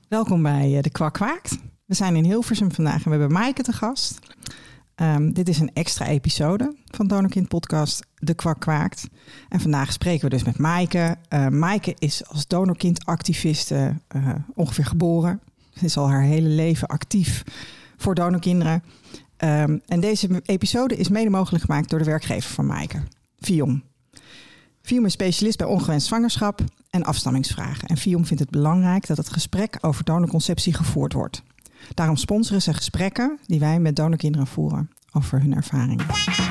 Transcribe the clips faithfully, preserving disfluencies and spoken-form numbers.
Welkom bij uh, De Kwak Kwaakt. We zijn in Hilversum vandaag en we hebben Maaike te gast. Um, dit is een extra episode van Donorkind podcast De Kwak Kwaakt. En vandaag spreken we dus met Maaike. Uh, Maaike is als donorkindactiviste uh, ongeveer geboren. Ze is al haar hele leven actief voor donorkinderen. Um, en deze episode is mede mogelijk gemaakt door de werkgever van Maaike, Viom. Viom is specialist bij ongewenst zwangerschap en afstammingsvragen. En Viom vindt het belangrijk dat het gesprek over donorconceptie gevoerd wordt. Daarom sponsoren ze gesprekken die wij met donorkinderen voeren over hun ervaringen.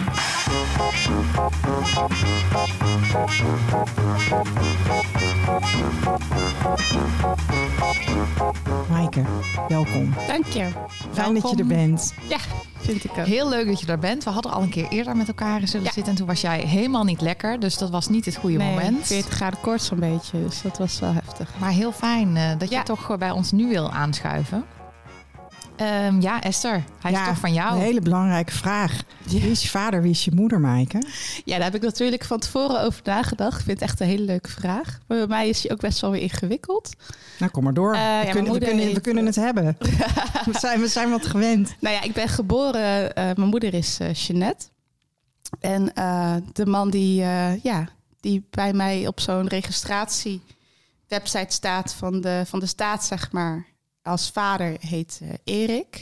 Maaike, welkom. Dank je. Fijn welkom. dat je er bent. Ja, vind ik ook. Heel leuk dat je er bent. We hadden al een keer eerder met elkaar zullen ja. zitten. En toen was jij helemaal niet lekker. Dus dat was niet het goede nee, moment. veertig graden koorts zo'n beetje. Dus dat was wel heftig. Maar heel fijn uh, dat ja. je toch bij ons nu wil aanschuiven. Um, ja, Esther, hij ja, is toch van jou. Een hele belangrijke vraag. Ja. Wie is je vader, wie is je moeder, Maaike? Ja, daar heb ik natuurlijk van tevoren over nagedacht. Ik vind het echt een hele leuke vraag. Maar bij mij is die ook best wel weer ingewikkeld. Nou, kom maar door. Uh, we, ja, kunnen, we, kunnen, heeft... we kunnen het hebben. we, zijn, we zijn wat gewend. Nou ja, ik ben geboren. Uh, mijn moeder is uh, Jeanette. En uh, de man die, uh, ja, die bij mij op zo'n registratiewebsite staat van de, van de staat, zeg maar, als vader heet uh, Erik.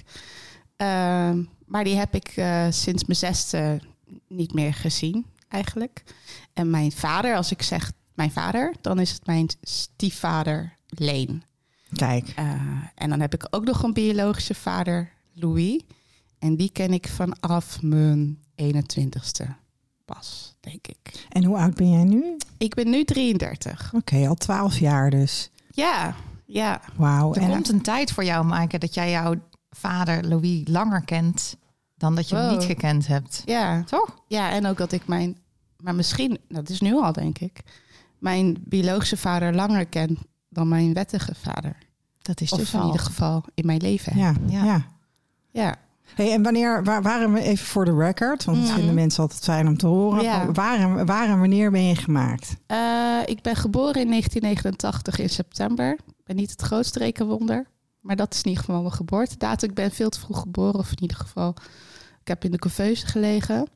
Uh, maar die heb ik uh, sinds mijn zesde niet meer gezien, eigenlijk. En mijn vader, als ik zeg mijn vader, dan is het mijn stiefvader Leen. Kijk. Uh, en dan heb ik ook nog een biologische vader, Louis. En die ken ik vanaf mijn eenentwintigste pas, denk ik. En hoe oud ben jij nu? Ik ben nu drieëndertig. Oké, okay, al twaalf jaar dus. Ja, ja. Wauw. Er en komt een tijd voor jou, Maaike, dat jij jouw vader Louis langer kent dan dat je wow. hem niet gekend hebt. Ja. Toch? Ja, en ook dat ik mijn, maar misschien, dat is nu al denk ik, mijn biologische vader langer ken dan mijn wettige vader. Dat is of dus in al. ieder geval in mijn leven. Ja, ja. ja. ja. Hey, en wanneer, waar, waren we even voor de record, want dat mm. vinden mensen altijd fijn om te horen. Ja. Waar, en, waar en wanneer ben je gemaakt? Uh, ik ben geboren in negentien negenentachtig in september. Ik ben niet het grootste rekenwonder, maar dat is in ieder geval mijn geboortedatum. Ik ben veel te vroeg geboren, of in ieder geval, ik heb in de couveuse gelegen.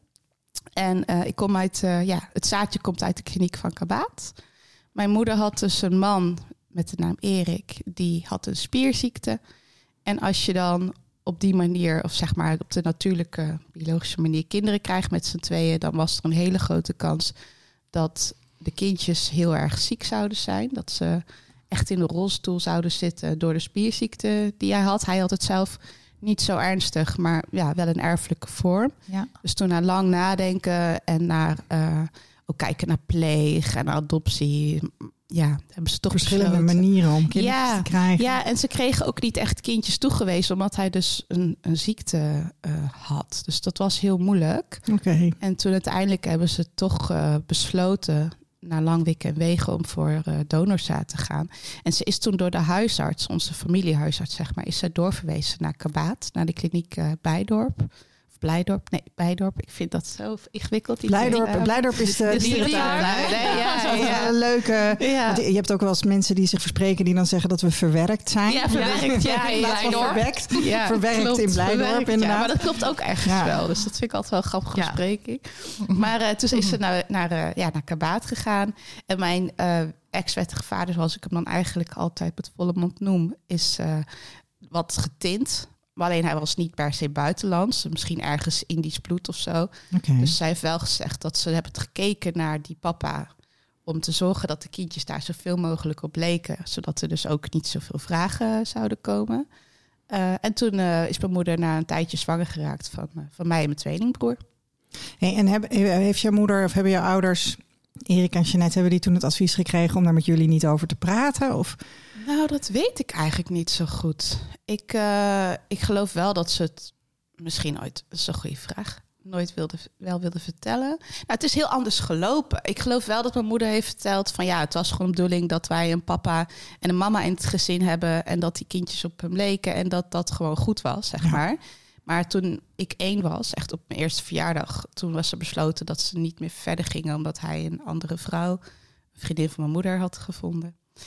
En uh, ik kom uit, uh, ja, het zaadje komt uit de kliniek van Kabaat. Mijn moeder had dus een man met de naam Erik, die had een spierziekte. En als je dan op die manier, of zeg maar op de natuurlijke biologische manier kinderen krijgt met z'n tweeën, dan was er een hele grote kans dat de kindjes heel erg ziek zouden zijn. Dat ze echt in de rolstoel zouden zitten door de spierziekte die hij had. Hij had het zelf niet zo ernstig, maar ja, wel een erfelijke vorm. Ja. Dus toen na lang nadenken en naar uh, ook kijken naar pleeg en naar adoptie, ja, hebben ze toch verschillende besloten. manieren om kindjes ja, te krijgen. Ja, en ze kregen ook niet echt kindjes toegewezen, omdat hij dus een, een ziekte uh, had. Dus dat was heel moeilijk. Okay. En toen uiteindelijk hebben ze toch uh, besloten, na lang wikken en wegen, om voor uh, donorzaad te gaan. En ze is toen door de huisarts, onze familiehuisarts, zeg maar, is ze doorverwezen naar Kabaat, naar de kliniek uh, Bijdorp. Blijdorp, nee, Bijdorp. Ik vind dat zo ingewikkeld. Blijdorp, uh, Blijdorp is de, de dierentuin. Nee, ja, ja, ja. Een leuke. Ja. Je hebt ook wel eens mensen die zich verspreken die dan zeggen dat we verwerkt zijn. Ja, verwerkt. Ja, ja, verwerkt. Ja, verwerkt klopt, in Blijdorp verwerkt, inderdaad. Ja, maar dat klopt ook ergens ja. wel. Dus dat vind ik altijd wel een grappige ja. bespreking. Maar uh, toen is ze naar, naar, uh, ja, naar Kabaat gegaan. En mijn uh, ex-wettige vader, zoals ik hem dan eigenlijk altijd met volle mond noem, is uh, wat getint. Maar alleen hij was niet per se buitenlands. Misschien ergens Indisch bloed of zo. Okay. Dus zij heeft wel gezegd dat ze hebben gekeken naar die papa om te zorgen dat de kindjes daar zoveel mogelijk op leken. Zodat er dus ook niet zoveel vragen zouden komen. Uh, en toen uh, is mijn moeder na een tijdje zwanger geraakt van, uh, van mij en mijn tweelingbroer. Hey, en heb, heeft jouw moeder of hebben jouw ouders, Erik en Jeanette, hebben die toen het advies gekregen om daar met jullie niet over te praten? Of? Nou, dat weet ik eigenlijk niet zo goed. Ik, uh, ik geloof wel dat ze het misschien ooit, dat is een goede vraag, nooit wilde, wel wilde vertellen. Nou, het is heel anders gelopen. Ik geloof wel dat mijn moeder heeft verteld van ja, het was gewoon de bedoeling dat wij een papa en een mama in het gezin hebben en dat die kindjes op hem leken en dat dat gewoon goed was, zeg ja. maar. Maar toen ik één was, echt op mijn eerste verjaardag, toen was er besloten dat ze niet meer verder gingen omdat hij een andere vrouw, een vriendin van mijn moeder, had gevonden.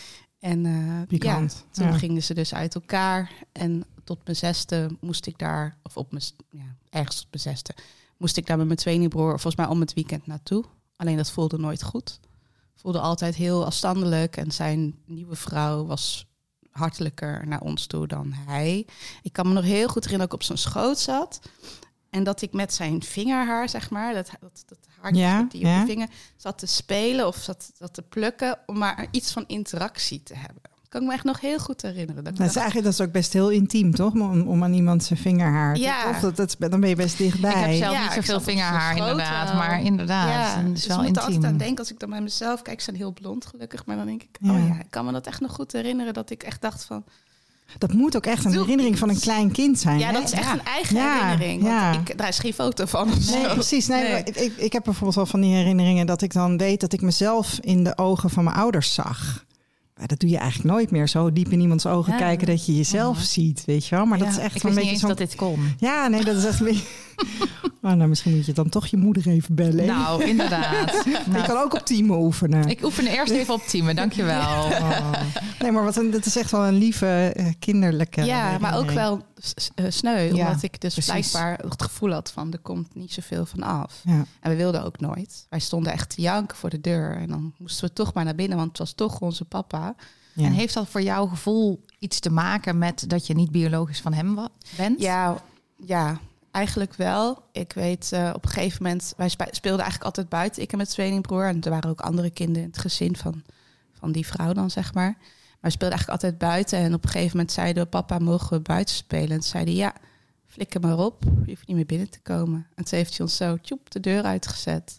En uh, Pikant. ja, toen Ja. gingen ze dus uit elkaar. En tot mijn zesde moest ik daar, of op mijn, ja, ergens tot mijn zesde, moest ik daar met mijn tweelingbroer volgens mij om het weekend naartoe. Alleen dat voelde nooit goed. Voelde altijd heel afstandelijk. En zijn nieuwe vrouw was hartelijker naar ons toe dan hij. Ik kan me nog heel goed herinneren dat ik op zijn schoot zat. En dat ik met zijn vingerhaar, zeg maar, dat, dat, dat haartje Ja, die ja. op je vinger, zat te spelen of zat, zat te plukken, om maar iets van interactie te hebben. Kan ik me echt nog heel goed herinneren. Dat, ik Dat is dacht, eigenlijk dat is ook best heel intiem, toch? Om, om aan iemand zijn vingerhaar. Ja. Of dat, dat, is- dan ben je best dichtbij. Ik heb zelf Ja, niet ik zoveel zat op vingerhaar zijn schoot inderdaad. wel. Maar inderdaad, ja, het is dus wel ik moet er altijd aan intiem. denken als ik dan bij mezelf kijk. Ze zijn heel blond gelukkig, maar dan denk ik, Ja. oh ja, ik kan me dat echt nog goed herinneren dat ik echt dacht van, Dat moet ook echt een Doe herinnering van een iets. klein kind zijn. ja, hè? dat is echt Ja. een eigen Ja, herinnering. ja. Want ik, daar is geen foto van. Of Nee, zo. precies. Nee, Nee. maar Ik, ik, ik heb bijvoorbeeld wel van die herinneringen dat ik dan weet dat ik mezelf in de ogen van mijn ouders zag. Maar dat doe je eigenlijk nooit meer. Zo diep in iemands ogen Ja. kijken dat je jezelf Oh. ziet, weet je wel. Maar dat Ja, is echt ik wel wist een niet beetje eens zo'n... dat dit kon. Ja, nee, dat is echt een beetje... Oh, nou, misschien moet je dan toch je moeder even bellen. Nou, inderdaad. Je Nou, kan ook op teamen oefenen. ik oefen eerst even op teamen, dankjewel. Oh. Nee, maar wat een, dat is echt wel een lieve, eh, kinderlijke Ja, maar ook herinnering. wel s- uh, sneu. Ja, omdat ik dus precies. blijkbaar het gevoel had van, er komt niet zoveel van af. Ja. En we wilden ook nooit. Wij stonden echt te janken voor de deur. En dan moesten we toch maar naar binnen, want het was toch onze papa. Ja. En heeft dat voor jouw gevoel iets te maken met dat je niet biologisch van hem wa- bent? Ja, ja, eigenlijk wel. Ik weet uh, op een gegeven moment, wij spe- speelden eigenlijk altijd buiten, ik en mijn tweelingbroer. En er waren ook andere kinderen in het gezin van, van die vrouw dan, zeg maar. Maar we speelden eigenlijk altijd buiten. En op een gegeven moment zeiden we, papa, mogen we buiten spelen? En toen zeiden ja, flikker maar op. Je hoeft niet meer binnen te komen. En toen heeft hij ons zo tjoep de deur uitgezet.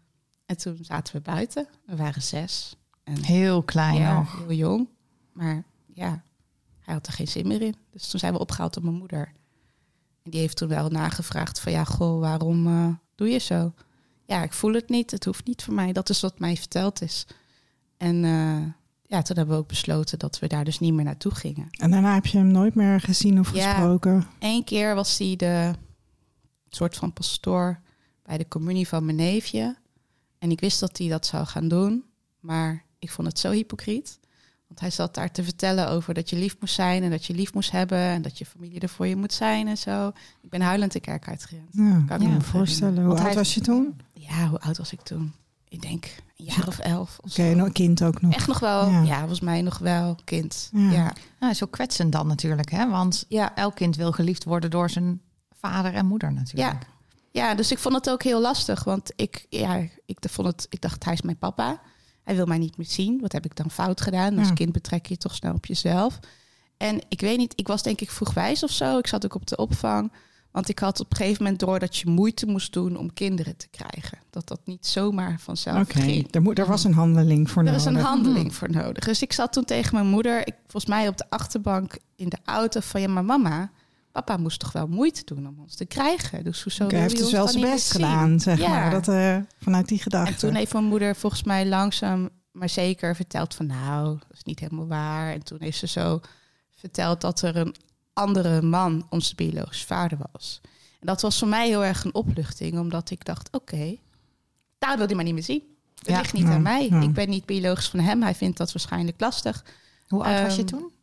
En toen zaten we buiten. We waren zes. En Heel klein ja, nog. heel jong. Maar ja, hij had er geen zin meer in. Dus toen zijn we opgehaald door mijn moeder. En die heeft toen wel nagevraagd van ja, goh, waarom uh, doe je zo? Ja, ik voel het niet. Het hoeft niet voor mij. Dat is wat mij verteld is. En uh, ja, toen hebben we ook besloten dat we daar dus niet meer naartoe gingen. En daarna heb je hem nooit meer gezien of Ja. gesproken? Eén keer was hij de soort van pastoor bij de communie van mijn neefje. En ik wist dat hij dat zou gaan doen. Maar ik vond het zo hypocriet. Want hij zat daar te vertellen over dat je lief moest zijn en dat je lief moest hebben en dat je familie er voor je moet zijn en zo. Ik ben huilend de kerk uitgerend. Ja, Kan ik ik me me voorstellen. Hoe Want oud hij- was je toen? Ja, hoe oud was ik toen? Ik denk een jaar of elf. Of Oké, zo. nog een kind ook nog. Echt nog wel, Ja. ja. volgens mij nog wel kind. Ja. Ja, Nou, zo kwetsend dan natuurlijk, hè? Want ja. elk kind wil geliefd worden door zijn vader en moeder natuurlijk. Ja. Ja, dus ik vond het ook heel lastig. Want ik, ja, ik, vond het, ik dacht, hij is mijn papa. Hij wil mij niet meer zien. Wat heb ik dan fout gedaan? Als Ja. kind betrek je je toch snel op jezelf. En ik weet niet, ik was denk ik vroegwijs of zo. Ik zat ook op de opvang. Want ik had op een gegeven moment door dat je moeite moest doen om kinderen te krijgen. Dat dat niet zomaar vanzelf Oké, ging. er, moet- er was een handeling voor Er nodig. is een handeling voor nodig. Dus ik zat toen tegen mijn moeder, ik, volgens mij op de achterbank in de auto, van ja, maar mama, papa moest toch wel moeite doen om ons te krijgen. Dus hoezo Oké, wil hij je heeft dus ons wel dan zijn niet best meer zien? gedaan, zeg Ja. maar. Dat, eh, vanuit die gedachte. En toen heeft mijn moeder volgens mij langzaam, maar zeker verteld van nou, dat is niet helemaal waar. En toen heeft ze zo verteld dat er een andere man onze biologische vader was. En dat was voor mij heel erg een opluchting, omdat ik dacht, oké, okay, nou wil hij maar niet meer zien. Het Ja. ligt niet Ja, aan mij. ja. Ik ben niet biologisch van hem. Hij vindt dat waarschijnlijk lastig. Hoe oud was je Ehm, toen?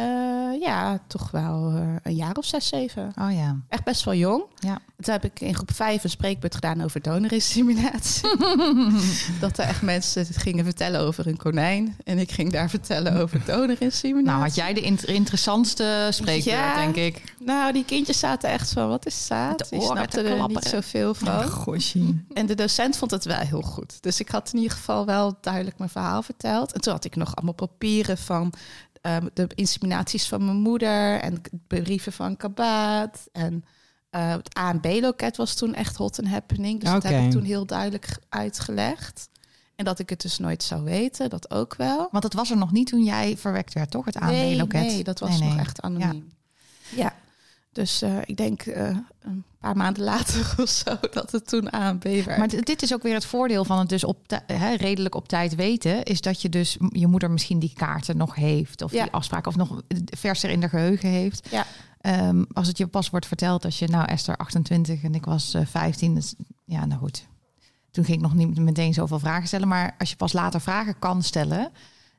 Uh, ja, toch wel uh, een jaar of zes, zeven. Oh ja. Echt best wel jong. Ja. Toen heb ik in groep vijf een spreekbeurt gedaan over donorinseminatie. Dat er echt mensen het gingen vertellen over een konijn. En ik ging daar vertellen over donorinseminatie. Nou, had jij de inter- interessantste spreekbeurt, Ja. denk ik. Nou, die kindjes zaten echt van, wat is zaad? Met de Die oren snapten te er niet klapperen. zoveel van. Oh, gosje. En de docent vond het wel heel goed. Dus ik had in ieder geval wel duidelijk mijn verhaal verteld. En toen had ik nog allemaal papieren van um, de inseminaties van mijn moeder en brieven van Kabaat. En uh, het A en B-loket was toen echt hot and happening. Dus Oké. dat heb ik toen heel duidelijk uitgelegd. En dat ik het dus nooit zou weten, dat ook wel. Want het was er nog niet toen jij verwekt werd, toch? Het A nee, N B-loket. nee, dat was Nee, nog nee. echt anoniem. Ja. ja. Dus uh, ik denk uh, een paar maanden later of zo dat het toen A en B werd. Maar d- dit is ook weer het voordeel van het dus op tij- hè, redelijk op tijd weten. Is dat je dus je moeder misschien die kaarten nog heeft. Of Ja. die afspraken of nog verser in de geheugen heeft. Ja. Um, als het je pas wordt verteld als je nou Esther achtentwintig en ik was uh, vijftien. Dus, ja, nou goed. Toen ging ik nog niet meteen zoveel vragen stellen. Maar als je pas later vragen kan stellen,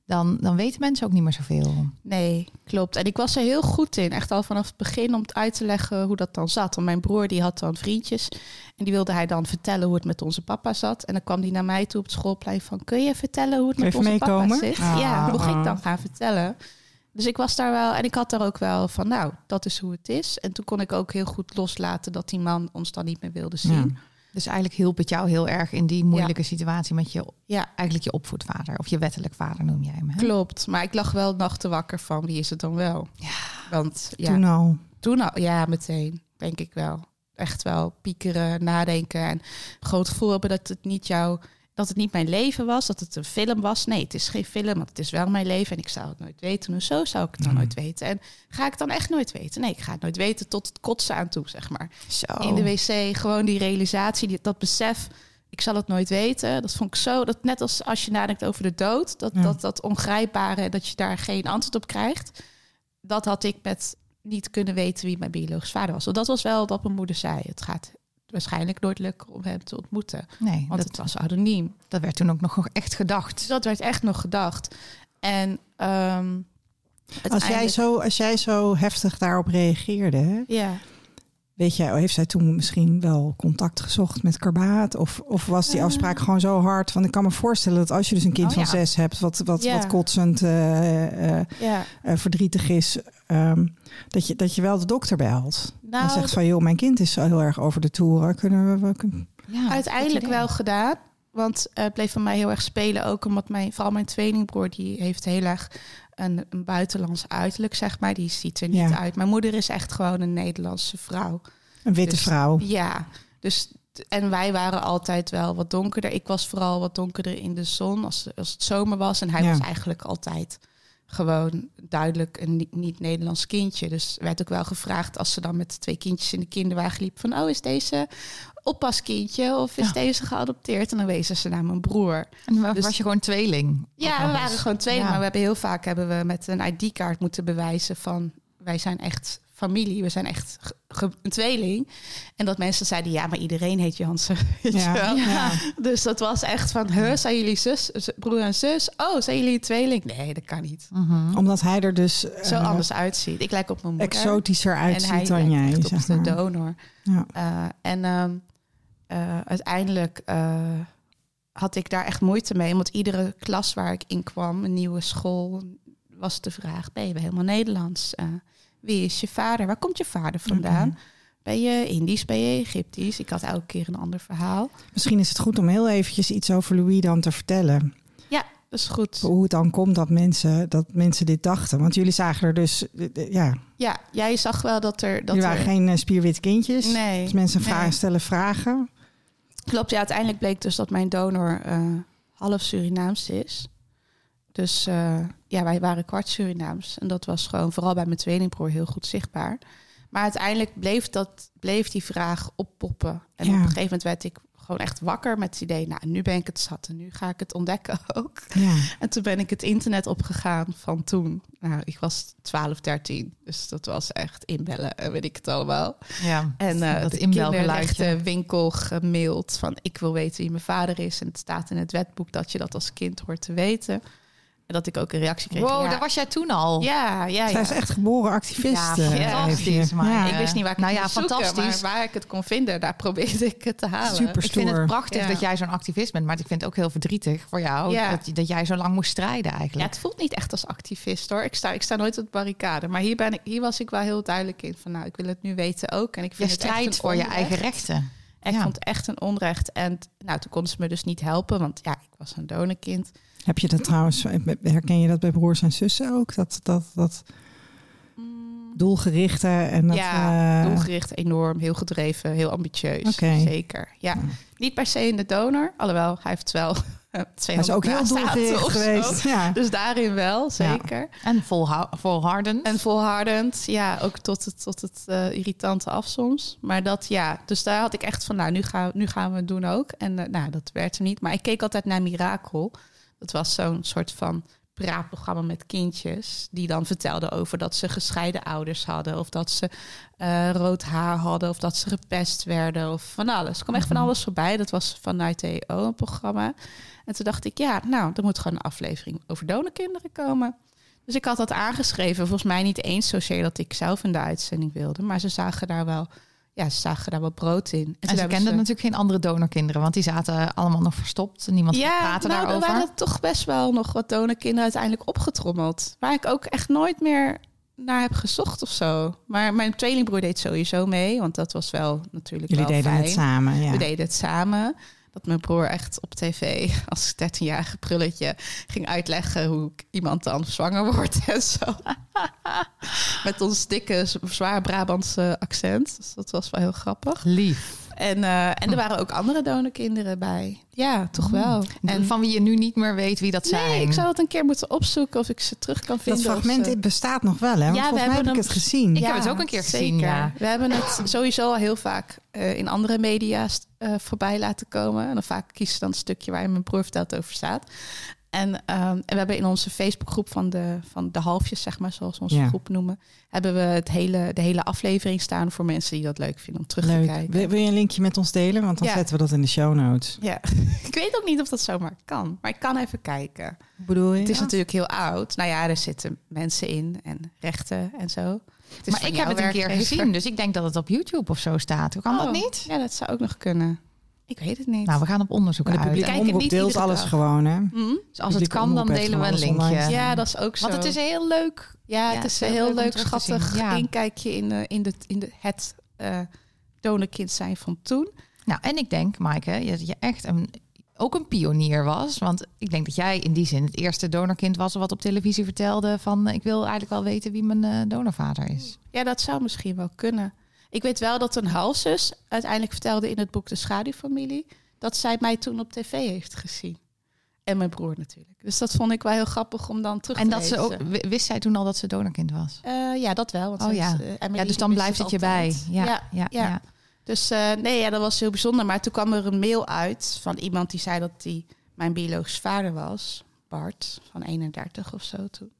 dan, dan weten mensen ook niet meer zoveel. Nee, klopt. En ik was er heel goed in. Echt al vanaf het begin om het uit te leggen hoe dat dan zat. Want mijn broer die had dan vriendjes. En die wilde hij dan vertellen hoe het met onze papa zat. En dan kwam hij naar mij toe op het schoolplein van... kun je vertellen hoe het met Even onze meekomen? papa zit? Ah. Ja, mocht ik dan gaan vertellen. Dus ik was daar wel... En ik had daar ook wel van, nou, dat is hoe het is. En toen kon ik ook heel goed loslaten dat die man ons dan niet meer wilde zien. Ja. Dus eigenlijk hielp het jou heel erg in die moeilijke Ja. situatie met je, Ja, eigenlijk je opvoedvader. Of je wettelijk vader noem jij hem. Hè? klopt. Maar ik lag wel nachten wakker van wie is het dan wel? Ja. Want ja, Toen al. Toen al, ja, meteen, denk ik wel. Echt wel piekeren, nadenken en gewoon het gevoel hebben dat het niet jouw, dat het niet mijn leven was, dat het een film was. Nee, het is geen film, want het is wel mijn leven en ik zou het nooit weten. Hoezo zou ik het dan Mm. nooit weten? En ga ik het dan echt nooit weten? Nee, ik ga het nooit weten tot het kotsen aan toe, zeg maar. Zo. In de wc, gewoon die realisatie, die, dat besef, ik zal het nooit weten. Dat vond ik zo, dat net als als je nadenkt over de dood, dat, Ja. dat, dat ongrijpbare, dat je daar geen antwoord op krijgt. Dat had ik met niet kunnen weten wie mijn biologisch vader was. Want dat was wel wat mijn moeder zei. Het gaat waarschijnlijk nooit lukken om hem te ontmoeten. Nee, Want dat, het was anoniem. dat werd toen ook nog echt gedacht. Dus dat werd echt nog gedacht. En ehm, Als jij, uiteindelijk- zo, als jij zo heftig daarop reageerde... Hè, Ja. weet jij, heeft zij toen misschien wel contact gezocht met Karbaat? Of, of was die Eh. afspraak gewoon zo hard? Want ik kan me voorstellen dat als je dus een kind Oh, van ja. zes hebt... wat, wat, Ja. wat kotsend eh, eh, Ja. eh, verdrietig is... ehm, dat, je, dat je wel de dokter belt. Nou, en zegt van, joh, mijn kind is zo heel erg over de toeren. Kunnen we... we kunnen... Ja, uiteindelijk goed idee. wel gedaan. Want uh, het bleef van mij heel erg spelen. Ook omdat mijn, vooral mijn tweelingbroer, die heeft heel erg een, een buitenlands uiterlijk, zeg maar. Die ziet er niet Ja. uit. Mijn moeder is echt gewoon een Nederlandse vrouw. Een witte Dus- vrouw. Ja, dus en wij waren altijd wel wat donkerder. Ik was vooral wat donkerder in de zon als, als het zomer was. En hij Ja. was eigenlijk altijd gewoon duidelijk een niet- niet-Nederlands kindje. Dus werd ook wel gevraagd als ze dan met twee kindjes in de kinderwagen liep van, oh, is deze oppaskindje of is Ja. deze geadopteerd? En dan wezen ze naar mijn broer. En wa- Dus- was je gewoon tweeling? Ja, Ook we nog waren eens. gewoon twee, Ja. maar we hebben heel vaak hebben we met een I D-kaart moeten bewijzen van, wij zijn echt familie, we zijn echt ge- ge- een tweeling. En dat mensen zeiden, ja, maar iedereen heet Jansen. Weet je Ja. wel? Ja. Dus dat was echt van, huh, zijn jullie zus, z- broer en zus? Oh, zijn jullie een tweeling? Nee, dat kan niet. Mhm. Omdat hij er dus Zo eh, anders uitziet. Ik lijk op mijn moeder. exotischer en hij uitziet dan lijkt jij. echt Zeg op de maar. donor. Ja. Uh, en ehm, uh, uiteindelijk uh, had ik daar echt moeite mee. Want iedere klas waar ik in kwam, een nieuwe school, was de vraag, ben je helemaal Nederlands? Uh, wie is je vader? Waar komt je vader vandaan? Oké. Ben je Indisch, ben je Egyptisch? Ik had elke keer een ander verhaal. Misschien is het goed om heel eventjes iets over Louis dan te vertellen. Ja, dat is goed. Hoe het dan komt dat mensen, dat mensen dit dachten. Want jullie zagen er dus, eh, eh, ja, Ja, jij zag wel dat er... Dat jullie waren er, geen eh, spierwitte kindjes. Nee, Dus mensen nee. vragen, stellen vragen. Klopt, ja, uiteindelijk bleek dus dat mijn donor uh, half Surinaams is. Dus uh, ja, wij waren kwart Surinaams. En dat was gewoon vooral bij mijn tweelingbroer heel goed zichtbaar. Maar uiteindelijk bleef, dat, bleef die vraag oppoppen. En Ja. op een gegeven moment werd ik gewoon echt wakker met het idee, nou, nu ben ik het zat en nu ga ik het ontdekken ook. Ja. En toen ben ik het internet opgegaan van toen. Nou, ik was twaalf, dertien. Dus dat was echt inbellen en weet ik het allemaal. Ja, En uh, dat de inbelgeluidje. kinderrechtenwinkel gemaild van, ik wil weten wie mijn vader is. En het staat in het wetboek dat je dat als kind hoort te weten. En dat ik ook een reactie kreeg. Wow, ja, daar was jij toen al. ja, ja, Zij ja. is echt geboren activist. Ja, eh, fantastisch, heeft je. maar Ja. Ik wist niet waar ik Nou het ja, moest zoeken, fantastisch. maar waar ik het kon vinden, daar probeerde ik het te halen. Super Ik vind het stoer. prachtig Ja. dat jij zo'n activist bent, maar ik vind het ook heel verdrietig voor jou Ja. dat, dat jij zo lang moest strijden Ja, eigenlijk. het voelt niet echt als activist hoor. Ik sta, ik sta nooit op de barricade. Maar hier, ben ik, hier was ik wel heel duidelijk in van, nou, ik wil het nu weten ook. En ik Je vind het echt strijdt een voor je onrecht. eigen rechten. En ik Ja. vond het echt een onrecht. En nou, toen konden ze me dus niet helpen, want ja, ik was een donorkind. Heb je dat trouwens, herken je dat bij broers en zussen ook? Dat, dat, dat doelgerichte en dat... ja, eh, doelgericht, enorm, heel gedreven, heel ambitieus. Oké. Zeker. Ja. Ja. Niet per se in de donor, alhoewel hij heeft wel twee Hij is ook heel handen naast doelgericht of zo. geweest. Ja. Dus daarin wel, zeker. En volhou- volhardend. En volhardend, ja, ook tot het, tot het uh, irritante af soms. Maar dat, ja, dus daar had ik echt van, nou, nu gaan, nu gaan we het doen ook. En uh, nou, dat werd er niet. Maar ik keek altijd naar Mirakel. Dat was zo'n soort van praatprogramma met kindjes die dan vertelden over dat ze gescheiden ouders hadden of dat ze uh, rood haar hadden of dat ze gepest werden of van alles. Er kwam echt van alles voorbij. Dat was vanuit de E O een programma. En toen dacht ik, ja, nou, er moet gewoon een aflevering over donorkinderen komen. Dus ik had dat aangeschreven. Volgens mij niet eens zozeer dat ik zelf in de uitzending wilde, maar ze zagen daar wel, ja, ze zagen daar wel brood in. En, en ze kenden ze... natuurlijk geen andere donorkinderen, want die zaten allemaal nog verstopt. Niemand ja, praatte nou, daarover. Er waren toch best wel nog wat donorkinderen uiteindelijk opgetrommeld. Waar ik ook echt nooit meer naar heb gezocht of zo. Maar mijn tweelingbroer deed sowieso mee, want dat was wel natuurlijk Jullie wel deden fijn. het samen, ja. We deden het samen. Dat mijn broer echt op tv als dertienjarige prulletje ging uitleggen hoe iemand dan zwanger wordt en zo. Met ons dikke, zwaar Brabantse accent. Dus dat was wel heel grappig. Lief. En, uh, en er waren ook andere donorkinderen bij. Ja, toch wel. En van wie je nu niet meer weet wie dat zijn. Nee, ik zou dat een keer moeten opzoeken of ik ze terug kan vinden. Dat fragment ze... bestaat nog wel, hè? Want ja, volgens mij heb ik hem... het gezien. Ik ja, heb het ook een keer zeker. gezien, ja. We hebben het sowieso al heel vaak uh, in andere media uh, voorbij laten komen. En dan vaak kies je dan het stukje waar mijn broer vertelt over staat. En, um, en we hebben in onze Facebookgroep van de, van de halfjes, zeg maar, zoals we onze ja. groep noemen, hebben we het hele, de hele aflevering staan voor mensen die dat leuk vinden om terug leuk. te kijken. Wil, wil je een linkje met ons delen? Want dan ja. zetten we dat in de show notes. Ja, ik weet ook niet of dat zomaar kan, maar ik kan even kijken. Hoe bedoel je? Het is ja. natuurlijk heel oud. Nou ja, er zitten mensen in en rechten en zo. Het is maar ik heb het een keer gezien, dus ik denk dat het op YouTube of zo staat. Hoe kan oh, dat niet? Ja, dat zou ook nog kunnen. Ik weet het niet. Nou, we gaan op onderzoek Maar de uit. publieke Kijk, omroep niet deelt iedere alles dag. gewoon, hè? Hm? Dus als het kan, dan delen we een linkje. Ja, dat is ook zo. Want het is heel leuk. Ja, Ja, het is heel een heel leuk om leuk, terug te schattig zien. Ja. inkijkje in, de, in, de, in de, het uh, donorkind zijn van toen. Nou, en ik denk, Maaike, dat je echt een, ook een pionier was. Want ik denk dat jij in die zin het eerste donorkind was wat op televisie vertelde van ik wil eigenlijk wel weten wie mijn uh, donorvader is. Ja, dat zou misschien wel kunnen. Ik weet wel dat een halfzus uiteindelijk vertelde in het boek De Schaduwfamilie dat zij mij toen op tv heeft gezien. En mijn broer natuurlijk. Dus dat vond ik wel heel grappig om dan terug en te dat lezen. ze ook wist zij toen al dat ze donorkind was? Uh, ja, dat wel. Want oh ja. Is, uh, ja, dus dan blijft het je bij. Ja, ja, ja. ja. ja. Dus uh, nee, ja, dat was heel bijzonder. Maar toen kwam er een mail uit van iemand die zei dat hij mijn biologisch vader was. Bart, van eenendertig of zo toen.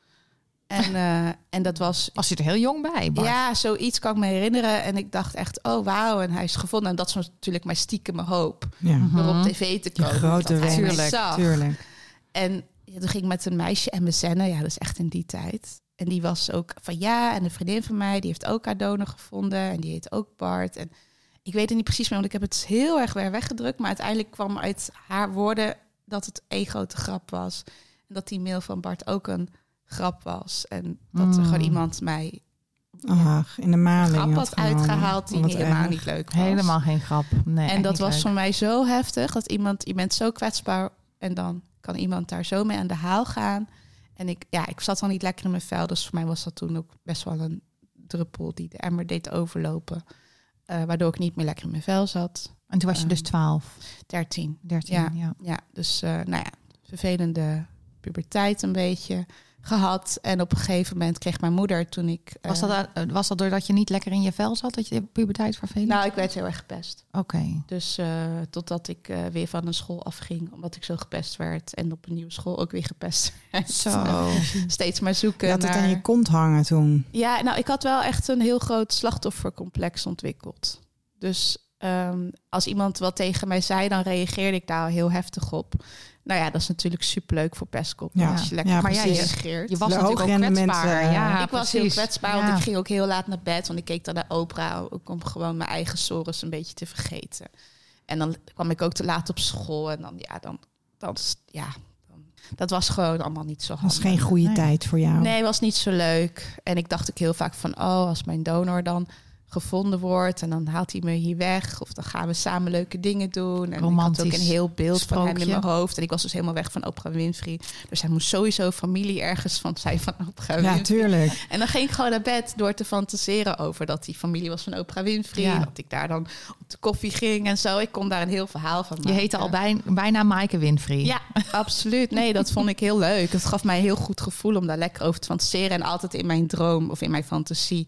En, uh, en dat was... Was je er heel jong bij, Bart? Ja, zoiets kan ik me herinneren. En ik dacht echt, oh wauw, en hij is gevonden. En dat was natuurlijk mijn stiekeme hoop. Ja. Door op tv te komen. Je grote wens. tuurlijk, tuurlijk. En ja, toen ging ik met een meisje en mezennen. Ja, dat is echt in die tijd. En die was ook van ja, en een vriendin van mij, die heeft ook haar donor gevonden. En die heet ook Bart. En ik weet het niet precies meer, want ik heb het heel erg weer weggedrukt. Maar uiteindelijk kwam uit haar woorden dat het één grote grap was. En dat die mail van Bart ook een grap was. En dat mm. er gewoon iemand mij Ach, in de maling grap had genomen. uitgehaald die Wat helemaal erg. niet leuk was. Helemaal geen grap. Nee, en dat was leuk. voor mij zo heftig. Dat iemand, je bent zo kwetsbaar. En dan kan iemand daar zo mee aan de haal gaan. En ik, ja, ik zat dan niet lekker in mijn vel. Dus voor mij was dat toen ook best wel een druppel die de emmer deed overlopen. Uh, waardoor ik niet meer lekker in mijn vel zat. En toen was je Um, dus twaalf? dertien. dertien, Ja, ja. ja dus uh, nou ja, vervelende puberteit een beetje gehad. En op een gegeven moment kreeg mijn moeder toen ik... Uh, Was dat, was dat doordat je niet lekker in je vel zat, dat je de puberteit vervelend? Nou, ik werd heel erg gepest. Oké. Okay. Dus uh, totdat ik uh, weer van een school afging, omdat ik zo gepest werd. En op een nieuwe school ook weer gepest werd. Zo. Steeds maar zoeken Je had het naar... aan je kont hangen toen. Ja, nou, ik had wel echt een heel groot slachtoffercomplex ontwikkeld. Dus um, als iemand wat tegen mij zei, dan reageerde ik daar heel heftig op. Nou ja, dat is natuurlijk superleuk voor pestkop. Ja. Als je lekker Ja, maar precies. ja, reageert. Je was De natuurlijk ook hoogrendement, kwetsbaar. uh, ja, ik was heel precies. kwetsbaar, Ja. want ik ging ook heel laat naar bed. Want ik keek dan naar Oprah, ook om gewoon mijn eigen sores een beetje te vergeten. En dan kwam ik ook te laat op school. En dan, ja, dan, dan ja, dan, dat was gewoon allemaal niet zo Dat handig. was geen goede Nee. tijd voor jou. Nee, was niet zo leuk. En ik dacht ook heel vaak van, oh, als mijn donor dan gevonden wordt en dan haalt hij me hier weg of dan gaan we samen leuke dingen doen. En Romantisch ik had ook een heel beeld sprookje. van hem in mijn hoofd en ik was dus helemaal weg van Oprah Winfrey. Dus hij moest sowieso familie ergens van zijn van Oprah Ja, Winfrey. tuurlijk. En dan ging ik gewoon naar bed door te fantaseren over dat die familie was van Oprah Winfrey. Ja. Dat ik daar dan op de koffie ging en zo. Ik kon daar een heel verhaal van maken. Je heette al bij, bijna Maaike Winfrey. Ja, absoluut. Nee, dat vond ik heel leuk. Het gaf mij een heel goed gevoel om daar lekker over te fantaseren. En altijd in mijn droom of in mijn fantasie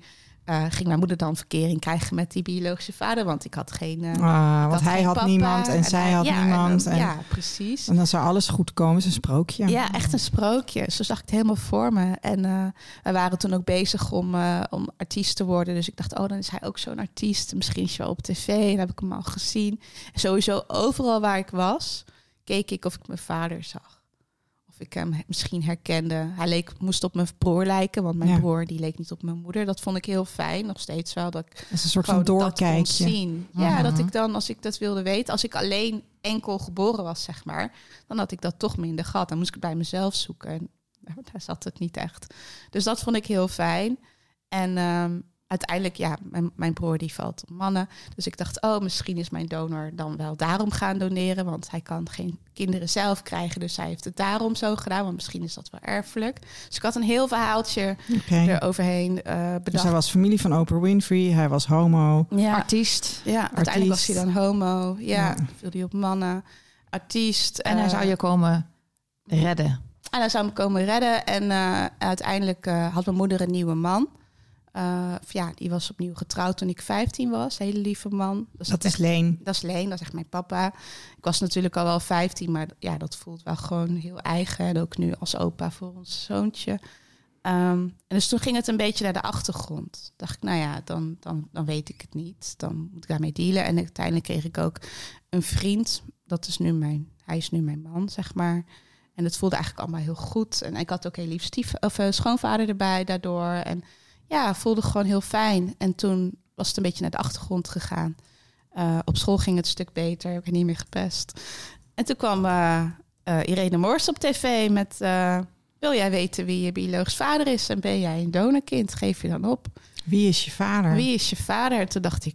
uh, ging mijn moeder dan verkering krijgen met die biologische vader. Want ik had geen... Uh, ah, want had hij geen had papa, niemand en, en zij hij, had ja, niemand. En dan, en, ja, precies. En dan zou alles goed komen, is een sprookje. Ja, echt een sprookje. Zo zag ik het helemaal voor me. En uh, we waren toen ook bezig om, uh, om artiest te worden. Dus ik dacht, oh, dan is hij ook zo'n artiest. Misschien is hij wel op tv. En dan heb ik hem al gezien. En sowieso overal waar ik was, keek ik of ik mijn vader zag. Of ik hem misschien herkende. Hij leek, moest op mijn broer lijken, want mijn ja. broer die leek niet op mijn moeder. Dat vond ik heel fijn, nog steeds wel. Dat ik dat is een soort van doorkijkje. Zien. Ja, uh-huh. Dat ik dan, als ik dat wilde weten, als ik alleen enkel geboren was, zeg maar, dan had ik dat toch minder gehad. Dan moest ik het bij mezelf zoeken. En daar zat het niet echt. Dus dat vond ik heel fijn. En um, uiteindelijk, ja, mijn, mijn broer die valt op mannen. Dus ik dacht, oh, misschien is mijn donor dan wel daarom gaan doneren. Want hij kan geen kinderen zelf krijgen. Dus hij heeft het daarom zo gedaan. Want misschien is dat wel erfelijk. Dus ik had een heel verhaaltje okay. eroverheen uh, bedacht. Dus hij was familie van Oprah Winfrey. Hij was homo. Ja. Artiest. Ja, Artiest. Uiteindelijk was hij dan homo. Ja, ja. viel hij op mannen. Artiest. En hij uh, zou je komen redden. En hij zou me komen redden. En uh, uiteindelijk uh, had mijn moeder een nieuwe man. Uh, ja, die was opnieuw getrouwd toen ik vijftien was. Hele lieve man. Dus dat, dat is Leen. Dat is Leen, dat is echt mijn papa. Ik was natuurlijk al wel vijftien, maar ja, dat voelt wel gewoon heel eigen. En ook nu als opa voor ons zoontje. Um, en dus toen ging het een beetje naar de achtergrond. Dacht ik, nou ja, dan, dan, dan weet ik het niet. Dan moet ik daarmee dealen. En uiteindelijk kreeg ik ook een vriend. Dat is nu mijn, hij is nu mijn man, zeg maar. En het voelde eigenlijk allemaal heel goed. En ik had ook heel lief stief, of, uh, schoonvader erbij daardoor. En ja, voelde gewoon heel fijn. En toen was het een beetje naar de achtergrond gegaan. Uh, op school ging het een stuk beter. Ik ben niet meer gepest. En toen kwam uh, uh, Irene Moors op tv met... Uh, wil jij weten wie je biologisch vader is? En ben jij een donorkind? Geef je dan op. Wie is je vader? Wie is je vader? En toen dacht ik,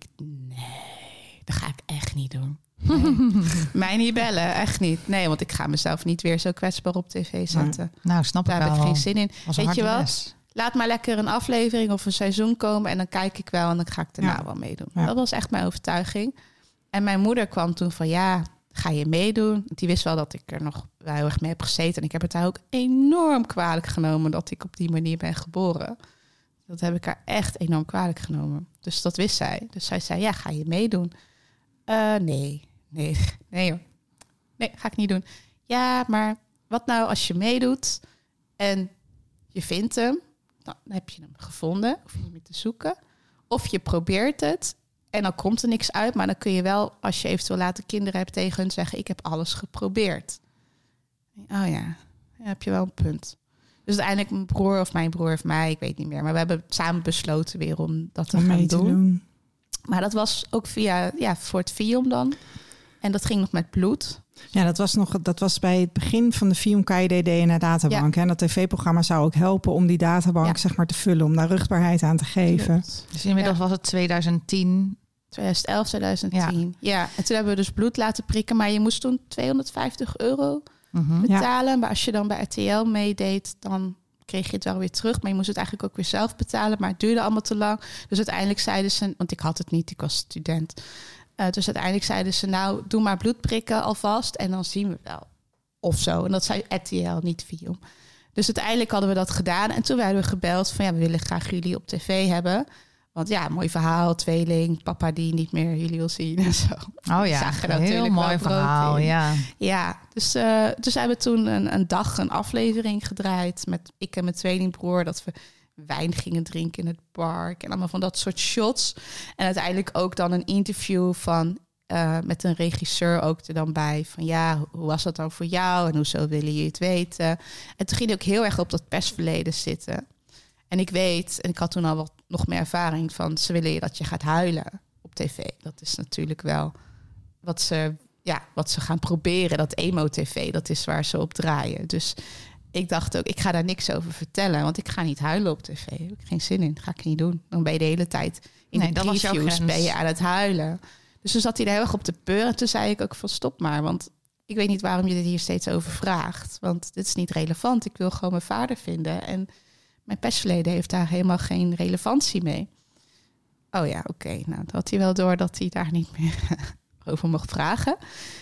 nee, dat ga ik echt niet doen. Nee. Mij niet bellen, echt niet. Nee, want ik ga mezelf niet weer zo kwetsbaar op tv zetten. Nou, nou snap ik Daar wel. heb ik geen zin in. Weet je wel? Les. Laat maar lekker een aflevering of een seizoen komen en dan kijk ik wel en dan ga ik daarna ja. wel meedoen. Ja. Dat was echt mijn overtuiging. En mijn moeder kwam toen van ja, ga je meedoen? Die wist wel dat ik er nog wel heel erg mee heb gezeten. En ik heb het haar ook enorm kwalijk genomen dat ik op die manier ben geboren. Dat heb ik haar echt enorm kwalijk genomen. Dus dat wist zij. Dus zij zei, ja, ga je meedoen? Uh, nee, nee, nee hoor. Nee, ga ik niet doen. Ja, maar wat nou als je meedoet en je vindt hem? Dan heb je hem gevonden, hoef je niet meer te zoeken. Of je probeert het en dan komt er niks uit. Maar dan kun je wel, als je eventueel later kinderen hebt, tegen hun zeggen... ik heb alles geprobeerd. Oh ja, ja heb je wel een punt. Dus uiteindelijk mijn broer of mijn broer of mij, ik weet niet meer. Maar we hebben samen besloten weer om dat te om gaan mee doen. Te doen. Maar dat was ook via, ja, voor het Viom dan. En dat ging nog met bloed. Ja, dat was nog, dat was bij het begin van de Viom K I D D en de databank. Ja. En dat tv-programma zou ook helpen om die databank ja. zeg maar te vullen, om daar rugbaarheid aan te geven. Klopt. Dus inmiddels ja. was het twintig tien. twintig elf, twintig tien. Ja. ja, en toen hebben we dus bloed laten prikken. Maar je moest toen tweehonderdvijftig euro mm-hmm. betalen. Ja. Maar als je dan bij R T L meedeed, dan kreeg je het wel weer terug. Maar je moest het eigenlijk ook weer zelf betalen. Maar het duurde allemaal te lang. Dus uiteindelijk zeiden ze, want ik had het niet, ik was student. Uh, dus uiteindelijk zeiden ze, nou, doe maar bloed prikken alvast. En dan zien we wel. Of zo. En dat zei R T L, niet Viom. Dus uiteindelijk hadden we dat gedaan. En toen werden we gebeld van, ja, we willen graag jullie op tv hebben. Want ja, mooi verhaal, tweeling, papa die niet meer jullie wil zien en zo. Oh ja, een heel mooi verhaal, ja. Ja, dus, uh, dus hebben we toen een, een dag een aflevering gedraaid met ik en mijn tweelingbroer, dat we wijn gingen drinken in het park en allemaal van dat soort shots. En uiteindelijk ook dan een interview van uh, met een regisseur ook er dan bij van ja, hoe was dat dan voor jou en hoezo willen jullie het weten? En toen ging hij ook heel erg op dat persverleden zitten. En ik weet, en ik had toen al wat nog meer ervaring van, ze willen dat je gaat huilen op tv. Dat is natuurlijk wel wat ze, ja, wat ze gaan proberen. Dat emo-tv, dat is waar ze op draaien. Dus ik dacht ook, ik ga daar niks over vertellen. Want ik ga niet huilen op tv. Daar heb ik geen zin in. Dat ga ik niet doen. Dan ben je de hele tijd in nee, de previews ben je aan het huilen. Dus toen zat hij er heel erg op de peur. En toen zei ik ook van stop maar. Want ik weet niet waarom je dit hier steeds over vraagt. Want dit is niet relevant. Ik wil gewoon mijn vader vinden. En mijn persverleden heeft daar helemaal geen relevantie mee. Oh ja, oké. Okay. Nou, dat had hij wel door dat hij daar niet meer over mocht vragen.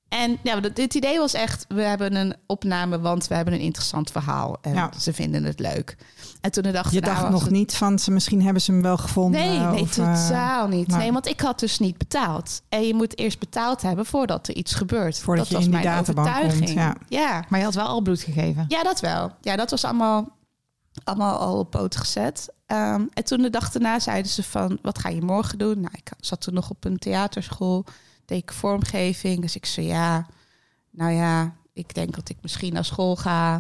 En ja, het idee was echt, we hebben een opname, want we hebben een interessant verhaal. En ja. ze vinden het leuk. En toen dacht Je nou, dacht nog het... niet van, ze misschien hebben ze hem wel gevonden. Nee, nee, of, totaal niet. Nou. Nee, want ik had dus niet betaald. En je moet eerst betaald hebben voordat er iets gebeurt. Voordat dat je was in die mijn databank overtuiging. komt. Ja. Ja. Maar je had wel al bloed gegeven. ja, dat wel. Ja, dat was allemaal, allemaal al op poot gezet. Um, en toen de dag daarna zeiden ze van, wat ga je morgen doen? Nou, ik zat toen nog op een theaterschool, deed ik vormgeving. Dus ik zei, ja, nou ja, ik denk dat ik misschien naar school ga.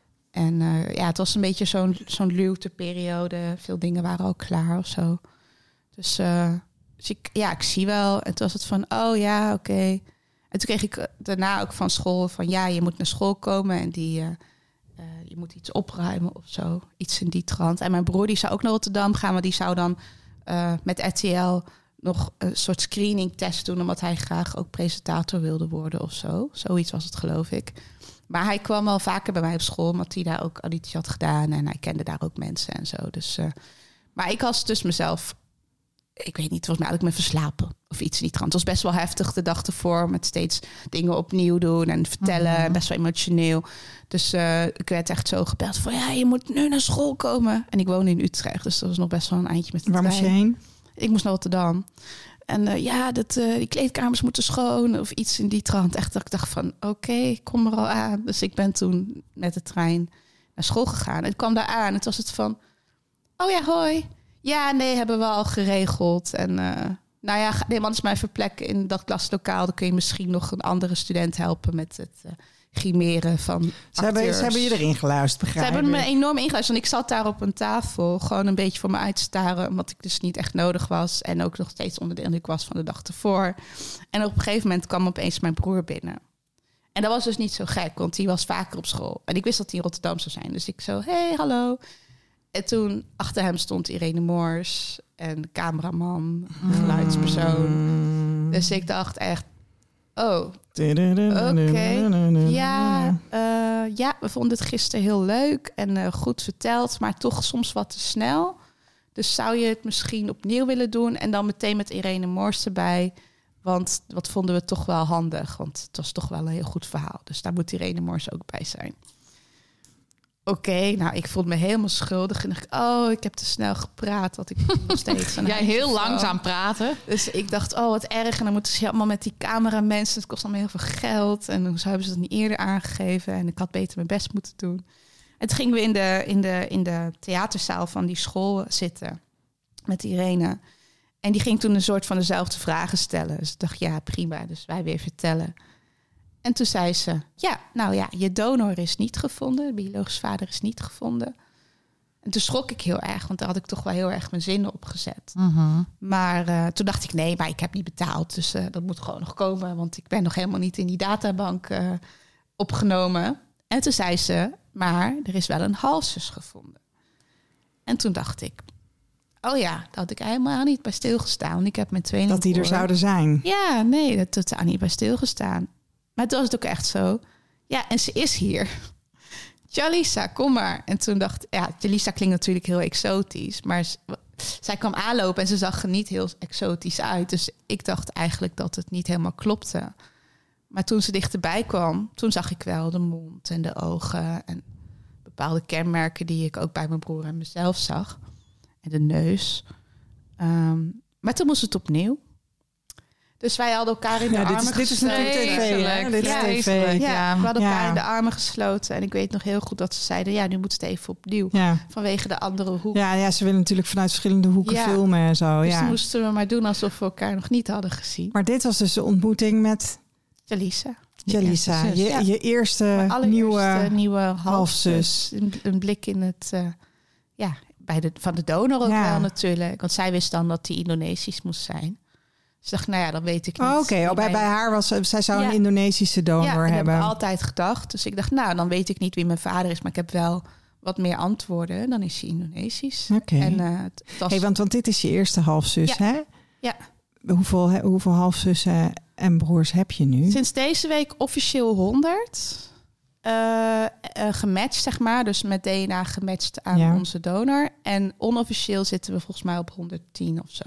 En uh, ja, het was een beetje zo'n, zo'n luwteperiode. Veel dingen waren al klaar of zo. Dus, uh, dus ik, ja, ik zie wel. En toen was het van, oh ja, oké. Okay. En toen kreeg ik daarna ook van school van, ja, je moet naar school komen en die, uh, uh, je moet iets opruimen of zo. Iets in die trant. En mijn broer die zou ook naar Rotterdam gaan, maar die zou dan uh, met R T L nog een soort screening test doen, omdat hij graag ook presentator wilde worden of zo. Zoiets was het, geloof ik. Maar hij kwam wel vaker bij mij op school, omdat hij daar ook auditie had gedaan en hij kende daar ook mensen en zo. Dus, uh, maar ik was dus mezelf, ik weet niet, volgens mij had ik me verslapen of iets in die trant. Het was best wel heftig de dag ervoor, met steeds dingen opnieuw doen en vertellen, mm-hmm. best wel emotioneel. Dus uh, ik werd echt zo gebeld van, ja, je moet nu naar school komen. En ik woonde in Utrecht, dus dat was nog best wel een eindje met de Waar trein. moest je heen? Ik moest naar Rotterdam. En uh, ja, dat, uh, die kleedkamers moeten schoon of iets in die trant. Echt dat ik dacht van, oké, okay, ik kom er al aan. Dus ik ben toen met de trein naar school gegaan. En ik kwam daar aan en het was het van, oh ja, hoi. Ja, nee, hebben we al geregeld. En uh, nou ja, nee, man is mij verplekken in dat klaslokaal. Dan kun je misschien nog een andere student helpen met het uh, grimeren van ze hebben, ze hebben je erin geluisterd, begrijp Ze hebben me enorm ingeluisterd. Want ik zat daar op een tafel gewoon een beetje voor me uit te staren, omdat ik dus niet echt nodig was. En ook nog steeds onder de indruk was van de dag ervoor. En op een gegeven moment kwam opeens mijn broer binnen. En dat was dus niet zo gek, want die was vaker op school. En ik wist dat hij in Rotterdam zou zijn. Dus ik zo, hey, hallo. En toen achter hem stond Irene Moors en cameraman, geluidspersoon. Mm. Dus ik dacht echt, oh, oké. Okay. Ja, uh, ja, we vonden het gisteren heel leuk en uh, goed verteld, maar toch soms wat te snel. Dus zou je het misschien opnieuw willen doen en dan meteen met Irene Moors erbij? Want wat vonden we toch wel handig, want het was toch wel een heel goed verhaal. Dus daar moet Irene Moors ook bij zijn. Oké, okay, nou, ik voelde me helemaal schuldig. En dacht ik, oh, ik heb te snel gepraat. Dat ik nog steeds... Jij heel zo. langzaam praten. Dus ik dacht, oh, wat erg. En dan moeten ze allemaal met die cameramensen. Het kost allemaal heel veel geld. En dan hebben ze dat niet eerder aangegeven. En ik had beter mijn best moeten doen. En toen gingen we in de, in de, in de theaterzaal van die school zitten. Met Irene. En die ging toen een soort van dezelfde vragen stellen. Dus ik dacht, ja, prima. Dus wij weer vertellen. En toen zei ze, ja, nou ja, je donor is niet gevonden. De biologische vader is niet gevonden. En toen schrok ik heel erg, want daar had ik toch wel heel erg mijn zinnen op gezet. Uh-huh. Maar uh, toen dacht ik, nee, maar ik heb niet betaald. Dus uh, dat moet gewoon nog komen, want ik ben nog helemaal niet in die databank uh, opgenomen. En toen zei ze, maar er is wel een halfzus gevonden. En toen dacht ik, oh ja, daar had ik helemaal niet bij stilgestaan. Want ik heb mijn tweeling. Dat die er zouden zijn. Ja, nee, dat had totaal niet bij stilgestaan. Maar toen was het ook echt zo. Ja, en ze is hier. Jalisa, kom maar. En toen dacht ik, ja, Jalisa klinkt natuurlijk heel exotisch. Maar z- zij kwam aanlopen en ze zag er niet heel exotisch uit. Dus ik dacht eigenlijk dat het niet helemaal klopte. Maar toen ze dichterbij kwam, toen zag ik wel de mond en de ogen. En bepaalde kenmerken die ik ook bij mijn broer en mezelf zag. En de neus. Um, maar toen moest het opnieuw. Dus wij hadden elkaar in de ja, armen dit is, dit is natuurlijk tv, hè? Dit ja, is tv. Ja, ja, we hadden elkaar ja. in de armen gesloten. En ik weet nog heel goed dat ze zeiden, ja, nu moet het even opnieuw. Ja. Vanwege de andere hoek. Ja, ja, ze willen natuurlijk vanuit verschillende hoeken ja. filmen en zo. Dus ja. dan moesten we maar doen alsof we elkaar nog niet hadden gezien. Maar dit was dus de ontmoeting met Jalisa. Jalisa, je, ja. je eerste nieuwe, nieuwe halfzus. Een, een blik in het, uh, ja, bij de, van de donor ook ja. wel natuurlijk. Want zij wist dan dat die Indonesisch moest zijn. Dus dacht, nou ja, dan weet ik niet. Oh, Oké, okay. oh, bij, bij haar was zij zou ja. een Indonesische donor ja, dat hebben. heb ik altijd gedacht. Dus ik dacht, nou, dan weet ik niet wie mijn vader is, maar ik heb wel wat meer antwoorden. Dan is hij Indonesisch. Oké. Okay. Uh, was... hey, want, want dit is je eerste halfzus, ja. hè? Ja. Hoeveel, hoeveel halfzussen en broers heb je nu? Sinds deze week officieel honderd. Uh, uh, gematcht, zeg maar. Dus met D N A gematcht aan ja. onze donor. En onofficieel zitten we volgens mij op honderdtien of zo.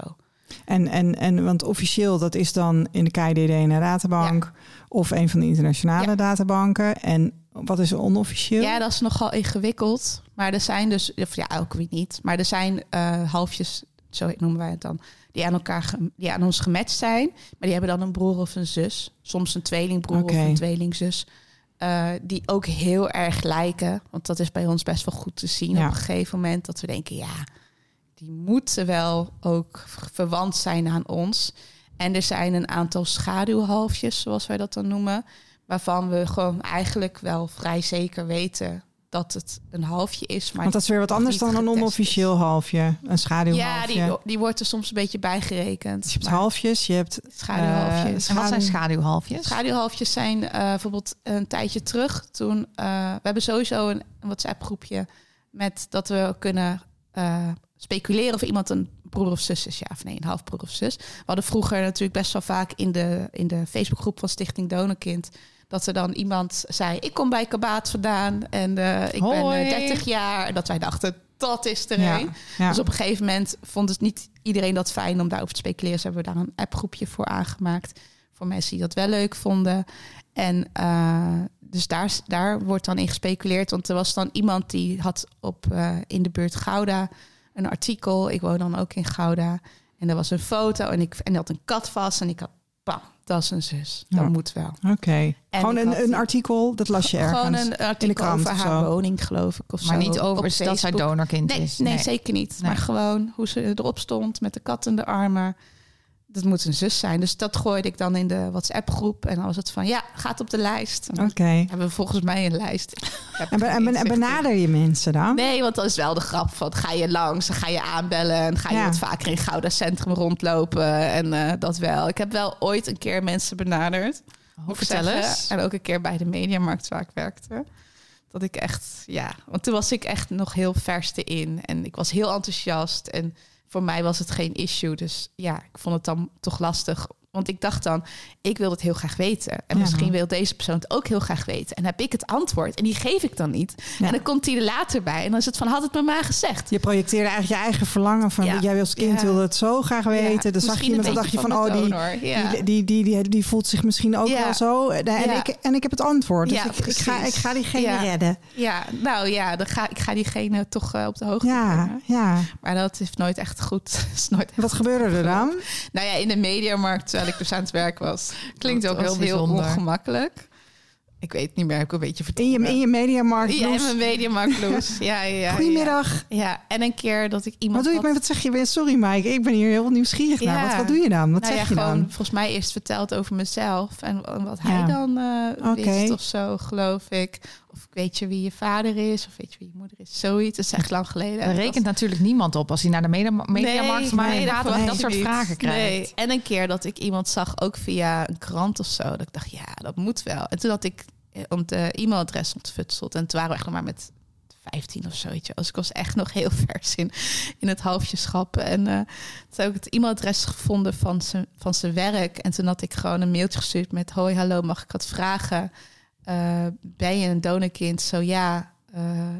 En, en, en want officieel, dat is dan in de K I D D een databank ja. of een van de internationale ja. databanken. En wat is onofficieel? Ja, dat is nogal ingewikkeld. Maar er zijn dus, of ja, ook weer niet. Maar er zijn uh, halfjes, zo noemen wij het dan, die aan elkaar, die aan ons gematcht zijn. Maar die hebben dan een broer of een zus. Soms een tweelingbroer okay. of een tweelingzus. Uh, die ook heel erg lijken. Want dat is bij ons best wel goed te zien ja. op een gegeven moment. Dat we denken, ja, die moeten wel ook verwant zijn aan ons. En er zijn een aantal schaduwhalfjes, zoals wij dat dan noemen. Waarvan we gewoon eigenlijk wel vrij zeker weten dat het een halfje is. Maar want dat is weer wat anders dan een onofficieel is. halfje. Een schaduwhalfje. Ja, die, die wordt er soms een beetje bijgerekend. Dus je hebt halfjes, je hebt schaduwhalfjes. Uh, schaduw... En wat zijn schaduwhalfjes? Schaduwhalfjes zijn uh, bijvoorbeeld een tijdje terug. Toen, uh, we hebben sowieso een, een WhatsApp groepje met dat we kunnen uh, speculeren of iemand een broer of zus is. Ja of nee, een halfbroer of zus. We hadden vroeger natuurlijk best wel vaak in de, in de Facebookgroep van Stichting Donorkind dat er dan iemand zei, ik kom bij Kabaat vandaan en uh, ik Hoi. ben uh, dertig jaar. En dat wij dachten, dat is er ja, een. Ja. Dus op een gegeven moment vond het niet iedereen dat fijn om daarover te speculeren. Dus hebben we daar een appgroepje voor aangemaakt. Voor mensen die dat wel leuk vonden. En uh, dus daar, daar wordt dan in gespeculeerd. Want er was dan iemand die had op uh, in de buurt Gouda een artikel. Ik woon dan ook in Gouda. En er was een foto en ik en die had een kat vast. En ik had, bam, dat is een zus. Dat ja. moet wel. Oké. Okay. Gewoon een, een artikel, dat las je ergens. Gewoon een artikel in de krant over haar woning, geloof ik. Of maar zo, niet over dat zij donorkind nee, is. Nee, nee, zeker niet. Nee. Maar gewoon hoe ze erop stond met de kat in de armen. Dat moet een zus zijn. Dus dat gooide ik dan in de WhatsApp-groep. En dan was het van, ja, gaat op de lijst. Oké. Okay. Hebben we volgens mij een lijst. En, be- en, be- en benader je mensen dan? Nee, want dat is wel de grap van, ga je langs, dan ga je aanbellen en ga je ja. wat vaker in Gouda Centrum rondlopen. En uh, dat wel. Ik heb wel ooit een keer mensen benaderd. Oh, vertel eens. En ook een keer bij de Mediamarkt waar ik werkte. Dat ik echt, ja, want toen was ik echt nog heel vers in. En ik was heel enthousiast en voor mij was het geen issue. Dus ja, ik vond het dan toch lastig. Want ik dacht dan, ik wil het heel graag weten. En ja. misschien wil deze persoon het ook heel graag weten. En heb ik het antwoord. En die geef ik dan niet. Ja. En dan komt hij er later bij. En dan is het van, had het me maar gezegd. Je projecteerde eigenlijk je eigen verlangen van... Ja. Jij als kind ja. wilde het zo graag weten. Ja. Dan zag je iemand en dacht je van... van oh, die, ja. die, die, die, die, die voelt zich misschien ook ja. wel zo. En, ja. ik, en ik heb het antwoord. Dus ja, ik, ik, ga, ik ga diegene ja. redden. Ja, nou ja, dan ga, ik ga diegene toch uh, op de hoogte ja. brengen. Ja. Maar dat is nooit echt goed. is nooit echt Wat goed gebeurde er dan? Nou ja, in de Mediamarkt, terwijl ik dus aan het werk was. Klinkt dat ook heel heel bijzonder. ongemakkelijk. Ik weet het niet meer, heb ik een beetje verteld. In je, in je Mediamarkt Ja, in mijn Mediamarkt Loes. Ja, ja, Goedemiddag. Ja. ja, en een keer dat ik iemand Wat doe je? had... Wat zeg je weer? Sorry Mike, ik ben hier heel nieuwsierig ja. naar. Wat, wat doe je dan? Wat nou zeg ja, je gewoon, dan? Volgens mij eerst verteld over mezelf. En wat ja. hij dan uh, okay. wist of zo, geloof ik. Of weet je wie je vader is? Of weet je wie je moeder is? Zoiets. Dat is echt lang geleden. Er rekent was... natuurlijk niemand op als hij naar de media- Mediamarkt maar nee, gaat of dat soort niet. vragen krijgt. Nee. En een keer dat ik iemand zag, ook via een krant of zo. Dat ik dacht, ja, dat moet wel. En toen had ik om de e-mailadres ontfutseld. En toen waren we echt nog maar met vijftien of zoiets. Dus ik was echt nog heel vers in, in het halfjeschap. En uh, toen heb ik het e-mailadres gevonden van zijn, van zijn werk. En toen had ik gewoon een mailtje gestuurd met... Hoi, hallo, mag ik wat vragen? Uh, ben je een donorkind? Zo ja, uh,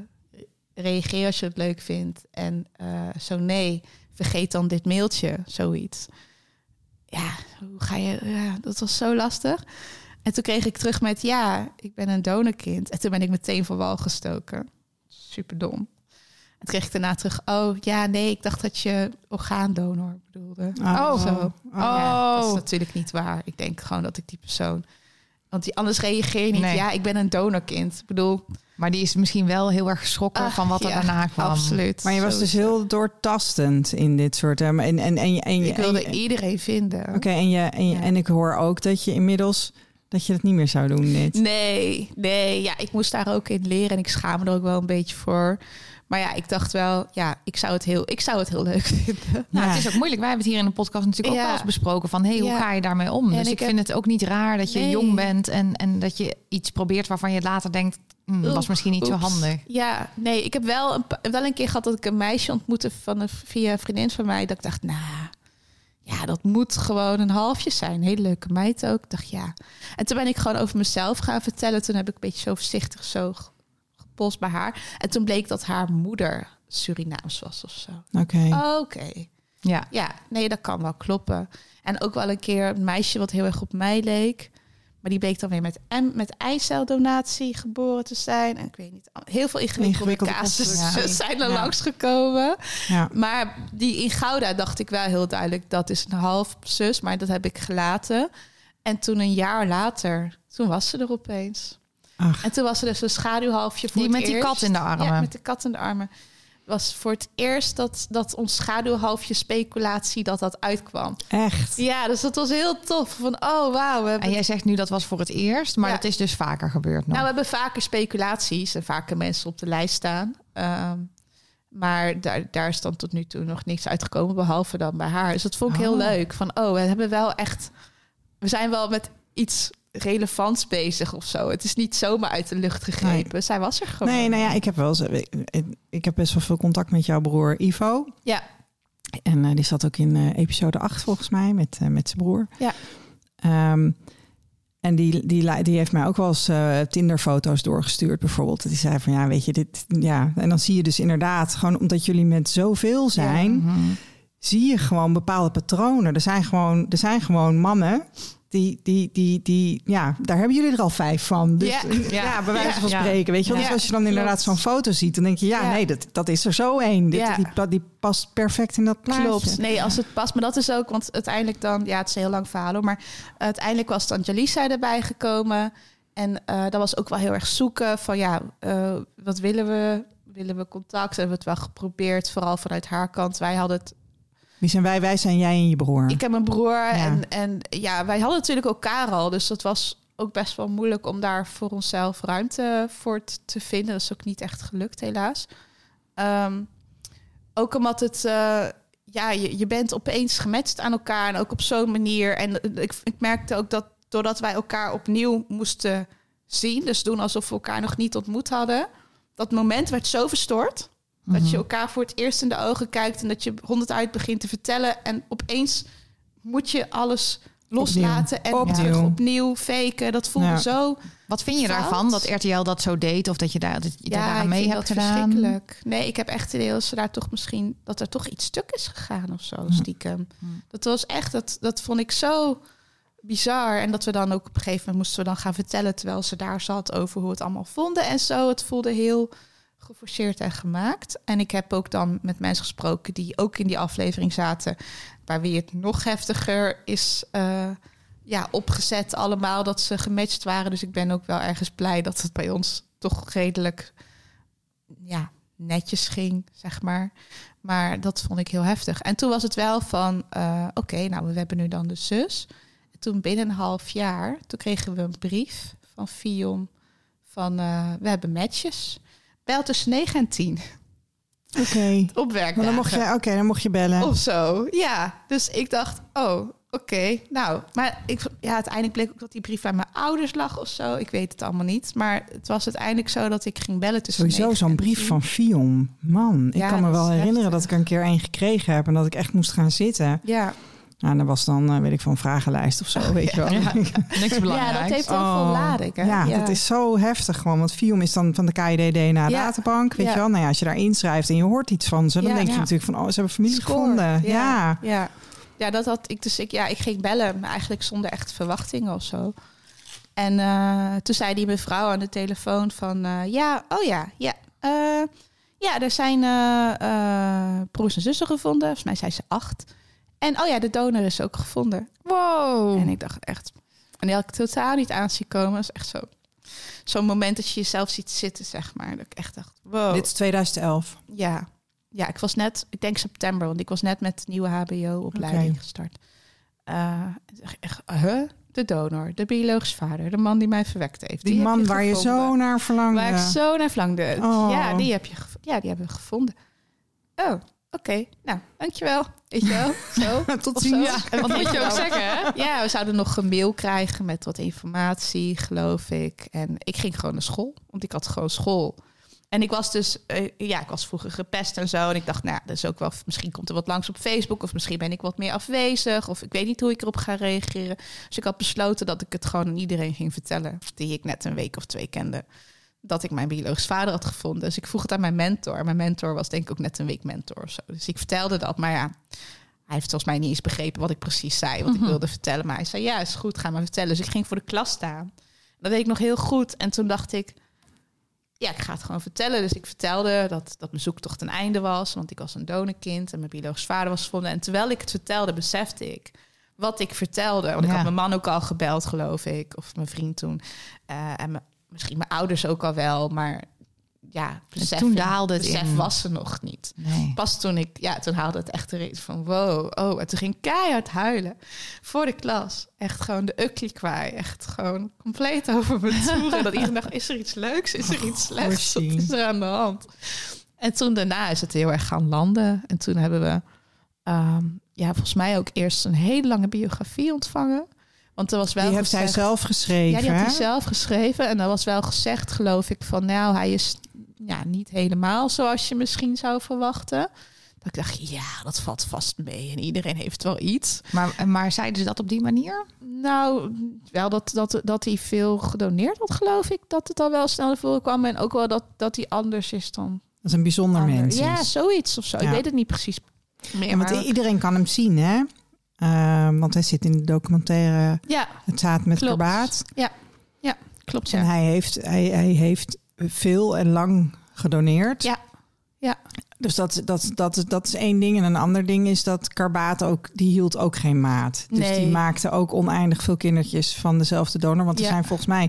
reageer als je het leuk vindt. En uh, zo nee, vergeet dan dit mailtje, zoiets. Ja, hoe ga je... Ja, dat was zo lastig. En toen kreeg ik terug met, ja, ik ben een donorkind. En toen ben ik meteen van wal gestoken. Super dom. En toen kreeg ik daarna terug, oh, ja, nee, ik dacht dat je orgaandonor bedoelde. Oh, zo. Oh. Ja, dat is natuurlijk niet waar. Ik denk gewoon dat ik die persoon... Want die, anders reageer je niet, nee. ja, ik ben een donorkind. Ik bedoel... Maar die is misschien wel heel erg geschrokken uh, van wat er ja, daarna kwam. Absoluut. Maar je was dus heel doortastend in dit soort... En, en, en, en, en, ik wilde en, iedereen vinden. Oké, okay, en, je, en, ja. en ik hoor ook dat je inmiddels... dat je dat niet meer zou doen, dit. Nee, nee. Ja, ik moest daar ook in leren en ik schaam me er ook wel een beetje voor. Maar ja, ik dacht wel, ja, ik zou het heel, ik zou het heel leuk vinden. Nou, ja. het is ook moeilijk. Wij hebben het hier in de podcast natuurlijk ja. ook wel eens besproken van, hey, hoe ja. ga je daarmee om? En dus ik, ik heb... vind het ook niet raar dat je nee. jong bent en, en dat je iets probeert waarvan je later denkt, hm, Oep, was misschien niet oeps. zo handig. Ja, nee, ik heb wel een, wel een keer gehad dat ik een meisje ontmoette van een, via een vriendin van mij. Dat ik dacht, nou, ja, dat moet gewoon een halfje zijn. Hele leuke meid ook. Ik dacht, ja. En toen ben ik gewoon over mezelf gaan vertellen. Toen heb ik een beetje zo voorzichtig zo gepolst bij haar. En toen bleek dat haar moeder Surinaams was of zo. Oké. Okay. Oké. Okay. Ja. Ja, nee, dat kan wel kloppen. En ook wel een keer een meisje wat heel erg op mij leek. Maar die bleek dan weer met, M, met eiceldonatie geboren te zijn. En ik weet niet, heel veel ingewikkelde, Ingewikkelde casussen ja. zijn er Ja. langsgekomen. Ja. Maar die in Gouda dacht ik wel heel duidelijk, dat is een half zus. Maar dat heb ik gelaten. En toen een jaar later, toen was ze er opeens. Ach. En toen was er dus een schaduwhalfje voor Die het met die eerst. kat in de armen. Ja, met de kat in de armen. Was voor het eerst dat, dat ons schaduwhalfje speculatie dat dat uitkwam. Echt? Ja, dus dat was heel tof. Van, oh, wauw. We hebben... En jij zegt nu dat was voor het eerst, maar Ja. dat is dus vaker gebeurd nog. Nou, we hebben vaker speculaties en vaker mensen op de lijst staan. Um, maar daar, daar is dan tot nu toe nog niks uitgekomen, behalve dan bij haar. Dus dat vond ik heel Oh. leuk. Van, oh, we hebben wel echt... We zijn wel met iets relevants bezig of zo. Het is niet zomaar uit de lucht gegrepen. Nee. Zij was er gewoon. Nee, nou ja, ik heb wel eens, ik, ik heb best wel veel contact met jouw broer Ivo. Ja. En uh, die zat ook in uh, episode acht volgens mij met, uh, met zijn broer. Ja. Um, en die, die, die heeft mij ook wel eens uh, Tinder-foto's doorgestuurd bijvoorbeeld. Die zei van ja, weet je, dit... Ja. En dan zie je dus inderdaad, gewoon omdat jullie met zoveel zijn... Ja. Mm-hmm. zie je gewoon bepaalde patronen. Er zijn gewoon, er zijn gewoon mannen... Die, die, die, die, ja, daar hebben jullie er al vijf van. Dus Ja. ja, ja bij wijze van Ja. spreken. Weet je wel? Ja. Dus als je dan inderdaad zo'n foto ziet, dan denk je, ja, Ja. nee, dat, dat is er zo één. Dit, Ja. die, die past perfect in dat plaatje. Klopt. Nee, als het past. Maar dat is ook, want uiteindelijk dan... Ja, het is een heel lang verhaal, hoor, maar uiteindelijk was dan Jalisa erbij gekomen. En uh, dat was ook wel heel erg zoeken van, ja, uh, wat willen we? Willen we contact? Hebben we het wel geprobeerd, vooral vanuit haar kant. Wij hadden het... Wie zijn wij? Wij zijn jij en je broer. Ik heb een broer en, en ja, wij hadden natuurlijk elkaar al. Dus dat was ook best wel moeilijk om daar voor onszelf ruimte voor t- te vinden. Dat is ook niet echt gelukt, helaas. Um, ook omdat het... Uh, ja, je, je bent opeens gematcht aan elkaar en ook op zo'n manier. En ik, ik merkte ook dat doordat wij elkaar opnieuw moesten zien... dus doen alsof we elkaar nog niet ontmoet hadden... dat moment werd zo verstoord... Dat je elkaar voor het eerst in de ogen kijkt... en dat je honderd uit begint te vertellen... en opeens moet je alles loslaten... Opnieuw. en Opnieuw. terug opnieuw faken. Dat voelde Ja. zo... Wat vind je fout. daarvan, dat R T L dat zo deed... of dat je daar, dat je daar Ja, ik mee vind hebt dat gedaan? verschrikkelijk. Nee, ik heb echt het idee dat ze daar toch misschien... dat er toch iets stuk is gegaan of zo, stiekem. Hm. Dat was echt... Dat, dat vond ik zo bizar. En dat we dan ook op een gegeven moment... moesten we dan gaan vertellen... terwijl ze daar zat over hoe we het allemaal vonden en zo. Het voelde heel... geforceerd en gemaakt. En ik heb ook dan met mensen gesproken die ook in die aflevering zaten, bij wie het nog heftiger is uh, ja, opgezet allemaal, dat ze gematcht waren. Dus ik ben ook wel ergens blij dat het bij ons toch redelijk ja, netjes ging, zeg maar. Maar dat vond ik heel heftig. En toen was het wel van, uh, oké, okay, nou, we hebben nu dan de zus. En toen binnen een half jaar, toen kregen we een brief van Fion van, uh, we hebben matches. Bel tussen negen en tien. Oké. Okay. Op werkdagen. Maar dan mocht je, oké, okay, dan mocht je bellen. Of zo, ja. Dus ik dacht, oh, oké. Okay. Nou, maar ik, ja, uiteindelijk bleek ook dat die brief bij mijn ouders lag of zo. Ik weet het allemaal niet. Maar het was uiteindelijk zo dat ik ging bellen tussen Sowieso negen zo'n en brief tien. van Fion. Man, ik Ja, kan me dat wel is herinneren heftig. dat ik er een keer één gekregen heb... en dat ik echt moest gaan zitten. Ja. Nou, dat was dan, uh, weet ik, van een vragenlijst of zo, Oh, weet ja. je wel. Ja, niks belangrijks. Ja, dat heeft heel Oh, veel lading. Hè? Ja, dat is zo heftig gewoon. Want Fium is dan van de K I D D naar Ja. databank, weet Ja. je wel. Nou ja, als je daar inschrijft en je hoort iets van ze... dan Ja, denk je ja. natuurlijk van, oh, ze hebben familie Score. gevonden. Ja. Ja. Ja. Ja, dat had ik dus. Ik, ja, ik ging bellen, maar eigenlijk zonder echt verwachtingen of zo. En uh, toen zei die mevrouw aan de telefoon van... Uh, ja, oh ja, ja. Uh, ja, er zijn uh, uh, broers en zussen gevonden. Volgens mij zijn ze acht. En oh ja, de donor is ook gevonden. Wow. En ik dacht echt... En die had ik totaal niet aan zien komen. Dat is echt zo... Zo'n moment dat je jezelf ziet zitten, zeg maar. Dat ik echt dacht, wow. Dit is twintig elf. Ja. Ja, ik was net... Ik denk september, want ik was net met de nieuwe H B O-opleiding Okay. gestart. Uh, echt, huh? De donor, de biologisch vader, de man die mij verwekt heeft. Die, die man heb je waar je gevonden. zo naar verlangde. Waar ik zo naar verlangde. Oh. Ja, die heb je gev- ja, die hebben we gevonden. Oh, oké. Okay. Nou, dankjewel. Weet je wel? Zo. Tot Of ziens. zo. En wat moet je ook zeggen, hè? Ja, we zouden nog een mail krijgen met wat informatie, geloof ik. En ik ging gewoon naar school, want ik had gewoon school. En ik was dus, uh, ja, ik was vroeger gepest en zo. En ik dacht, nou, dat is ook wel, misschien komt er wat langs op Facebook. Of misschien ben ik wat meer afwezig. Of ik weet niet hoe ik erop ga reageren. Dus ik had besloten dat ik het gewoon aan iedereen ging vertellen. Die ik net een week of twee kende. Dat ik mijn biologisch vader had gevonden. Dus ik vroeg het aan mijn mentor. Mijn mentor was denk ik ook net een week mentor of zo. Dus ik vertelde dat. Maar ja, Hij heeft volgens mij niet eens begrepen wat ik precies zei, wat Mm-hmm. ik wilde vertellen. Maar hij zei, ja, is goed, ga maar vertellen. Dus ik ging voor de klas staan. Dat weet ik nog heel goed. En toen dacht ik, ja, ik ga het gewoon vertellen. Dus ik vertelde dat, dat mijn zoektocht ten einde was. Want ik was een donorkind en mijn biologisch vader was gevonden. En terwijl ik het vertelde, besefte ik wat ik vertelde. Want ik Ja. had mijn man ook al gebeld, geloof ik. Of mijn vriend toen. Uh, en mijn, misschien mijn ouders ook al wel. Maar ja, besef, toen daalde het besef in. was er nog niet. Nee. Pas toen ik, ja, toen haalde het echt erin van wow, oh. En toen ging ik keihard huilen voor de klas. Echt gewoon de ugly cry. Echt gewoon compleet over mijn toeren. Dat iedereen dacht, is er iets leuks? Is er iets slechts? Wat is er aan de hand? En toen daarna is het heel erg gaan landen. En toen hebben we, um, ja, volgens mij ook eerst een hele lange biografie ontvangen. Want er was wel die heeft gezegd, hij zelf geschreven. Ja, die heeft hè? hij zelf geschreven. En er was wel gezegd, geloof ik, van nou, hij is ja, niet helemaal zoals je misschien zou verwachten. Dat ik dacht, ja, dat valt vast mee. En iedereen heeft wel iets. Maar, maar zeiden ze dat op die manier? Nou, wel dat, dat, dat hij veel gedoneerd had, geloof ik. Dat het al wel snel naar voren kwam. En ook wel dat, dat hij anders is dan... Dat is een bijzonder ander. mens. Ja, is. zoiets of zo. Ja. Ik weet het niet precies meer. Ja, want maar... iedereen kan hem zien, hè? Uh, want hij zit in de documentaire Ja, Het zaad met klopt. karbaat. Ja, ja, klopt. Ja. En hij heeft, hij, hij heeft veel en lang gedoneerd. Ja, ja. Dus dat, dat, dat, dat is één ding. En een ander ding is dat karbaat ook, die hield ook geen maat. Dus Nee. die maakte ook oneindig veel kindertjes van dezelfde donor. Want er Ja. zijn volgens mij,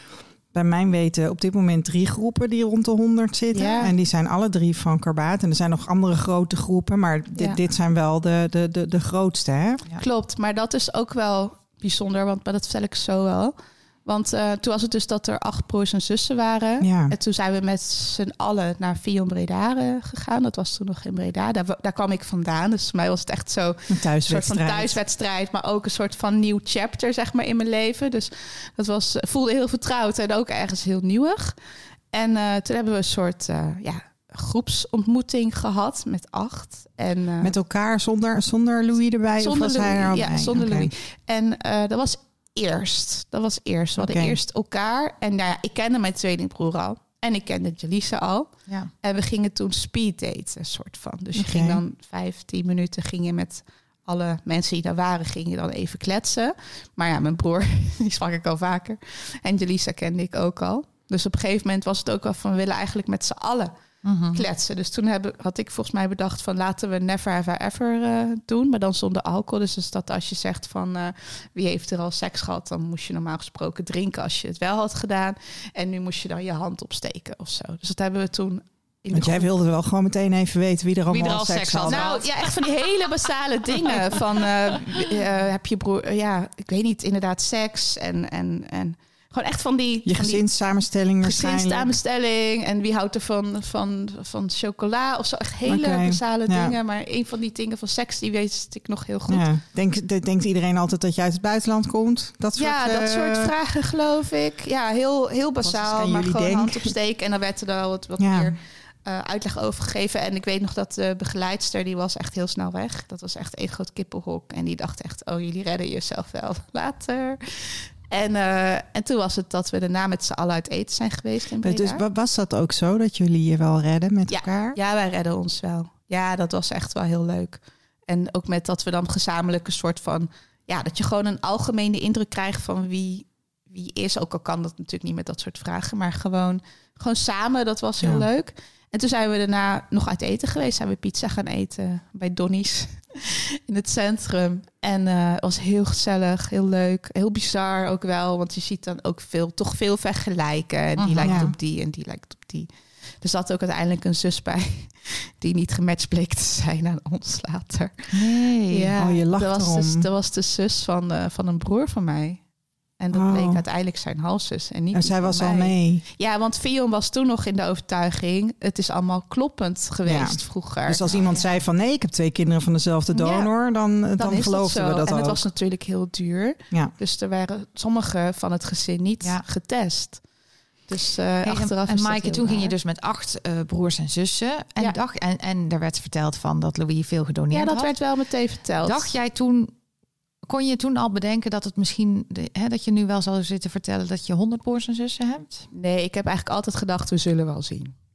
bij mijn weten, op dit moment drie groepen die rond de honderd zitten. Ja. En die zijn alle drie van karbaat. En er zijn nog andere grote groepen. Maar dit, Ja. dit zijn wel de, de, de, de grootste, hè? Ja. Klopt, maar dat is ook wel bijzonder, want maar dat vertel ik zo wel. Want uh, toen was het dus dat er acht broers en zussen waren. Ja. En toen zijn we met z'n allen naar Vion Breda uh, gegaan. Dat was toen nog in Breda. Daar, daar kwam ik vandaan. Dus voor mij was het echt zo Een een soort van thuiswedstrijd. thuiswedstrijd, maar ook een soort van nieuw chapter, zeg maar, in mijn leven. Dus dat was, voelde heel vertrouwd en ook ergens heel nieuwig. En uh, toen hebben we een soort uh, ja, groepsontmoeting gehad met acht. En, uh, Met elkaar zonder, zonder Louis erbij? zonder of was hij er al Louis, ja, bij? zonder Oké. Louis. En uh, dat was eerst. Dat was eerst. We hadden Oké. eerst elkaar. En nou ja, ik kende mijn tweelingbroer al. En ik kende Jalisa al. Ja. En we gingen toen speed daten, een soort van. Dus je Oké. ging dan vijftien minuten ging je met alle mensen die daar waren, ging je dan even kletsen. Maar ja, mijn broer, die sprak ik al vaker. En Jalisa kende ik ook al. Dus op een gegeven moment was het ook wel van, we willen eigenlijk met z'n allen Mm-hmm. kletsen. Dus toen heb, had ik volgens mij bedacht van, laten we Never Have I Ever uh, doen, maar dan zonder alcohol. Dus, dus dat als je zegt van uh, wie heeft er al seks gehad, dan moest je normaal gesproken drinken als je het wel had gedaan. En nu moest je dan je hand opsteken of zo. Dus dat hebben we toen. In Want de jij groep- wilde wel gewoon meteen even weten wie er allemaal er al seks seks had. had. Nou ja, echt van die hele basale dingen. Van uh, uh, heb je broer, uh, ja, ik weet niet, inderdaad seks en en en gewoon echt van die Je van die gezinssamenstelling waarschijnlijk. gezinssamenstelling en wie houdt er van, van, van chocola of zo. Echt hele Oké, basale ja. dingen. Maar een van die dingen van seks, die weet ik nog heel goed. Ja, Ja. Denk, de- denkt iedereen altijd dat je uit het buitenland komt? Dat soort, dat eh, soort vragen geloof ik. Ja, heel, heel Wat is het basaal, aan maar jullie gewoon denk? hand opsteken. En dan werd er dan wat, wat Ja. meer uh, uitleg over gegeven. En ik weet nog dat de begeleidster, die was echt heel snel weg. Dat was echt een groot kippenhok. En die dacht echt, oh, jullie redden jezelf wel later. En, uh, en toen was het dat we daarna met z'n allen uit eten zijn geweest in Breda. Dus wa- was dat ook zo, dat jullie je wel redden met Ja. elkaar? Ja, wij redden ons wel. Ja, dat was echt wel heel leuk. En ook met dat we dan gezamenlijk een soort van... Ja, dat je gewoon een algemene indruk krijgt van wie, wie is. Ook al kan dat natuurlijk niet met dat soort vragen. Maar gewoon, gewoon samen, dat was heel Ja. leuk. En toen zijn we daarna nog uit eten geweest. Zijn we pizza gaan eten bij Donnie's in het centrum. En uh, het was heel gezellig, heel leuk. Heel bizar ook wel. Want je ziet dan ook veel, toch veel vergelijken. En die Mhm. lijkt Ja. op die en die lijkt op die. Er zat ook uiteindelijk een zus bij die niet gematcht bleek te zijn aan ons later. Nee. Ja, Oh, je lacht dat was, erom. de, dat was de zus van, uh, van een broer van mij. En dat Oh. bleek uiteindelijk zijn halfzus. En, niet En die zij van was al mij. mee. Ja, want Fion was toen nog in de overtuiging, het is allemaal kloppend geweest Ja. vroeger. Dus als iemand zei van nee, ik heb twee kinderen van dezelfde donor, dan, dan, dan is geloofden dat zo. we dat en ook. het was natuurlijk heel duur. Ja. Dus er waren sommigen van het gezin niet Ja. getest. Dus uh, Hey, achteraf en is dat Maaike, heel toen ging je raar. dus met acht uh, broers en zussen. En, Ja. dacht, en, en er werd verteld van dat Louis veel gedoneerd Ja, dat had. werd wel meteen verteld. Dacht jij toen, kon je toen al bedenken dat het misschien, de, hè, dat je nu wel zou zitten vertellen dat je honderd broers en zussen hebt? Nee, ik heb eigenlijk altijd gedacht, we zullen wel zien.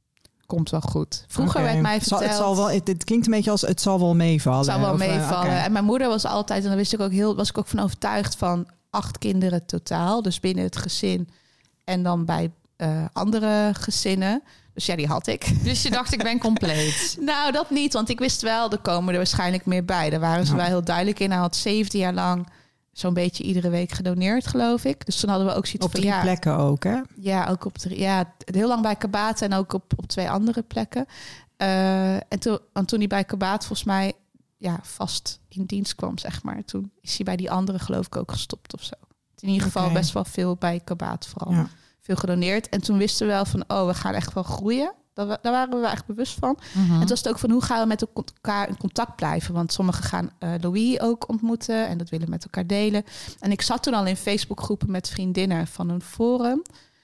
komt wel goed. Vroeger Okay. werd mij Het zal, verteld... het, zal wel, het, het klinkt een beetje als het zal wel meevallen. Het zal wel Of, uh, meevallen. okay. En mijn moeder was altijd, en daar wist ik ook heel, was ik ook van overtuigd van acht kinderen totaal. Dus binnen het gezin en dan bij uh, andere gezinnen. Dus ja, die had ik. Dus je dacht, ik ben compleet. Nou, dat niet, want ik wist wel, er komen er waarschijnlijk meer bij. Daar waren ze Ja. wel heel duidelijk in. Hij had zeventien jaar lang zo'n beetje iedere week gedoneerd, geloof ik. Dus toen hadden we ook zoiets Op van... drie ja, plekken ook, hè? Ja, ook op drie. Ja, heel lang bij Kabate en ook op, op twee andere plekken. Uh, en, toen, en toen hij bij Kabate volgens mij ja, vast in dienst kwam, zeg maar. Toen is hij bij die andere geloof ik ook gestopt of zo. In ieder geval Okay. best wel veel bij Kabate vooral. Ja. Veel gedoneerd. En toen wisten we wel van, oh, we gaan echt wel groeien. Daar, daar waren we echt bewust van. Mm-hmm. En toen was het ook van, hoe gaan we met elkaar in contact blijven? Want sommigen gaan uh, Louis ook ontmoeten en dat willen met elkaar delen. En ik zat toen al in Facebookgroepen met vriendinnen van een forum.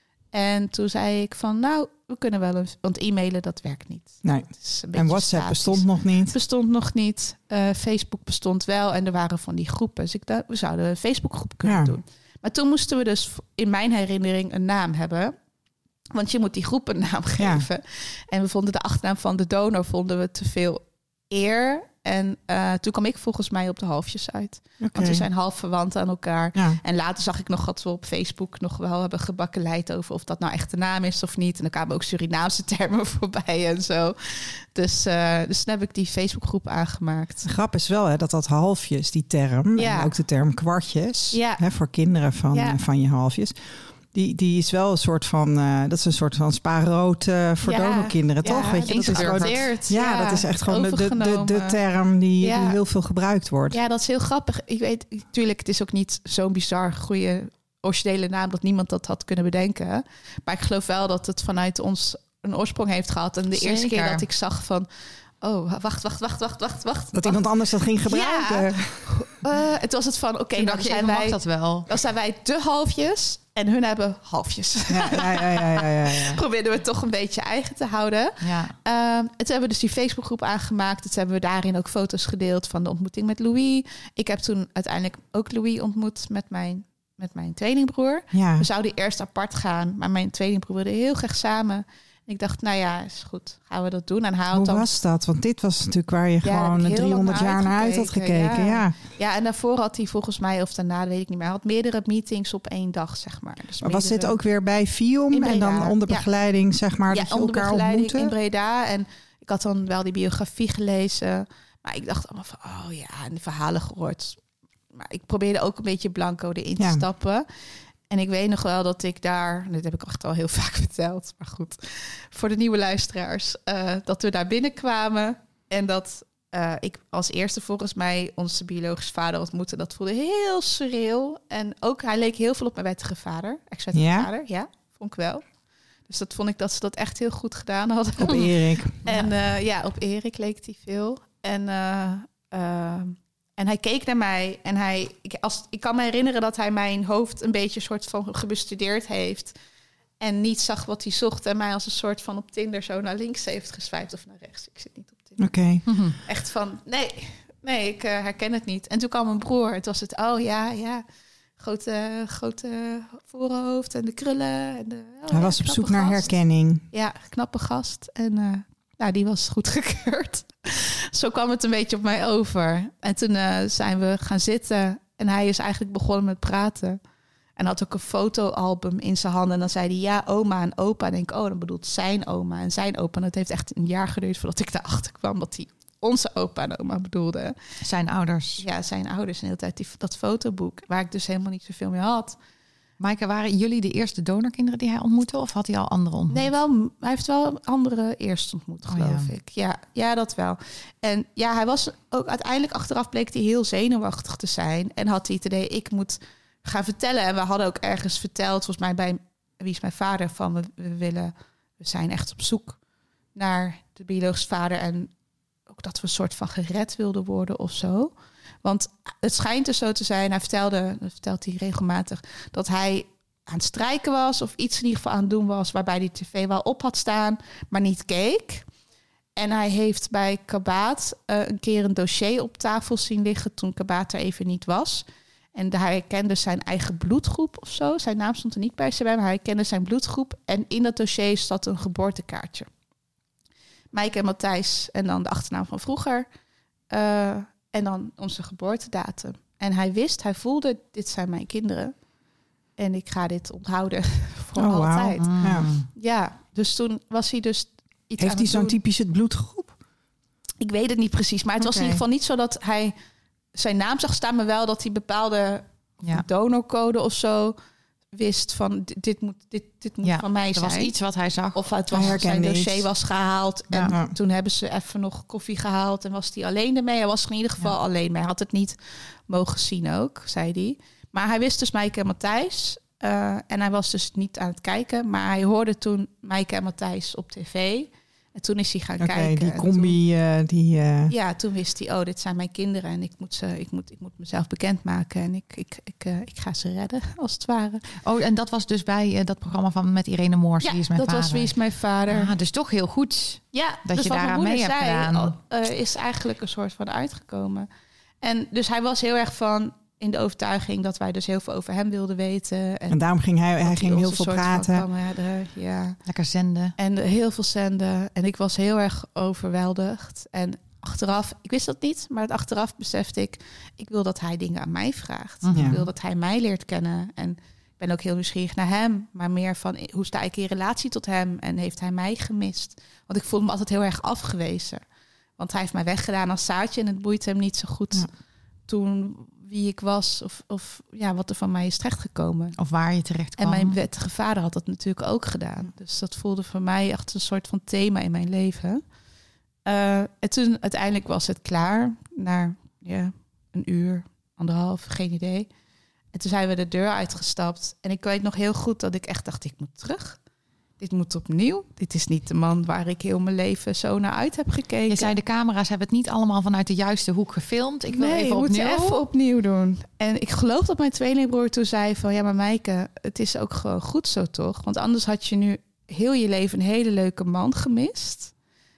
En toen zei ik van, nou, we kunnen wel een... Want e-mailen, dat werkt niet. Nee. Het is een En WhatsApp statisch. bestond nog niet. bestond nog niet. Uh, Facebook bestond wel en er waren van die groepen. Dus ik dacht, we zouden een Facebookgroep kunnen Ja. doen. Maar toen moesten we dus in mijn herinnering een naam hebben. Want je moet die groep een naam geven. Ja. En we vonden de achternaam van de donor vonden we te veel eer. En uh, toen kwam ik volgens mij op de halfjes uit. Okay. Want we zijn half verwant aan elkaar. Ja. En later zag ik nog dat we op Facebook nog wel hebben gebakkeleid over of dat nou echt de naam is of niet. En dan kwamen ook Surinaamse termen voorbij en zo. Dus, uh, dus toen heb ik die Facebookgroep aangemaakt. De grap is wel hè, dat dat halfjes, die term, Ja. en ook de term kwartjes, Ja. hè, voor kinderen van, Ja. van je halfjes. Die, die is wel een soort van, uh, dat is een soort van spaarrood uh, voor Ja. donorkinderen, Ja, toch? Weet je, dat is gewoon, ingeburgerd. ja, Ja, dat is echt gewoon de, de, de, de overgenomen. term die, Ja. die heel veel gebruikt wordt. Ja, dat is heel grappig. Ik weet, natuurlijk, het is ook niet zo'n bizar goede originele naam dat niemand dat had kunnen bedenken. Maar ik geloof wel dat het vanuit ons een oorsprong heeft gehad. En de Zeker. eerste keer dat ik zag van, oh, wacht, wacht, wacht, wacht, wacht, wacht. Dat iemand anders dat ging gebruiken. Ja. Uh, het was het van, oké, Toen nou, dacht je, zijn even, wij, mag dat wel? dan zijn wij de halfjes en hun hebben halfjes. Ja, ja, ja, ja, ja, ja, ja. Probeerden we het toch een beetje eigen te houden. Ja. Uh, en toen hebben we dus die Facebookgroep aangemaakt. Toen hebben we daarin ook foto's gedeeld van de ontmoeting met Louis. Ik heb toen uiteindelijk ook Louis ontmoet met mijn, met mijn tweelingbroer. Ja. We zouden eerst apart gaan, maar mijn tweelingbroer wilde heel graag samen. En ik dacht, nou ja, is goed, gaan we dat doen. En hij had Hoe dan... was dat? Want dit was natuurlijk waar je Ja, daar heb gewoon ik heel driehonderd lang jaar naar uit had uitgekeken, gekeken. Ja. ja. Ja, en daarvoor had hij volgens mij, of daarna, weet ik niet meer. Hij had meerdere meetings op één dag, zeg maar. Dus Maar was dit meerdere... ook weer bij Fium In en dan Breda, onder ja. begeleiding, zeg maar, Ja, dat je onder elkaar begeleiding ontmoette? in Breda. En ik had dan wel die biografie gelezen. Maar ik dacht allemaal van, oh ja, en de verhalen gehoord. Maar ik probeerde ook een beetje blanco erin te Ja. stappen. En ik weet nog wel dat ik daar, dit heb ik echt al heel vaak verteld, maar goed, voor de nieuwe luisteraars, uh, dat we daar binnenkwamen en dat uh, ik als eerste volgens mij onze biologische vader ontmoette. Dat voelde heel surreal. En ook, hij leek heel veel op mijn wettige vader, ex-wettige Ja? vader, ja, vond ik wel. Dus dat vond ik dat ze dat echt heel goed gedaan hadden. Op Erik. En uh, ja, op Erik leek hij veel. En, uh, uh, en hij keek naar mij en hij, ik, als, ik kan me herinneren dat hij mijn hoofd een beetje soort van gebestudeerd heeft. En niet zag wat hij zocht. En mij als een soort van op Tinder zo naar links heeft geswiped of naar rechts. Ik zit niet op Tinder. Oké. Okay. Mm-hmm. Echt van, nee, nee, ik uh, herken het niet. En toen kwam mijn broer. Het was het, oh ja, ja. Grote, grote voorhoofd en de krullen. En de, oh, hij ja, was op zoek gast. naar herkenning. Ja, knappe gast. En uh, nou, die was goedgekeurd. Zo kwam het een beetje op mij over. En toen uh, zijn we gaan zitten. En hij is eigenlijk begonnen met praten. En had ook een fotoalbum in zijn handen. En dan zei hij, ja, oma en opa. En denk ik, oh, dan bedoelt zijn oma en zijn opa. En het heeft echt een jaar geduurd voordat ik daarachter kwam... dat hij onze opa en oma bedoelde. Zijn ouders. Ja, zijn ouders. En de hele tijd die, dat fotoboek, waar ik dus helemaal niet zoveel meer had. Maaike, waren jullie de eerste donorkinderen die hij ontmoette? Of had hij al andere ontmoet? Nee, wel, hij heeft wel andere eerst ontmoet, geloof oh, ja. ik. Ja, ja, dat wel. En ja, hij was ook uiteindelijk achteraf bleek hij heel zenuwachtig te zijn. En had hij het idee, ik moet gaan vertellen. En we hadden ook ergens verteld, volgens mij bij Wie is mijn vader, van we, we willen, we zijn echt op zoek naar de biologische vader. En ook dat we een soort van gered wilden worden of zo. Want het schijnt dus zo te zijn, hij vertelde, dat vertelt hij regelmatig, dat hij aan het strijken was of iets in ieder geval aan het doen was waarbij die tv wel op had staan, maar niet keek. En hij heeft bij Kabaat uh, een keer een dossier op tafel zien liggen toen Kabaat er even niet was. En hij herkende zijn eigen bloedgroep of zo. Zijn naam stond er niet per se bij, maar hij herkende zijn bloedgroep. En in dat dossier zat een geboortekaartje. Maaike en Matthijs en dan de achternaam van vroeger. Uh, en dan onze geboortedatum. En hij wist, hij voelde, dit zijn mijn kinderen. En ik ga dit onthouden voor oh, altijd. Wow. Mm. Ja. ja, dus toen was hij dus iets Heeft aan hij het zo'n doen. typisch het bloedgroep? Ik weet het niet precies, maar het okay. was in ieder geval niet zo dat hij zijn naam zag staan, maar wel dat hij bepaalde ja. donorcode of zo wist van dit, dit moet, dit, dit moet ja, van mij er zijn. was iets wat hij zag. Of het was, zijn dossier iets. was gehaald. En ja. toen hebben ze even nog koffie gehaald. En was hij alleen ermee. Hij was er in ieder geval ja. alleen mee. Hij had het niet mogen zien ook, zei hij. Maar hij wist dus Maaike en Matthijs. Uh, en hij was dus niet aan het kijken. Maar hij hoorde toen Maaike en Matthijs op tv. En toen is hij gaan okay, kijken. Die combi, toen, uh, die... Uh... Ja, toen wist hij, oh, dit zijn mijn kinderen. En ik moet, ze, ik moet, ik moet mezelf bekendmaken. En ik, ik, ik, uh, ik ga ze redden, als het ware. Oh, en dat was dus bij uh, dat programma van met Irene Moors. Ja, Wie is mijn dat vader? was Wie is mijn vader. Ah, dus toch heel goed ja, dat dus je daar aan mee hebt zei, gedaan. Uh, is eigenlijk een soort van uitgekomen. En dus hij was heel erg van... in de overtuiging dat wij dus heel veel over hem wilden weten. En, en daarom ging hij, hij ging heel veel praten. Ja. Lekker zenden. En heel veel zenden. En ik was heel erg overweldigd. En achteraf, ik wist dat niet, maar het achteraf besefte ik... ik wil dat hij dingen aan mij vraagt. Ja. Ik wil dat hij mij leert kennen. En ik ben ook heel nieuwsgierig naar hem. Maar meer van, hoe sta ik in relatie tot hem? En heeft hij mij gemist? Want ik voelde me altijd heel erg afgewezen. Want hij heeft mij weggedaan als zaadje... en het boeit hem niet zo goed ja. toen... wie ik was of, of ja, wat er van mij is terechtgekomen. Of waar je terecht kwam. En mijn wettige vader had dat natuurlijk ook gedaan. Dus dat voelde voor mij echt een soort van thema in mijn leven. Uh, en toen uiteindelijk was het klaar. Na ja, een uur, anderhalf, geen idee. En toen zijn we de deur uitgestapt. En ik weet nog heel goed dat ik echt dacht, ik moet terug. Dit moet opnieuw. Dit is niet de man waar ik heel mijn leven zo naar uit heb gekeken. Je zei, de camera's hebben het niet allemaal vanuit de juiste hoek gefilmd. Ik wil nee, even opnieuw. even opnieuw doen. En ik geloof dat mijn tweelingbroer toen zei van... ja, maar Maaike, het is ook gewoon goed zo, toch? Want anders had je nu heel je leven een hele leuke man gemist.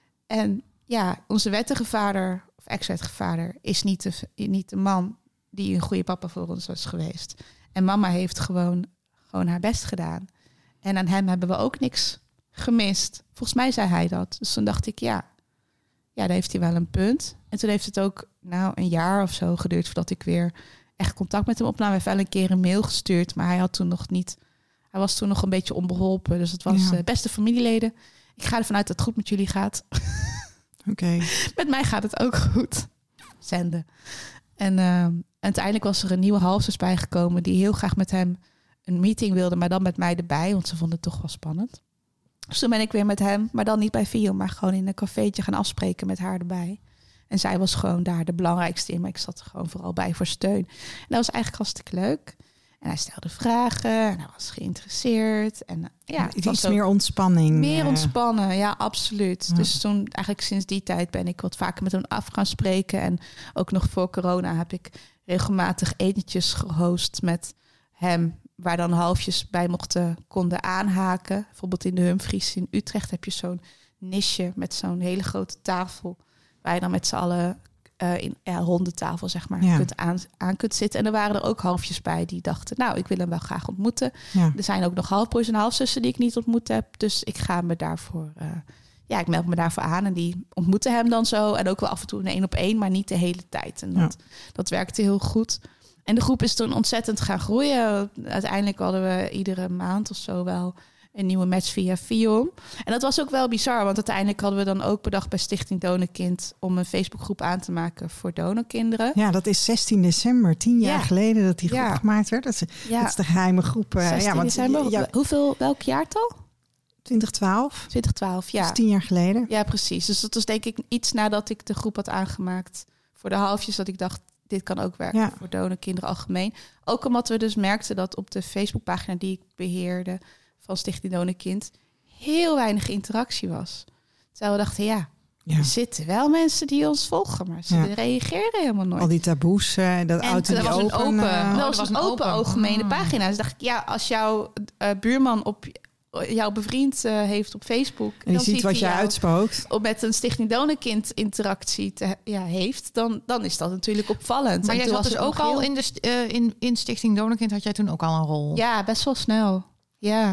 En ja, onze wettige vader, of ex-wettige vader... is niet de, niet de man die een goede papa voor ons was geweest. En mama heeft gewoon, gewoon haar best gedaan. En aan hem hebben we ook niks gemist. Volgens mij zei hij dat. Dus toen dacht ik, ja, ja, daar heeft hij wel een punt. En toen heeft het ook nou een jaar of zo geduurd... voordat ik weer echt contact met hem opnam. Hij heeft wel een keer een mail gestuurd... maar hij had toen nog niet... hij was toen nog een beetje onbeholpen. Dus het was ja. uh, beste familieleden. Ik ga ervan uit dat het goed met jullie gaat. Oké. Okay. Met mij gaat het ook goed. Zenden. En uh, uiteindelijk was er een nieuwe halfzus bijgekomen... die heel graag met hem... een meeting wilde, maar dan met mij erbij, want ze vonden het toch wel spannend. Dus toen ben ik weer met hem, maar dan niet bij Vio, maar gewoon in een cafeetje gaan afspreken met haar erbij. En zij was gewoon daar de belangrijkste in, maar ik zat er gewoon vooral bij voor steun. En dat was eigenlijk hartstikke leuk. En hij stelde vragen en hij was geïnteresseerd. En ja, het iets meer ontspanning. Meer ontspannen, ja, absoluut. Ja. Dus toen eigenlijk sinds die tijd ben ik wat vaker met hem af gaan spreken. En ook nog voor corona heb ik regelmatig etentjes gehost met hem, waar dan halfjes bij mochten konden aanhaken. Bijvoorbeeld in de Humphries in Utrecht heb je zo'n nisje met zo'n hele grote tafel, waar je dan met z'n allen uh, in ja, ronde tafel, zeg maar, ja. kunt aan, aan kunt zitten. En er waren er ook halfjes bij die dachten, nou, ik wil hem wel graag ontmoeten. Ja. Er zijn ook nog halfbroers en halfzussen die ik niet ontmoet heb. Dus ik ga me daarvoor, uh, ja, ik meld me daarvoor aan. En die ontmoeten hem dan zo. En ook wel af en toe een één op één, maar niet de hele tijd. En dat, ja. dat werkte heel goed. En de groep is toen ontzettend gaan groeien. Uiteindelijk hadden we iedere maand of zo wel een nieuwe match via Viom. En dat was ook wel bizar, want uiteindelijk hadden we dan ook bedacht bij Stichting Donorkind om een Facebookgroep aan te maken voor donorkinderen. Ja, dat is zestien december, tien jaar ja. geleden dat die groep ja. gemaakt werd. Dat is, ja. dat is de geheime groep. zestien ja, want, december, ja, hoeveel, welk jaartal? twintig twaalf. twintig twaalf, ja. Dat is tien jaar geleden. Ja, precies. Dus dat was denk ik iets nadat ik de groep had aangemaakt voor de halfjes, dat ik dacht, dit kan ook werken ja. voor donorkinderen algemeen. Ook omdat we dus merkten dat op de Facebookpagina die ik beheerde van Stichting Donorkind heel weinig interactie was. Terwijl we dachten, ja, ja, er zitten wel mensen die ons volgen, maar ze ja. reageren helemaal nooit. Al die taboes, uh, dat auto die was open. Een open uh, dat was een open, open algemene mm. pagina. Dus dacht ik, ja, als jouw uh, buurman op jouw bevriend uh, heeft op Facebook en je ziet wat je uitspookt, op met een Stichting Donorkind interactie te, ja, heeft, dan, dan is dat natuurlijk opvallend. Maar en jij zat dus ook al heel... in, de, uh, in, in Stichting Donorkind, had jij toen ook al een rol? Ja, best wel snel. Ja,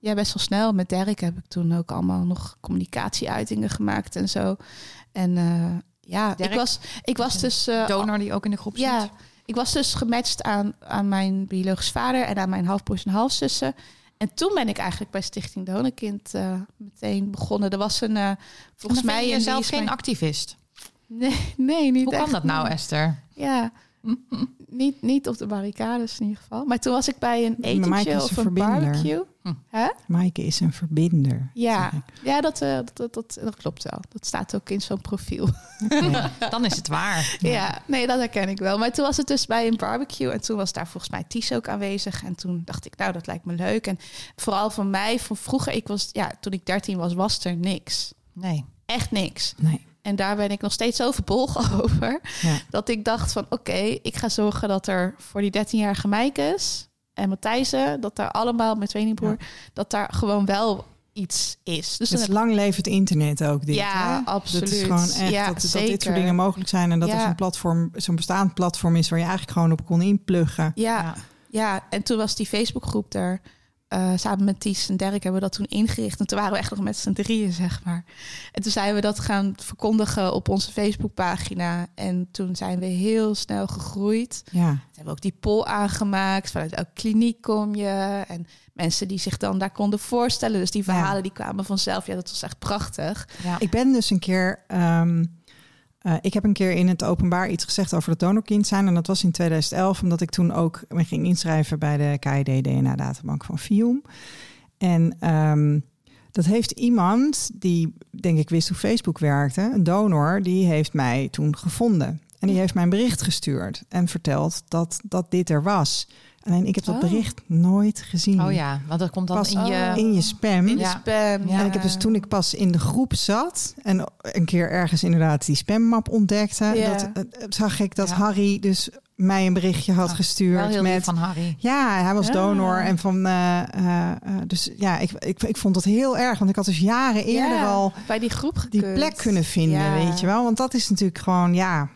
ja, best wel snel. Met Derek heb ik toen ook allemaal nog communicatieuitingen gemaakt en zo. En uh, ja, Derek, ik was, ik was dus... Uh, donor die ook in de groep ja, zit. Ik was dus gematcht aan, aan mijn biologisch vader en aan mijn halfbroers en halfzussen. En toen ben ik eigenlijk bij Stichting Donorkind uh, meteen begonnen. Er was een, uh, volgens en dan mij... ben je zelf geen mijn... activist? Nee, nee, niet Hoe echt. kan dat nou, nee. Esther? Ja, niet, niet op de barricades in ieder geval. Maar toen was ik bij een etentje of een, een barbecue. Hm. Huh? Maaike is een verbinder. Ja, ja dat, uh, dat, dat, dat, dat klopt wel. Dat staat ook in zo'n profiel. Okay. Dan is het waar. Ja. ja, nee, dat herken ik wel. Maar toen was het dus bij een barbecue. En toen was daar volgens mij Ties ook aanwezig. En toen dacht ik, nou, dat lijkt me leuk. En vooral voor mij, van vroeger, ik was, ja, toen ik dertien was, was er niks. Nee. Echt niks. Nee. En daar ben ik nog steeds zo verbolgen over. Ja. Dat ik dacht van, oké, okay, ik ga zorgen dat er voor die dertienjarige Maaikes en Matthijsen, dat daar allemaal, mijn tweelingbroer, ja. dat daar gewoon wel iets is. Dus het is heb... lang leven het internet ook dit. Ja, hè? absoluut. Dat is gewoon echt ja, dat, dat dit soort dingen mogelijk zijn en dat ja. er zo'n platform, zo'n bestaand platform is waar je eigenlijk gewoon op kon inpluggen. Ja, ja. ja. En toen was die Facebookgroep er. Uh, samen met Ties en Derek hebben we dat toen ingericht. En toen waren we echt nog met z'n drieën, zeg maar. En toen zijn we dat gaan verkondigen op onze Facebookpagina. En toen zijn we heel snel gegroeid. Ja. Toen hebben we ook die poll aangemaakt. Vanuit elke kliniek kom je. En mensen die zich dan daar konden voorstellen. Dus die verhalen ja. die kwamen vanzelf. Ja, dat was echt prachtig. Ja. Ik ben dus een keer... Um... Uh, ik heb een keer in het openbaar iets gezegd over het donorkind zijn. En dat was in tweeduizend elf, omdat ik toen ook me ging inschrijven bij de K I D D N A-databank van Fium. En um, dat heeft iemand die, denk ik, wist hoe Facebook werkte, een donor, die heeft mij toen gevonden. En die heeft mij een bericht gestuurd en verteld dat, dat dit er was. Alleen ik heb dat bericht oh. nooit gezien. Oh ja, want dat komt dan pas in je... in je spam. In de spam, ja. En ik heb dus toen ik pas in de groep zat en een keer ergens inderdaad die spammap ontdekte, ja. dat, uh, zag ik dat ja. Harry dus mij een berichtje had oh, gestuurd. Wel heel met lief van Harry. Ja, hij was ja. donor en van... Uh, uh, dus ja, ik, ik, ik vond dat heel erg, want ik had dus jaren eerder ja, al bij die groep gekund. die plek kunnen vinden, ja. weet je wel. Want dat is natuurlijk gewoon, ja...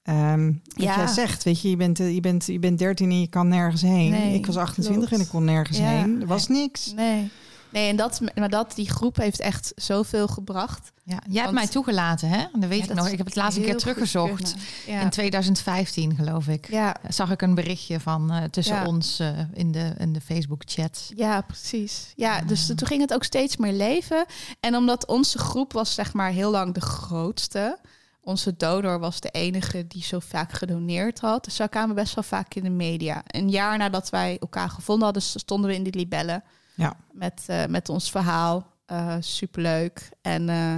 Um, wat ja. jij zegt, weet je, je bent, je, bent, je bent dertien en je kan nergens heen. Nee, ik was achtentwintig klopt. en ik kon nergens ja. heen. Er was nee. niks. Nee, nee en dat, maar dat, die groep heeft echt zoveel gebracht. Ja, jij hebt mij toegelaten, hè? Dat weet ja, ik dat nog. Ik heb het laatste keer teruggezocht. Ja. In tweeduizend vijftien, geloof ik. Ja. Zag ik een berichtje van uh, tussen ja. ons uh, in de, in de Facebook-chat. Ja, precies. Ja, dus uh. toen ging het ook steeds meer leven. En omdat onze groep was zeg maar heel lang de grootste... Onze donor was de enige die zo vaak gedoneerd had. Dus we kwamen best wel vaak in de media. Een jaar nadat wij elkaar gevonden hadden, stonden we in de libellen. Ja. Met, uh, met ons verhaal. Uh, superleuk. En uh,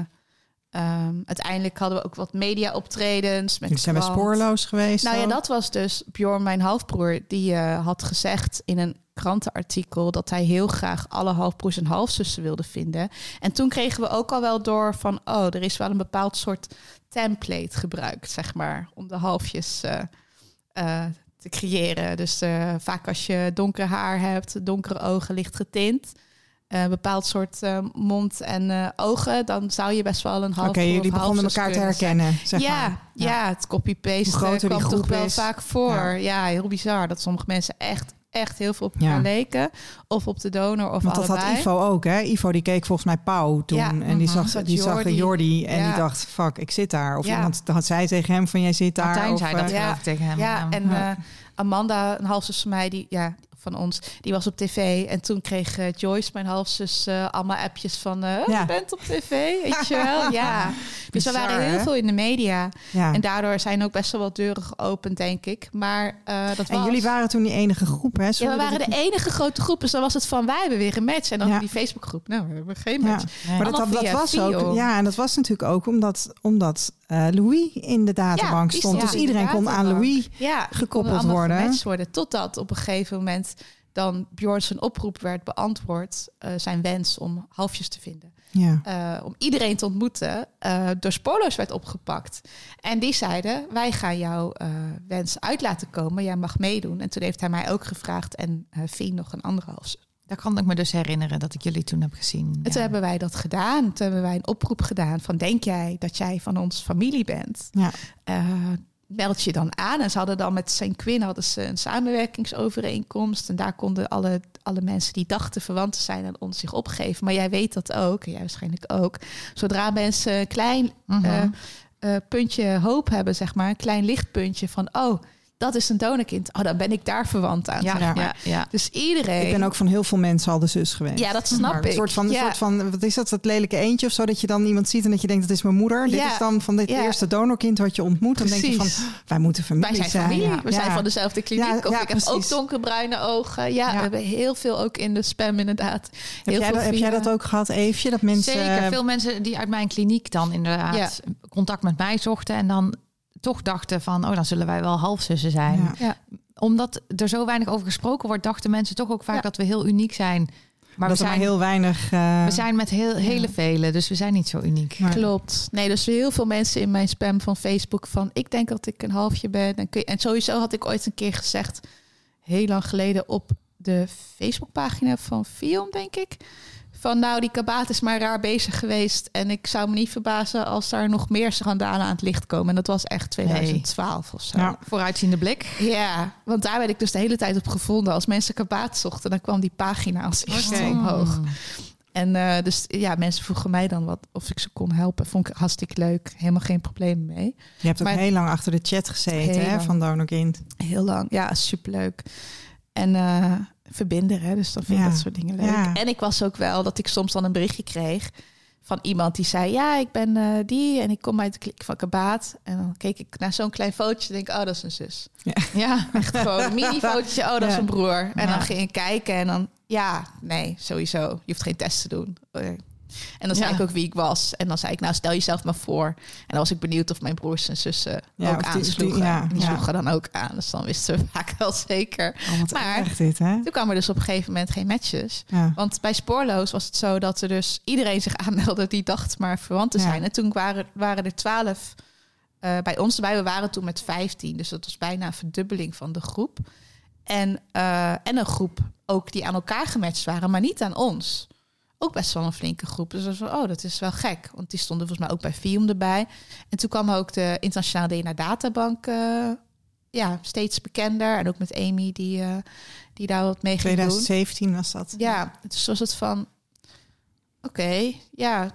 um, uiteindelijk hadden we ook wat media-optredens. Jullie zijn bij Spoorloos geweest? Nou dan? ja, dat was dus Bjorn, mijn halfbroer. Die uh, had gezegd in een krantenartikel dat hij heel graag alle halfbroers en halfzussen wilde vinden. En toen kregen we ook al wel door van, oh, er is wel een bepaald soort template gebruikt, zeg maar, om de halfjes uh, uh, te creëren. Dus uh, vaak als je donker haar hebt, donkere ogen, licht getint, een uh, bepaald soort uh, mond en uh, ogen, dan zou je best wel een half. Oké, okay, jullie begonnen elkaar te herkennen, zeg ja, maar. Ja, ja, het copy-paste kwam toch wel is. vaak voor. Ja. ja, heel bizar dat sommige mensen echt echt heel veel op elkaar ja. leken. Of op de donor of Want allebei. Dat had Ivo ook, hè? Ivo die keek volgens mij Pauw toen. Ja. En die zag, die zag Jordi en ja. die dacht, fuck, ik zit daar. Of ja. iemand had zij tegen hem van, jij zit daar. Martijn of, zei dat ja. geloof ik tegen hem. Ja, ja. en uh, Amanda, een halfzus van mij, die... ja. van ons, die was op tv. En toen kreeg uh, Joyce, mijn halfzus, uh, allemaal appjes van... Uh, ja. je bent op tv, weet je wel? Ja. Dus Bizar, we waren heel hè? veel in de media. Ja. En daardoor zijn ook best wel wat deuren geopend, denk ik. Maar uh, dat en was... jullie waren toen die enige groep, hè? Sorry, ja, we waren de ik... enige grote groep. Dus dan was het van, wij hebben weer een match. En dan ja. die Facebookgroep, nou, we hebben geen match. Ja. Nee. Maar dat, dat, dat was ook... Ja, en dat was natuurlijk ook omdat... omdat uh, Louis in de databank ja, stond. Ja, dus iedereen kon aan Louis ja, gekoppeld worden. worden. Totdat op een gegeven moment... dan Bjorn zijn oproep werd beantwoord, uh, zijn wens om halfjes te vinden. Ja. Uh, om iedereen te ontmoeten, uh, door Spoorloos werd opgepakt. En die zeiden, wij gaan jouw uh, wens uit laten komen. Jij mag meedoen. En toen heeft hij mij ook gevraagd en uh, Fien nog een andere halfzus. Daar kan ik me dus herinneren dat ik jullie toen heb gezien. En ja. toen hebben wij dat gedaan. Toen hebben wij een oproep gedaan van, denk jij dat jij van ons familie bent? Ja. Uh, meld je dan aan. En ze hadden dan met Saint Quinn hadden ze een samenwerkingsovereenkomst. En daar konden alle, alle mensen die dachten verwant te zijn aan ons zich opgeven. Maar jij weet dat ook, en jij waarschijnlijk ook. Zodra mensen een klein mm-hmm. uh, uh, puntje hoop hebben, zeg maar, een klein lichtpuntje van, oh, dat is een donorkind. Oh, dan ben ik daar verwant aan. Ja, zeg maar. ja, ja. Dus iedereen... Ik ben ook van heel veel mensen al de zus geweest. Ja, dat snap ik. Een soort van, ja. soort van, wat is dat, dat lelijke eentje of zo, dat je dan iemand ziet en dat je denkt, dat is mijn moeder. Ja. Dit is dan van dit ja. eerste donorkind wat je ontmoet. Dan precies. denk je van, wij moeten familie wij zijn. Familie. Ja. We ja. zijn van dezelfde kliniek. Ja, of ja, ik precies. heb ook donkerbruine ogen. Ja, ja, we hebben heel veel ook in de spam inderdaad. Heel Heb, jij veel dat, heb jij dat ook gehad, Eefje? Dat mensen... Zeker, veel mensen die uit mijn kliniek dan inderdaad ja. contact met mij zochten en dan toch dachten van, oh, dan zullen wij wel halfzussen zijn. Ja. Ja. Omdat er zo weinig over gesproken wordt, dachten mensen toch ook vaak ja. dat we heel uniek zijn. Maar dat we zijn maar heel weinig... Uh... We zijn met heel, hele ja. vele, dus we zijn niet zo uniek. Maar... Klopt. Nee, dus heel veel mensen in mijn spam van Facebook van, ik denk dat ik een halfje ben. En, kun je... en sowieso had ik ooit een keer gezegd, heel lang geleden op de Facebookpagina van Fion, denk ik, van nou, die kabaat is maar raar bezig geweest. En ik zou me niet verbazen als daar nog meer schandalen aan het licht komen. En dat was echt twintig twaalf nee. of zo. Ja, vooruitziende blik. Ja, want daar werd ik dus de hele tijd op gevonden. Als mensen kabaat zochten, dan kwam die pagina als eerste okay. omhoog. En uh, dus ja, mensen vroegen mij dan wat of ik ze kon helpen. Vond ik hartstikke leuk. Helemaal geen probleem mee. Je hebt ook maar, heel lang achter de chat gezeten hè, van Donorkind. Heel lang. Ja, superleuk. En... Uh, verbinden, hè? Dus dan vind ik ja. dat soort dingen leuk. Ja. En ik was ook wel dat ik soms dan een berichtje kreeg van iemand die zei, ja, ik ben uh, die en ik kom uit de klik van Kabaat. En dan keek ik naar zo'n klein fotootje en denk, oh, dat is een zus. Ja, ja echt gewoon een mini fotootje, oh, dat ja. is een broer. En ja. dan ging ik kijken en dan, ja, nee, sowieso. Je hoeft geen test te doen. En dan zei ja. ik ook wie ik was. En dan zei ik, nou, stel jezelf maar voor. En dan was ik benieuwd of mijn broers en zussen ja, ook aansloegen. Die, ja, en die ja. sloegen dan ook aan. Dus dan wisten we vaak wel zeker. Oh, maar echt dit, hè? Toen kwamen er dus op een gegeven moment geen matches. Ja. Want bij Spoorloos was het zo dat er dus iedereen zich aanmeldde die dacht maar verwant te zijn. Ja. En toen waren, waren er twaalf uh, bij ons erbij. We waren toen met vijftien. Dus dat was bijna een verdubbeling van de groep. En, uh, en een groep ook die aan elkaar gematcht waren, maar niet aan ons. Ook best wel een flinke groep. Dus dat was van, oh, dat is wel gek. Want die stonden volgens mij ook bij Fium erbij. En toen kwam ook de internationale D N A-databank uh, ja, steeds bekender. En ook met Amy, die, uh, die daar wat mee ging twintig zeventien doen. Was dat. Ja, dus was het van, oké, okay, ja,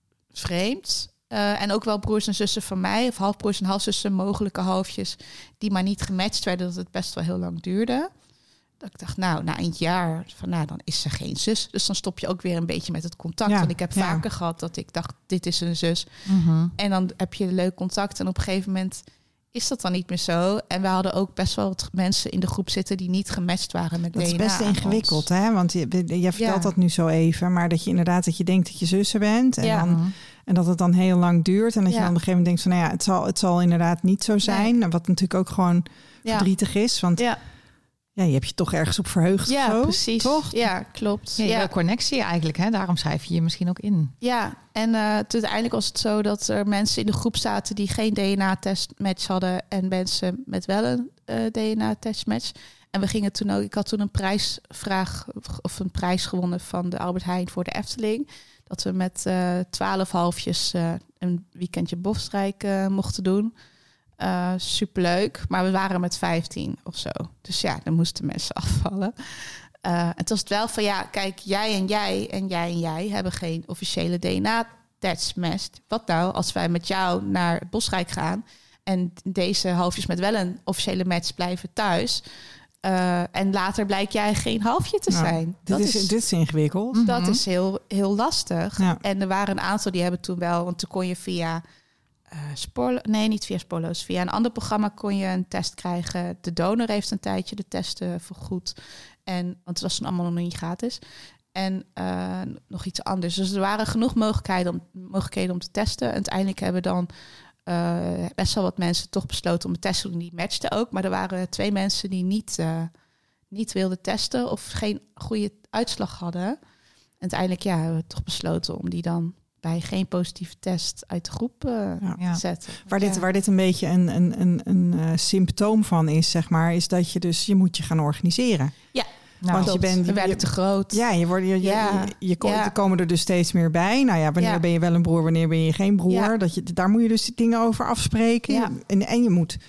vreemd. Uh, en ook wel broers en zussen van mij, of halfbroers en halfzussen, mogelijke halfjes, die maar niet gematcht werden, dat het best wel heel lang duurde. Dat ik dacht, nou, na een jaar, van nou, dan is ze geen zus. Dus dan stop je ook weer een beetje met het contact. Ja, want ik heb ja. vaker gehad dat ik dacht, dit is een zus. Mm-hmm. En dan heb je leuk contact. En op een gegeven moment is dat dan niet meer zo. En we hadden ook best wel wat mensen in de groep zitten die niet gematcht waren met D N A. Dat is best ingewikkeld, hè? Want je, je vertelt ja. dat nu zo even. Maar dat je inderdaad, dat je denkt dat je zussen bent. En, ja. dan, en dat het dan heel lang duurt. En dat ja. je dan op een gegeven moment denkt van, nou ja, het zal, het zal inderdaad niet zo zijn. Nee. Wat natuurlijk ook gewoon ja. verdrietig is. Want... Ja. Ja, je hebt je toch ergens op verheugd. Ja, zo, precies. Toch? Ja, klopt. Ja, je ja. wil connectie eigenlijk, hè? Daarom schrijf je je misschien ook in. Ja, en uh, uiteindelijk was het zo dat er mensen in de groep zaten die geen D N A-testmatch hadden en mensen met wel een uh, D N A-testmatch. En we gingen toen ook, ik had toen een prijsvraag of een prijs gewonnen van de Albert Heijn voor de Efteling. Dat we met twaalf uh, halfjes uh, een weekendje bofstrijk uh, mochten doen. Uh, superleuk, maar we waren met vijftien of zo. Dus ja, dan moesten mensen afvallen. Uh, en het was het wel van, ja, kijk, jij en jij en jij en jij hebben geen officiële D N A-testmatch. Wat nou als wij met jou naar Bosrijk gaan en deze halfjes met wel een officiële match blijven thuis. Uh, en later blijkt jij geen halfje te nou, zijn. Dit, dat is, is, dit is ingewikkeld. Dat mm-hmm. is heel, heel lastig. Ja. En er waren een aantal die hebben toen wel, want toen kon je via... Uh, Spoorlo- nee, niet via Spoorloos. Via een ander programma kon je een test krijgen. De donor heeft een tijdje de testen vergoed. En, want het was toen allemaal nog niet gratis. En uh, nog iets anders. Dus er waren genoeg mogelijkheden om, mogelijkheden om te testen. En uiteindelijk hebben dan uh, best wel wat mensen toch besloten om te testen. Die matchten ook. Maar er waren twee mensen die niet, uh, niet wilden testen of geen goede uitslag hadden. En uiteindelijk ja, hebben we toch besloten om die dan... bij geen positieve test uit de groep uh, ja. te zetten. Waar, ja. dit, waar dit een beetje een, een, een, een uh, symptoom van is, zeg maar, is dat je dus je moet je gaan organiseren. Ja, nou, want je bent, we werden te groot. Ja, je wordt, je, ja. je, je, je kom, ja. er komen er dus steeds meer bij. Nou ja, wanneer ja. ben je wel een broer, wanneer ben je geen broer? Ja. Dat je, daar moet je dus dingen over afspreken. Ja. En, en je moet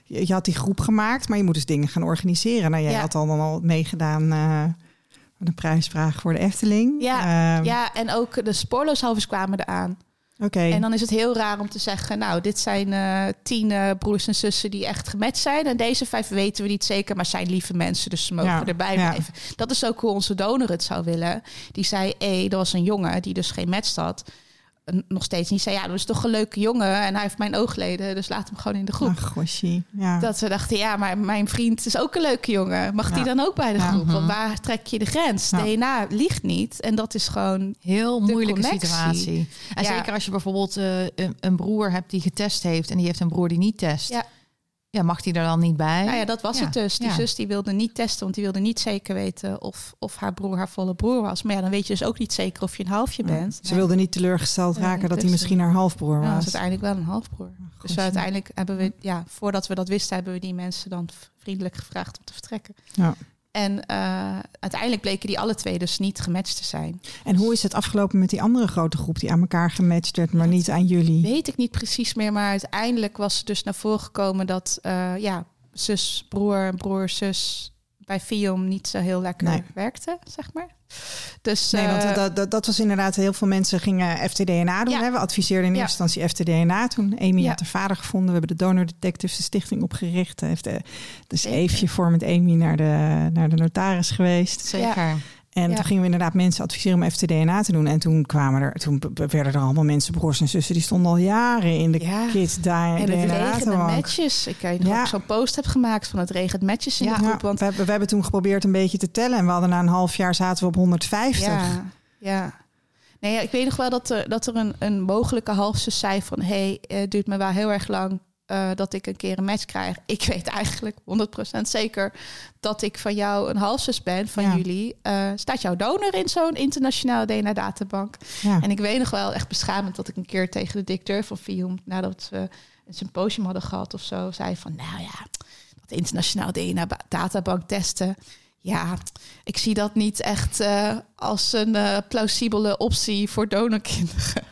je, je had die groep gemaakt, maar je moet dus dingen gaan organiseren. Nou, jij Ja. had dan al meegedaan uh, de prijsvraag voor de Efteling. Ja, Uh, ja, en ook de spoorlooshalvers kwamen eraan. Oké. Okay. En dan is het heel raar om te zeggen, nou, dit zijn uh, tien uh, broers en zussen die echt gematcht zijn. En deze vijf weten we niet zeker, maar zijn lieve mensen, dus ze mogen ja, erbij ja. blijven. Dat is ook hoe onze donor het zou willen. Die zei, hé, er was een jongen die dus geen match had. Nog steeds niet zei, ja, dat is toch een leuke jongen. En hij heeft mijn oogleden, dus laat hem gewoon in de groep. Ach, goshie. Ja. Dat ze dachten, ja, maar mijn vriend is ook een leuke jongen. Mag ja. die dan ook bij de ja. groep? Want waar trek je de grens? Ja. D N A liegt niet. En dat is gewoon heel moeilijke connectie. situatie. En ja. zeker als je bijvoorbeeld uh, een, een broer hebt die getest heeft... en die heeft een broer die niet test... Ja. Ja, mag die er dan niet bij? Nou ja, dat was ja. het dus. Die ja. zus die wilde niet testen, want die wilde niet zeker weten of, of haar broer haar volle broer was. Maar ja, dan weet je dus ook niet zeker of je een halfje ja. bent. Ze nee. wilde niet teleurgesteld raken ja, dat hij misschien haar halfbroer was. Ja, dat was uiteindelijk wel een halfbroer. Oh, dus we uiteindelijk hebben we, ja, voordat we dat wisten, hebben we die mensen dan vriendelijk gevraagd om te vertrekken. Ja. En uh, uiteindelijk bleken die alle twee dus niet gematcht te zijn. En hoe is het afgelopen met die andere grote groep die aan elkaar gematcht werd, maar niet aan jullie? Weet ik niet precies meer, maar uiteindelijk was er dus naar voren gekomen dat uh, ja, zus, broer, broer, zus bij Fium niet zo heel lekker nee. werkte, zeg maar. Dus, nee, uh, want dat, dat, dat was inderdaad, heel veel mensen gingen F T D N A doen. Ja. Hè? We adviseerden in eerste ja. instantie F T D N A toen. Amy ja. had haar vader gevonden. We hebben de Donor Detectives de stichting opgericht. Heeft de, dus Eefje voor met Amy naar de, naar de notaris geweest. Zeker. Ja. En ja. toen gingen we inderdaad mensen adviseren om F T D N A te doen. En toen kwamen er, toen werden er allemaal mensen, broers en zussen, die stonden al jaren in de ja. kit daar. En het regende matches. Ik weet nog ja. dat ik zo'n post heb gemaakt van het regent matches in ja. de groep. Want we, hebben, we hebben toen geprobeerd een beetje te tellen. En we hadden na een half jaar zaten we op honderdvijftig. Ja, ja. Nee, ja, ik weet nog wel dat er, dat er een, een mogelijke halfzus zei van, hé, hey, het duurt me wel heel erg lang Uh, dat ik een keer een match krijg. Ik weet eigenlijk honderd procent zeker dat ik van jou een halfzus ben, van ja. jullie. Uh, staat jouw donor in zo'n internationale D N A-databank? Ja. En ik weet nog wel echt beschamend dat ik een keer tegen de directeur van Fium, nadat we een symposium hadden gehad of zo, zei van, nou ja, dat internationaal D N A-databank testen, ja, ik zie dat niet echt uh, als een uh, plausibele optie voor donorkinderen.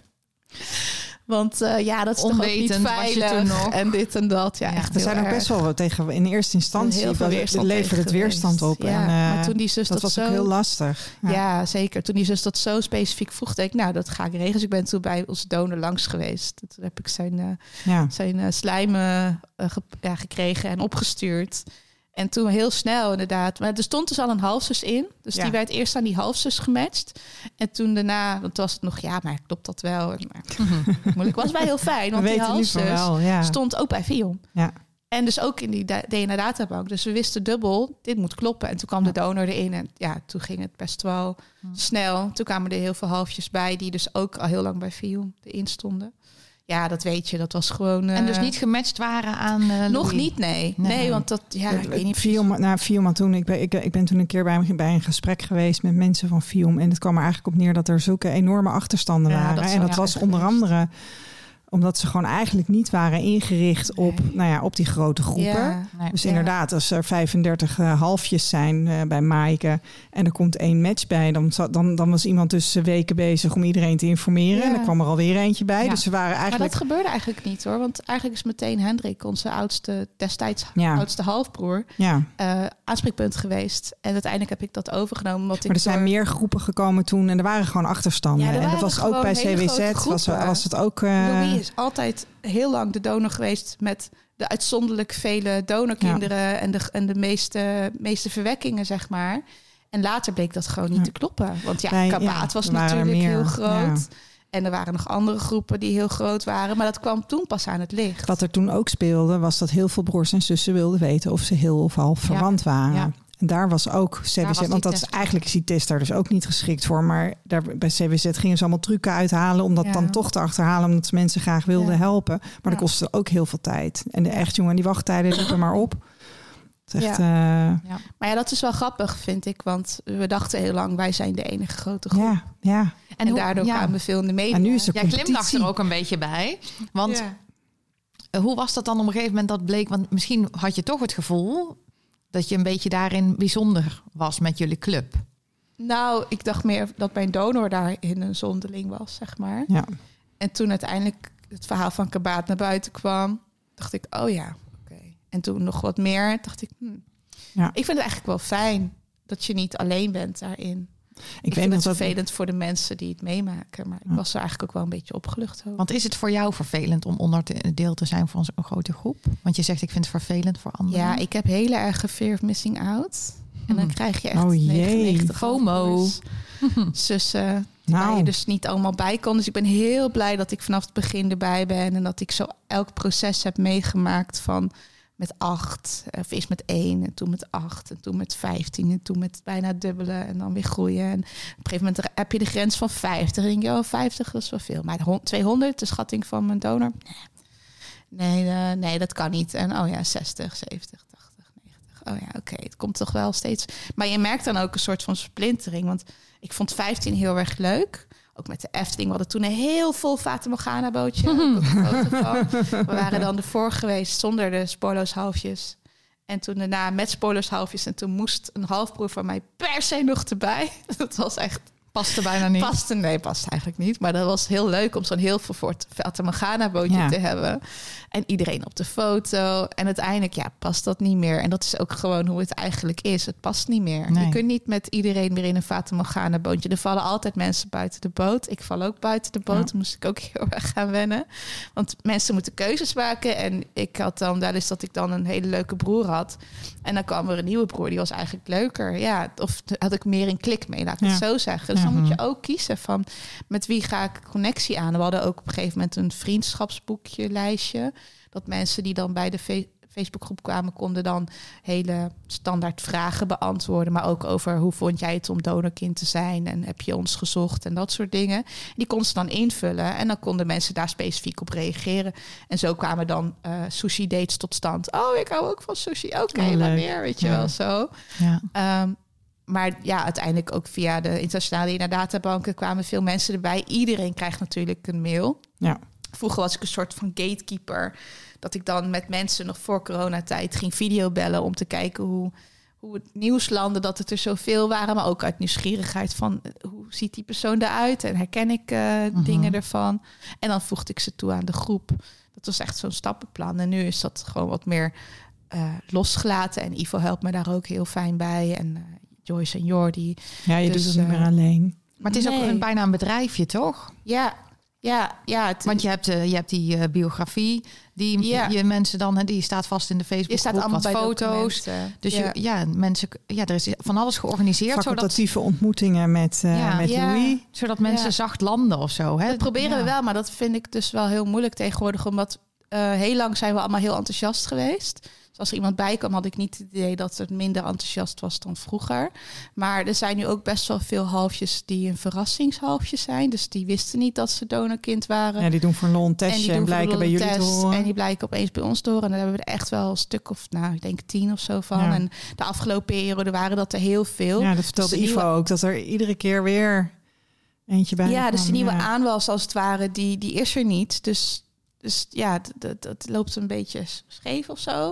Want uh, ja, dat is toch ook niet veilig nog. En dit en dat. Ja, ja, echt er zijn ook best wel tegen in eerste instantie heel veel weerstand levert het weerstand op. Ja, en, uh, maar toen die zus dat, dat was zo, ook heel lastig. Ja. ja, zeker. Toen die zus dat zo specifiek vroeg, dacht ik, nou, dat ga ik regelen. Dus ik ben toen bij onze donor langs geweest. Toen heb ik zijn, uh, ja. zijn uh, slijmen uh, ge- ja, gekregen en opgestuurd. En toen heel snel inderdaad. Maar er stond dus al een halfzus in. Dus ja. die werd eerst aan die halfzus gematcht. En toen daarna, want was het nog, ja, maar klopt dat wel? Maar, moeilijk was bij heel fijn. Want die halfzus wel, ja. stond ook bij Fium. Ja. En dus ook in die D N A-databank. Dus we wisten dubbel, dit moet kloppen. En toen kwam ja. de donor erin. En ja, toen ging het best wel ja. snel. Toen kwamen er heel veel halfjes bij, die dus ook al heel lang bij Fium erin stonden. Ja, dat weet je. Dat was gewoon... Uh... En dus niet gematcht waren aan uh, Nog niet, nee. nee. Nee, want dat... Ja, ik weet niet Fium, nou, Fium toen, ik ben, ik, ik ben toen een keer bij, bij een gesprek geweest met mensen van Fium. En het kwam er eigenlijk op neer dat er zulke enorme achterstanden ja, waren. Dat en dat was onder geweest. andere... omdat ze gewoon eigenlijk niet waren ingericht op, nee. nou ja, op die grote groepen. Ja, nee, dus ja. inderdaad, als er vijfendertig uh, halfjes zijn uh, bij Maaike en er komt één match bij, dan, dan, dan was iemand dus weken bezig om iedereen te informeren. Ja. En er kwam er alweer eentje bij. Ja. Dus ze waren eigenlijk... Maar dat gebeurde eigenlijk niet hoor. Want eigenlijk is meteen Hendrik, onze oudste, destijds ja. oudste halfbroer, ja. uh, aanspreekpunt geweest. En uiteindelijk heb ik dat overgenomen. Omdat maar er ik zijn door... meer groepen gekomen toen en er waren gewoon achterstanden. Ja, en dat was ook bij C W Z. Was, was het ook... Uh, is altijd heel lang de donor geweest met de uitzonderlijk vele donorkinderen ja. en de, en de meeste, meeste verwekkingen, zeg maar. En later bleek dat gewoon niet ja. te kloppen. Want ja, Bij, Kabaat ja, was natuurlijk heel groot. Ja. En er waren nog andere groepen die heel groot waren. Maar dat kwam toen pas aan het licht. Wat er toen ook speelde, was dat heel veel broers en zussen wilden weten of ze heel of half ja. verwant waren. Ja. En daar was ook C W Z, want dat is eigenlijk is die test daar dus ook niet geschikt voor. Maar daar, bij C W Z gingen ze allemaal trucken uithalen om dat ja. dan toch te achterhalen, omdat ze mensen graag wilden ja. helpen. Maar ja. dat kostte ook heel veel tijd. En de ja. echt jongen, die wachttijden liepen maar op. Het is echt, ja. Uh... ja. Maar ja, dat is wel grappig, vind ik. Want we dachten heel lang, wij zijn de enige grote groep. Ja, ja. En, en hoe, daardoor ja. kwamen we veel in de media. En nu is er ja, glimlacht er ook een beetje bij. Want ja. hoe was dat dan op een gegeven moment dat bleek? Want misschien had je toch het gevoel dat je een beetje daarin bijzonder was met jullie club. Nou, ik dacht meer dat mijn donor daarin een zonderling was, zeg maar. Ja. En toen uiteindelijk het verhaal van Kabaat naar buiten kwam, dacht ik, oh ja, oké. Okay. En toen nog wat meer. Dacht ik, hm, Ja. ik vind het eigenlijk wel fijn dat je niet alleen bent daarin. Ik, Ik, ik weet vind nog het dat vervelend voor de mensen die het meemaken. Maar Ja. ik was er eigenlijk ook wel een beetje opgelucht over. Want is het voor jou vervelend om onderdeel te zijn van zo'n grote groep? Want je zegt, ik vind het vervelend voor anderen. Ja, ik heb hele erge fear of missing out. En dan krijg je echt Oh, jee. negenennegentig FOMO. halfbroers, zussen, waar Nou. je dus niet allemaal bij kon. Dus ik ben heel blij dat ik vanaf het begin erbij ben. En dat ik zo elk proces heb meegemaakt van met acht. Of eerst met één en toen met acht. En toen met vijftien en toen met bijna het dubbele. En dan weer groeien. En op een gegeven moment heb je de grens van vijftig. En denk je, oh, vijftig, dat is wel veel. Maar de hon- tweehonderd, de schatting van mijn donor. Nee, nee, uh, nee dat kan niet. En oh ja, zestig, zeventig, tachtig, negentig. Oh ja, oké, okay, het komt toch wel steeds. Maar je merkt dan ook een soort van splintering. Want ik vond vijftien heel erg leuk. Ook met de Efteling. We hadden toen een heel vol Fata Morgana bootje. Ook een foto van. We waren dan ervoor geweest zonder de spoorloos halfjes. En toen daarna met spoorloos halfjes. En toen moest een halfbroer van mij per se nog erbij. Dat was echt... Paste bijna niet. Paste, nee, past eigenlijk niet. Maar dat was heel leuk om zo'n heel vervoerd Fata Morgana bootje Ja. te hebben. En iedereen op de foto. En uiteindelijk, ja, past dat niet meer. En dat is ook gewoon hoe het eigenlijk is. Het past niet meer. Nee. Je kunt niet met iedereen weer in een Fata Morgana bootje. Er vallen altijd mensen buiten de boot. Ik val ook buiten de boot. Ja. Daar moest ik ook heel erg gaan wennen. Want mensen moeten keuzes maken. En ik had dan wel eens dat ik dan een hele leuke broer had. En dan kwam er een nieuwe broer. Die was eigenlijk leuker. Ja, of had ik meer een klik mee, laat ik het Ja. zo zeggen. Dus Ja. dan moet je ook kiezen van met wie ga ik connectie aan. We hadden ook op een gegeven moment een vriendschapsboekje lijstje. Dat mensen die dan bij de fe- Facebookgroep kwamen, konden dan hele standaard vragen beantwoorden. Maar ook over hoe vond jij het om donorkind te zijn? En heb je ons gezocht? En dat soort dingen. Die konden ze dan invullen. En dan konden mensen daar specifiek op reageren. En zo kwamen dan uh, sushi dates tot stand. Oh, ik hou ook van sushi. Oké, okay, Oh, wanneer? Weet je Ja. wel zo. Ja. Um, maar ja, uiteindelijk ook via de internationale D N A-databanken kwamen veel mensen erbij. Iedereen krijgt natuurlijk een mail. Ja. Vroeger was ik een soort van gatekeeper. Dat ik dan met mensen nog voor coronatijd ging videobellen om te kijken hoe, hoe het nieuws landde, dat het er zoveel waren. Maar ook uit nieuwsgierigheid van hoe ziet die persoon eruit? En herken ik uh, Mm-hmm. dingen ervan? En dan voegde ik ze toe aan de groep. Dat was echt zo'n stappenplan. En nu is dat gewoon wat meer uh, losgelaten. En Ivo helpt me daar ook heel fijn bij. En uh, Joyce en Jordi. Ja, je Dus, doet het niet uh, meer alleen. Maar het is Nee. ook een, bijna een bedrijfje, toch? Ja, ja, ja. Het, Want je hebt, uh, je hebt die uh, biografie, die Ja. je mensen dan, hè, die staat vast in de je Facebook staat groep, allemaal wat bij foto's. documenten. Dus ja. je, ja, mensen, ja, er is van alles georganiseerd, zodat, Facultatieve ontmoetingen met, uh, Ja. met Ja. Louis. zodat mensen Ja. zacht landen of zo. Hè? Dat proberen Ja. we wel, maar dat vind ik dus wel heel moeilijk tegenwoordig. Omdat uh, heel lang zijn we allemaal heel enthousiast geweest. Dus als er iemand bij kwam, had ik niet het idee dat het minder enthousiast was dan vroeger. Maar er zijn nu ook best wel veel halfjes die een verrassingshalfje zijn. Dus die wisten niet dat ze donorkind waren. Ja, die doen voor lol een en testje die en, doen blijken voor bij de jullie te test. horen. En die blijken opeens bij ons te horen. En daar hebben we er echt wel een stuk of, nou, ik denk tien of zo van. Ja. En de afgelopen periode waren dat er heel veel. Ja, dat vertelde Dus de Ivo nieuwe- ook. Dat er iedere keer weer eentje bij Ja, dus de kwam. nieuwe Ja. aanwas als het ware, die, die is er niet. Dus, dus ja, d- d- dat loopt een beetje scheef of zo.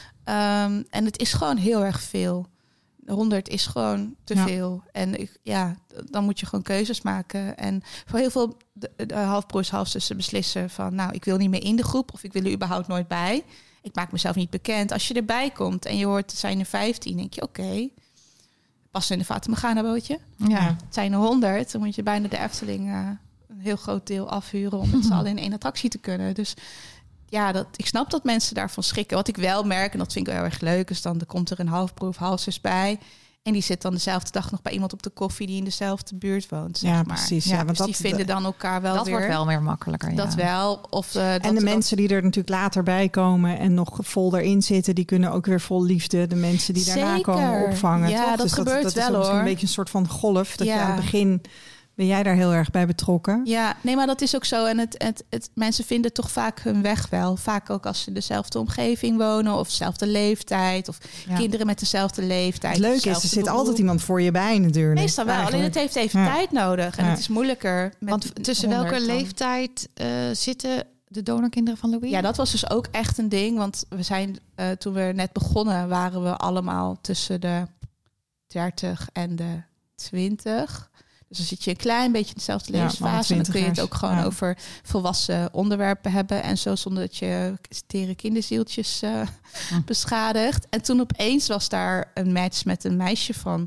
Um, en het is gewoon heel erg veel. honderd is gewoon te Ja. veel. En ik, ja, d- dan moet je gewoon keuzes maken. En voor heel veel de, de halfbroers, halfzussen beslissen van, nou, ik wil niet meer in de groep of ik wil er überhaupt nooit bij. Ik maak mezelf niet bekend. Als je erbij komt en je hoort, er zijn er vijftien, denk je, oké, okay, past in de Fata Morgana bootje. Ja. Het zijn er honderd, dan moet je bijna de Efteling uh, een heel groot deel afhuren om met z'n allen in één attractie te kunnen. Dus ja, dat, ik snap dat mensen daarvan schrikken. Wat ik wel merk, en dat vind ik wel erg leuk, is dan er komt er een halfbroer of halfzus bij. En die zit dan dezelfde dag nog bij iemand op de koffie die in dezelfde buurt woont. Zeg Ja, maar. precies. Ja, Ja, want dus dat, die vinden dan elkaar wel Dat weer. wordt wel weer makkelijker. Dat ja. wel. Of, uh, dat en de dat- mensen die er natuurlijk later bij komen en nog vol erin zitten, die kunnen ook weer vol liefde de mensen die daarna Zeker. komen opvangen. Ja, toch? dat Dus gebeurt dat, dat wel, is misschien hoor. een beetje een soort van golf. Dat Ja. je aan het begin ben jij daar heel erg bij betrokken. Ja, nee, maar dat is ook zo. En het, het, het, mensen vinden toch vaak hun weg wel. Vaak ook als ze in dezelfde omgeving wonen of dezelfde leeftijd. Of Ja. kinderen met dezelfde leeftijd. Het leuke is, er hetzelfde zit beroep. altijd iemand voor je bij natuurlijk. Meestal wel, alleen eigenlijk. het heeft even Ja. tijd nodig. En Ja. het is moeilijker. Met Want tussen honderd welke dan. leeftijd uh, zitten de donorkinderen van Louis? Ja, dat was dus ook echt een ding. Want we zijn, uh, toen we net begonnen, waren we allemaal tussen de dertig en de twintig. Dus dan zit je een klein beetje in dezelfde Ja, levensfase. En dan kun je het ook gewoon ja. over volwassen onderwerpen hebben. En zo zonder dat je tere kinderzieltjes uh, Hm. beschadigt. En toen opeens was daar een match met een meisje van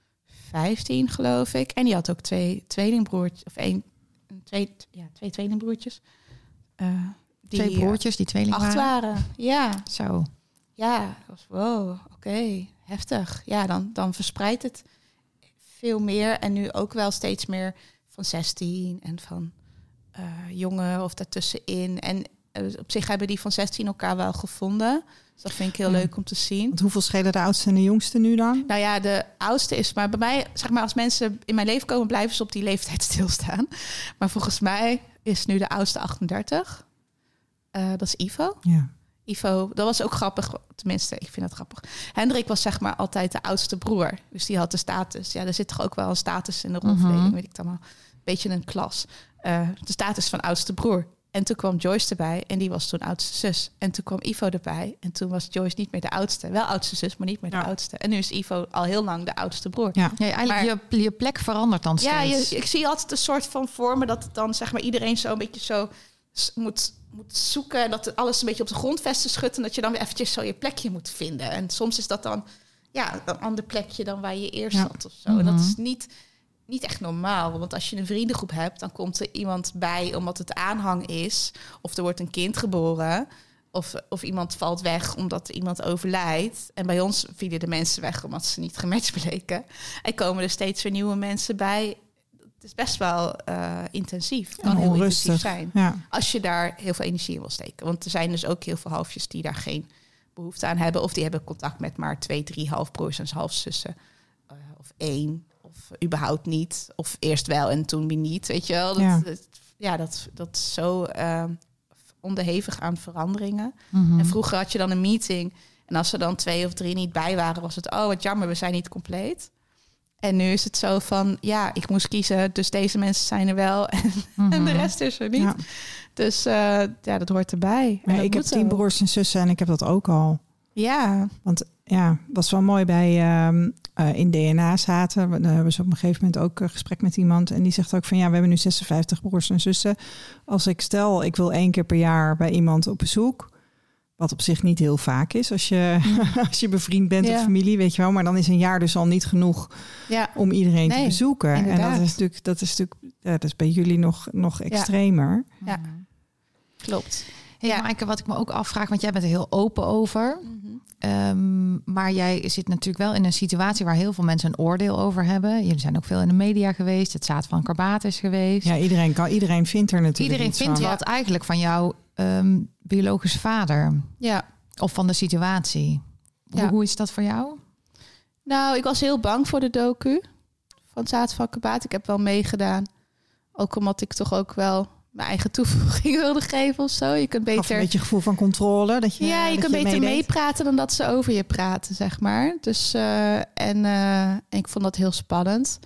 vijftien, geloof ik. En die had ook twee tweelingbroertjes. Of één, twee, ja, twee tweelingbroertjes. Uh, die, Twee broertjes die tweeling acht waren. waren. Ja, Zo. ja. Ik was, wow, oké, okay, heftig. Ja, dan, dan verspreidt het veel meer. En nu ook wel steeds meer van zestien en van uh, jongen of daartussenin. En uh, op zich hebben die van zestien elkaar wel gevonden. Dus dat vind ik heel Ja. leuk om te zien. Want hoeveel schelen de oudste en de jongste nu dan? Nou ja, de oudste is maar bij mij, zeg maar, als mensen in mijn leven komen, blijven ze op die leeftijd stilstaan. Maar volgens mij is nu de oudste achtendertig. Uh, dat is Ivo. Ja. Ivo, dat was ook grappig. Tenminste, ik vind dat grappig. Hendrik was zeg maar altijd de oudste broer. Dus die had de status. Ja, er zit toch ook wel een status in de rolverdeling, Mm-hmm. weet ik dan wel. Beetje een klas. Uh, de status van oudste broer. En toen kwam Joyce erbij en die was toen oudste zus. En toen kwam Ivo erbij en toen was Joyce niet meer de oudste. Wel oudste zus, maar niet meer de Ja. oudste. En nu is Ivo al heel lang de oudste broer. Ja. Ja, eigenlijk je, je plek verandert dan steeds. Ja, je, ik zie altijd een soort van vormen dat het dan zeg maar iedereen zo een beetje zo s- moet, moet zoeken. En dat het alles een beetje op de grondvesten schudt. En dat je dan weer eventjes zo je plekje moet vinden. En soms is dat dan ja, een ander plekje dan waar je eerst Ja. zat of zo. En dat Mhm. is niet, niet echt normaal. Want als je een vriendengroep hebt, dan komt er iemand bij omdat het aanhang is. Of er wordt een kind geboren. Of, of iemand valt weg omdat iemand overlijdt. En bij ons vielen de mensen weg omdat ze niet gematcht bleken. En komen er steeds weer nieuwe mensen bij. Het is best wel uh, intensief. Het kan En heel onrustig. intensief zijn. Ja. Als je daar heel veel energie in wil steken. Want er zijn dus ook heel veel halfjes die daar geen behoefte aan hebben. Of die hebben contact met maar twee, drie halfbroers en halfzussen. Uh, of één. Of überhaupt niet. Of eerst wel en toen weer niet. Weet je wel? Dat, Ja. dat, ja, dat, dat is zo uh, onderhevig aan veranderingen. Mhm. En vroeger had je dan een meeting. En als er dan twee of drie niet bij waren, was het... oh, wat jammer, we zijn niet compleet. En nu is het zo van... ja, ik moest kiezen, dus deze mensen zijn er wel... en, Mhm. en de rest is er niet. Ja. Dus uh, ja, dat hoort erbij. En Ja, dat ik heb moet tien ook. broers en zussen en ik heb dat ook al. Ja, Want ja, was wel mooi bij um, uh, in D N A zaten. We- Dan hebben ze op een gegeven moment ook een gesprek met iemand. En die zegt ook van ja, we hebben nu zesenvijftig broers en zussen. Als ik stel, ik wil één keer per jaar bij iemand op bezoek. Wat op zich niet heel vaak is als je, als je bevriend bent Ja. of familie, weet je wel. Maar dan is een jaar dus al niet genoeg ja, om iedereen te Nee, bezoeken. En inderdaad. dat is natuurlijk, dat is natuurlijk, ja, dat is bij jullie nog, nog extremer. ja. Klopt. Hey, Ja. Maaike, wat ik me ook afvraag, want jij bent er heel open over. Um, maar jij zit natuurlijk wel in een situatie waar heel veel mensen een oordeel over hebben. Jullie zijn ook veel in de media geweest. Het zaad van Karbaat is geweest. Ja, iedereen kan, iedereen vindt er natuurlijk Iedereen iets vindt van. wat eigenlijk van jouw um, biologische vader. Ja. Of van de situatie. Ja. Hoe, hoe is dat voor jou? Nou, ik was heel bang voor de docu van het Zaad van Karbaat. Ik heb wel meegedaan. Ook omdat ik toch ook wel mijn eigen toevoeging wilde geven of zo. Je kunt Gaf beter... een beetje gevoel van controle. Dat je, Ja, je dat kunt beter meedeed. meepraten dan dat ze over je praten, zeg maar. Dus, uh, en, uh, en ik vond dat heel spannend.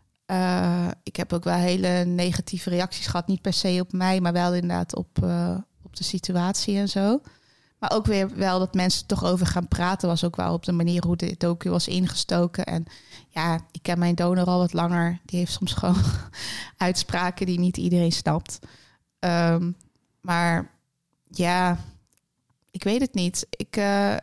Uh, ik heb ook wel hele negatieve reacties gehad. Niet per se op mij, maar wel inderdaad op, uh, op de situatie en zo. Maar ook weer wel dat mensen er toch over gaan praten... was ook wel op de manier hoe de docu was ingestoken. En ja, ik ken mijn donor al wat langer. Die heeft soms gewoon uitspraken die niet iedereen snapt. Um, maar ja... Ik weet het niet. Ik, uh,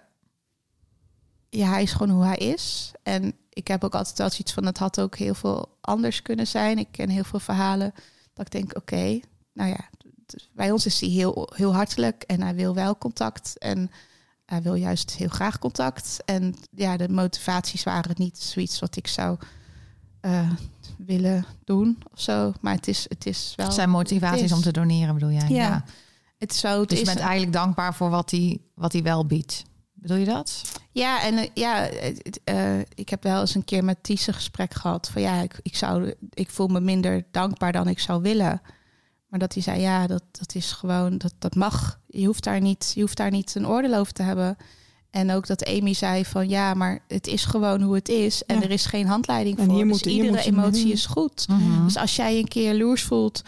ja, hij is gewoon hoe hij is. En ik heb ook altijd wel zoiets van... het had ook heel veel anders kunnen zijn. Ik ken heel veel verhalen dat ik denk... oké, okay, nou ja, t- bij ons is hij heel, heel hartelijk... en hij wil wel contact. En hij wil juist heel graag contact. En ja, de motivaties waren niet zoiets wat ik zou uh, willen doen of zo. Maar het is, het is wel... Het zijn motivaties het is. om te doneren, bedoel jij? Ja. ja. Het zou, het Dus je is, bent eigenlijk dankbaar voor wat hij, wat hij wel biedt. Bedoel je dat? Ja, en uh, ja, uh, ik heb wel eens een keer met Ties een gesprek gehad van ja, ik, ik, zou, ik voel me minder dankbaar dan ik zou willen. Maar dat hij zei, ja, dat, dat is gewoon, dat, dat mag. Je hoeft, daar niet, je hoeft daar niet een oordeel over te hebben. En ook dat Amy zei van ja, maar het is gewoon hoe het is. En ja. er is geen handleiding en voor. je Dus moet, iedere je moet emotie is goed. Mm-hmm. Dus als jij je een keer jaloers voelt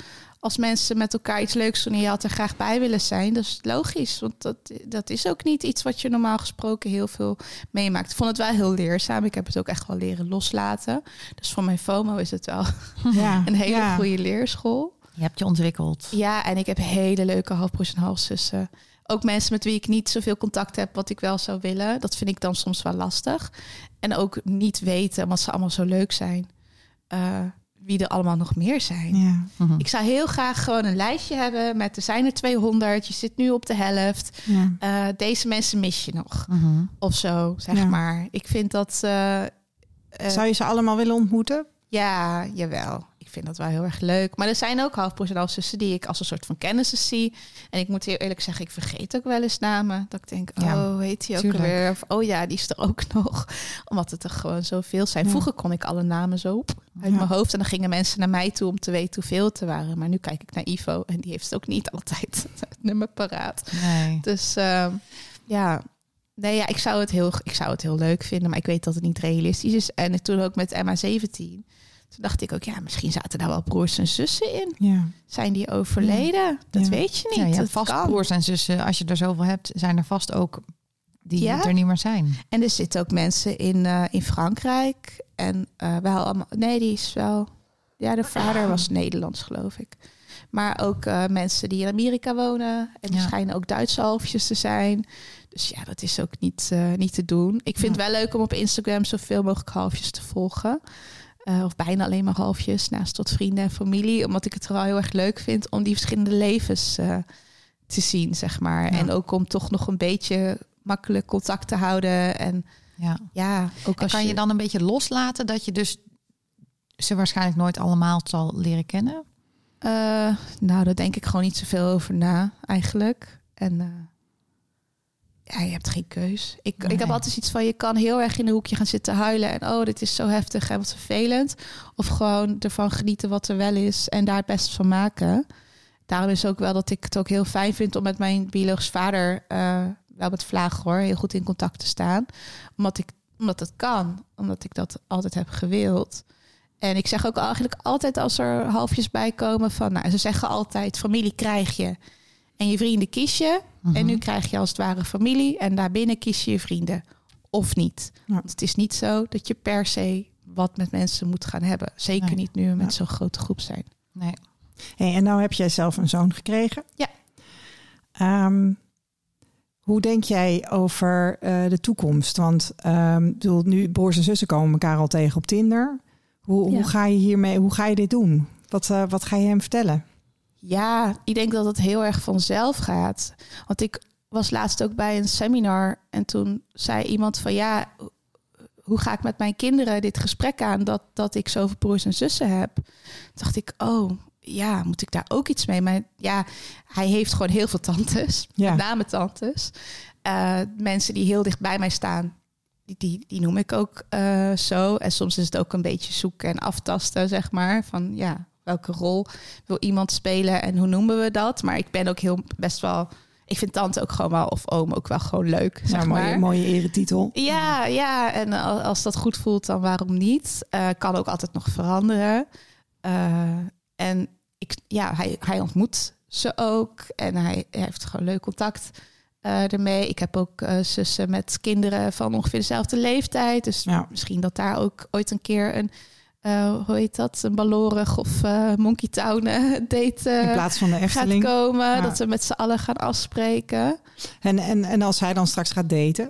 als mensen met elkaar iets leuks doen en je had er graag bij willen zijn, dat is logisch. Want dat, dat is ook niet iets wat je normaal gesproken heel veel meemaakt. Ik vond het wel heel leerzaam. Ik heb het ook echt wel leren loslaten. Dus voor mijn FOMO is het wel Ja, een hele ja. goede leerschool. Je hebt je ontwikkeld. Ja, en ik heb hele leuke halfbroers en halfzussen. Ook mensen met wie ik niet zoveel contact heb wat ik wel zou willen. Dat vind ik dan soms wel lastig. En ook niet weten, want ze allemaal zo leuk zijn. Uh, wie er allemaal nog meer zijn. Ja. Mhm. Ik zou heel graag gewoon een lijstje hebben met er zijn er tweehonderd. Je zit nu op de helft. Ja. Uh, deze mensen mis je nog. Mhm. Of zo, zeg Ja. maar. Ik vind dat... Uh, uh, Zou je ze allemaal willen ontmoeten? Ja, jawel. Ik vind dat wel heel erg leuk. Maar er zijn ook halfbroers en halfzussen die ik als een soort van kennissen zie. En ik moet heel eerlijk zeggen, ik vergeet ook wel eens namen. Dat ik denk, Ja, oh, heet die ook tuurlijk. weer? Of oh ja, die is er ook nog. Omdat het er gewoon zoveel zijn. Ja. Vroeger kon ik alle namen zo op uit Ja. mijn hoofd. En dan gingen mensen naar mij toe om te weten hoeveel het er waren. Maar nu kijk ik naar Ivo en die heeft ook niet altijd het nummer paraat. Nee. Dus uh, ja... Nee, ja, ik zou, het heel, ik zou het heel leuk vinden, maar ik weet dat het niet realistisch is. En toen ook met M A zeventien. Toen dacht ik ook, ja, misschien zaten daar wel broers en zussen in. Ja. Zijn die overleden? Dat Ja. weet je niet. Ja, je dat hebt vast kan. broers en zussen. Als je er zoveel hebt, zijn er vast ook die Ja. er niet meer zijn. En er zitten ook mensen in, uh, in Frankrijk. En uh, wel allemaal... Nee, die is wel... Ja, de vader was Nederlands, geloof ik. Maar ook uh, mensen die in Amerika wonen. En er Ja. schijnen ook Duitse halfjes te zijn. Dus ja, dat is ook niet, uh, niet te doen. Ik vind Ja. het wel leuk om op Instagram zoveel mogelijk halfjes te volgen. Uh, of bijna alleen maar halfjes, naast tot vrienden en familie. Omdat ik het wel heel erg leuk vind om die verschillende levens uh, te zien, zeg maar. Ja. En ook om toch nog een beetje makkelijk contact te houden. En Ja. ja, ook En als kan je dan een beetje loslaten dat je dus ze waarschijnlijk nooit allemaal zal leren kennen? Uh, nou, daar denk ik gewoon niet zoveel over na, eigenlijk. En uh, ja, je hebt geen keus. Ik, Nee. ik heb altijd iets van, je kan heel erg in een hoekje gaan zitten huilen. En oh, dit is zo heftig en wat vervelend. Of gewoon ervan genieten wat er wel is en daar het best van maken. Daarom is ook wel dat ik het ook heel fijn vind om met mijn biologisch vader, uh, wel met Vlaag hoor, heel goed in contact te staan. Omdat ik, omdat het kan. Omdat ik dat altijd heb gewild. En ik zeg ook eigenlijk altijd als er halfjes bij komen van... Nou, ze zeggen altijd, familie krijg je en je vrienden kies je. Mhm. En nu krijg je als het ware familie en daarbinnen kies je je vrienden. Of niet. Ja. Want het is niet zo dat je per se wat met mensen moet gaan hebben. Zeker Nee. niet nu we met Ja. zo'n grote groep zijn. Nee. Hey, en nou heb jij zelf een zoon gekregen. Ja. Um, hoe denk jij over uh, de toekomst? Want um, bedoel, nu broers en zussen komen elkaar al tegen op Tinder. Hoe, Ja. hoe ga je hiermee? Hoe ga je dit doen? Wat, uh, wat ga je hem vertellen? Ja, ik denk dat het heel erg vanzelf gaat. Want ik was laatst ook bij een seminar en toen zei iemand van ja, hoe ga ik met mijn kinderen dit gesprek aan dat, dat ik zoveel broers en zussen heb? Toen dacht ik, oh ja, moet ik daar ook iets mee? Maar ja, hij heeft gewoon heel veel tantes, Ja. met name tantes. Uh, mensen die heel dicht bij mij staan, die, die, die noem ik ook uh, zo. En soms is het ook een beetje zoeken en aftasten, zeg maar, van ja, welke rol wil iemand spelen en hoe noemen we dat? Maar ik ben ook heel best wel... Ik vind tante ook gewoon wel, of oom ook wel gewoon leuk, zeg Nou, mooie, maar. mooie eretitel. Ja, ja, en al- als dat goed voelt, dan waarom niet? Uh, kan ook altijd nog veranderen. Uh, en ik, ja, hij, hij ontmoet ze ook en hij, hij heeft gewoon leuk contact uh, ermee. Ik heb ook uh, zussen met kinderen van ongeveer dezelfde leeftijd. Dus Ja. misschien dat daar ook ooit een keer een... Uh, hoe heet dat? Een Ballorig of uh, Monkey Town uh, date uh, In plaats van de gaat Efteling. komen. Ja. Dat we met z'n allen gaan afspreken. En, en, en als hij dan straks gaat daten?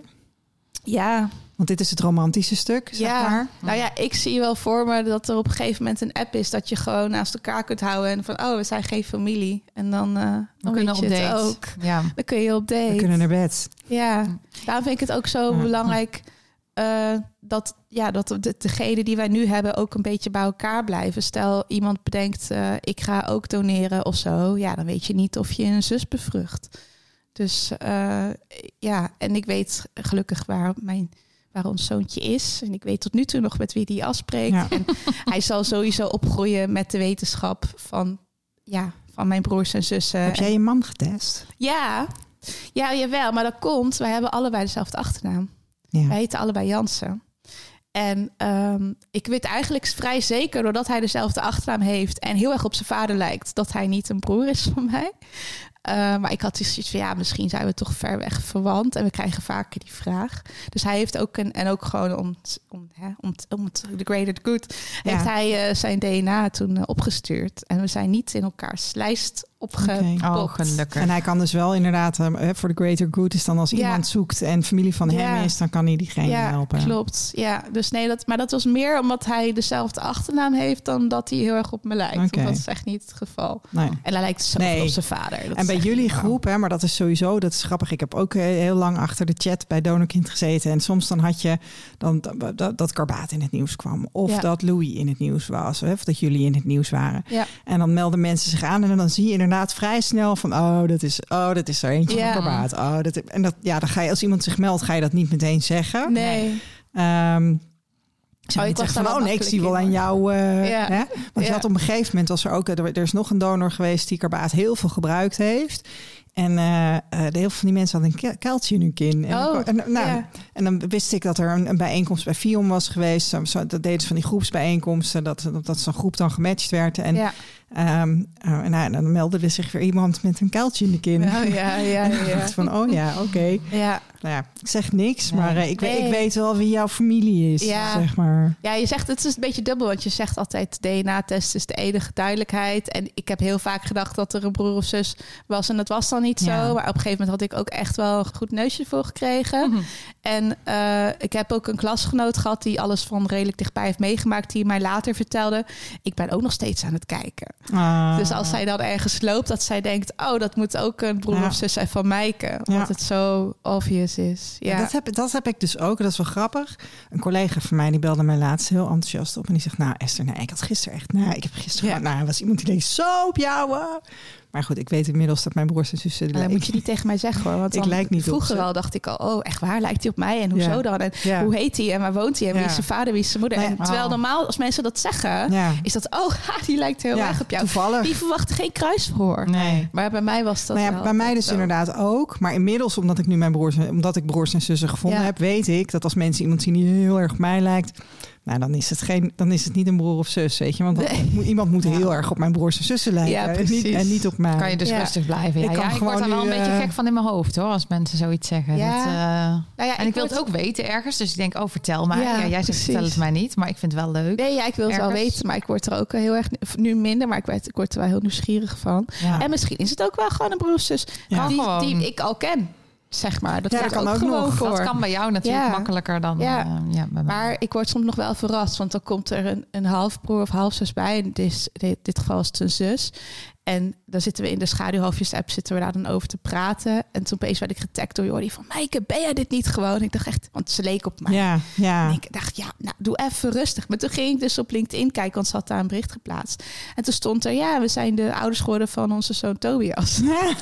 Ja, Want dit is het romantische stuk, zeg ja. maar. Nou ja, ik zie wel voor me dat er op een gegeven moment een app is dat je gewoon naast elkaar kunt houden en van oh, we zijn geen familie. En dan, uh, dan We weet kunnen je op het date. ook. Ja. Dan kun je op date. We kunnen naar bed. Ja, daarom vind ik het ook zo Ja. belangrijk uh, dat, ja, dat de, degene die wij nu hebben ook een beetje bij elkaar blijven. Stel, iemand bedenkt, uh, ik ga ook doneren of zo. Ja, dan weet je niet of je een zus bevrucht. Dus uh, ja, en ik weet gelukkig waar mijn... waar ons zoontje is. En ik weet tot nu toe nog met wie die afspreekt. Ja. En hij zal sowieso opgroeien met de wetenschap van, ja, van mijn broers en zussen. Heb jij En, je man getest? ja, ja, jawel. Maar dat komt, wij hebben allebei dezelfde achternaam. Ja. Wij heten allebei Jansen. En um, ik weet eigenlijk vrij zeker, doordat hij dezelfde achternaam heeft en heel erg op zijn vader lijkt, dat hij niet een broer is van mij. Uh, maar ik had zoiets van, ja, misschien zijn we toch ver weg verwant. En we krijgen vaker die vraag. Dus hij heeft ook, een, en ook gewoon om, om, hè, om, om het the greater good, ja. heeft hij uh, zijn D N A toen uh, opgestuurd. En we zijn niet in elkaars lijst opgepopt. Okay. Oh, gelukkig. En hij kan dus wel inderdaad, uh, voor the greater good is dan als ja. iemand zoekt en familie van ja. hem is, dan kan hij diegene ja, helpen. Ja, klopt. Ja, dus nee, dat, maar dat was meer omdat hij dezelfde achternaam heeft dan dat hij heel erg op me lijkt. Okay. Dat is echt niet het geval. Nee. En hij lijkt zo nee. op zijn vader. Dat en bij jullie groep, hè, maar dat is sowieso, dat is grappig. Ik heb ook heel lang achter de chat bij Donorkind gezeten. En soms dan had je dan dat, dat Karbaat in het nieuws kwam. Of ja. dat Louis in het nieuws was. Of dat jullie in het nieuws waren. Ja. En dan melden mensen zich aan. En dan zie je inderdaad vrij snel van, oh, dat is, oh, dat is er eentje ja. van Karbaat. Oh, dat, en dat, ja, dan ga je, als iemand zich meldt, ga je dat niet meteen zeggen. Nee. Um, Oh, ik was van, oh nee, ik zie wel aan jou. Uh, ja. hè? Want ja. je had op een gegeven moment was er ook, er, er is nog een donor geweest die Karbaat heel veel gebruikt heeft. En uh, de heel veel van die mensen hadden een kuiltje in hun kin. En, oh, en, nou, ja. en dan wist ik dat er een, een bijeenkomst bij Fion was geweest. Zo, zo, dat deden ze van die groepsbijeenkomsten. Dat, dat, dat zo'n groep dan gematcht werd. En, ja. um, uh, en, nou, en dan meldde zich weer iemand met een kuiltje in de kin. Oh, ja, ja, ja. van, oh ja, oké. Okay. Ja. Nou ja, ik zeg niks, nee. maar uh, ik, nee. ik weet wel wie jouw familie is, ja. zeg maar. Ja, je zegt, het is een beetje dubbel, want je zegt altijd D N A-test is de enige duidelijkheid. En ik heb heel vaak gedacht dat er een broer of zus was en dat was dan niet ja. zo. Maar op een gegeven moment had ik ook echt wel een goed neusje voor gekregen. Mm-hmm. En uh, ik heb ook een klasgenoot gehad die alles van redelijk dichtbij heeft meegemaakt, die mij later vertelde, ik ben ook nog steeds aan het kijken. Ah. Dus als zij dan ergens loopt, dat zij denkt, oh, dat moet ook een broer ja. of zus zijn van Maaike. Omdat ja. het zo obvious is. Ja. Dat, heb, dat heb ik dus ook. Dat is wel grappig. Een collega van mij die belde mij laatst heel enthousiast op en die zegt, nou Esther, nee, ik had gisteren echt, nou, ik heb gisteren, ja. nou, was iemand die deed zo op jou. Uh. Maar goed, ik weet inmiddels dat mijn broers en zussen... Dat moet je niet tegen mij zeggen hoor. Want ik lijk niet vroeger al dacht ik al, oh echt waar, lijkt hij op mij? En hoezo ja. dan? En ja. hoe heet hij? En waar woont hij? En wie ja. is zijn vader? Wie is zijn moeder? Nee, en terwijl oh. normaal als mensen dat zeggen, ja. is dat, oh, die lijkt heel ja, erg op jou. Toevallig. Die verwachten geen kruisverhoor. Nee. Maar bij mij was dat nou ja, wel. Bij mij dus zo. Inderdaad ook. Maar inmiddels, omdat ik nu mijn broers, omdat ik broers en zussen gevonden ja. heb, weet ik dat als mensen iemand zien die heel erg op mij lijkt, nou, dan is het geen, dan is het niet een broer of zus, weet je. Want dan, nee. moet, iemand moet ja. heel erg op mijn broers en zussen lijken. Ja, en, niet, en niet op mij. Kan je dus ja. rustig blijven. Ja, ik, kan ja, ik word er wel nu, een beetje gek van in mijn hoofd, hoor, als mensen zoiets zeggen. Ja. Dat, uh, nou ja, en ik, ik wil het ook weten ergens. Dus ik denk, oh, vertel mij. Ja, ja, jij zegt, precies. Vertel het mij niet. Maar ik vind het wel leuk. Nee, ja, ik wil het ergens. wel weten. Maar ik word er ook heel erg, nu minder, maar ik, weet, ik word er wel heel nieuwsgierig van. Ja. En misschien is het ook wel gewoon een broer of zus ja. die, die ik al ken. Zeg maar, dat ja, kan ook, ook gewoon nog. Voor. Dat kan bij jou natuurlijk ja. makkelijker dan ja. Uh, ja, bij mij. Maar ik word soms nog wel verrast, want dan komt er een, een halfbroer of halfzus bij. En dit, in dit geval is het een zus. En dan zitten we in de schaduwhalfjes-app, zitten we daar dan over te praten. En toen opeens werd ik getagd door Jordi van, Maaike, ben jij dit niet gewoon? En ik dacht echt, want ze leek op mij. Ja, ja. En ik dacht, ja, nou, doe even rustig. Maar toen ging ik dus op LinkedIn kijken, want ze had daar een bericht geplaatst. En toen stond er, ja, we zijn de ouders geworden van onze zoon Tobias. Ja.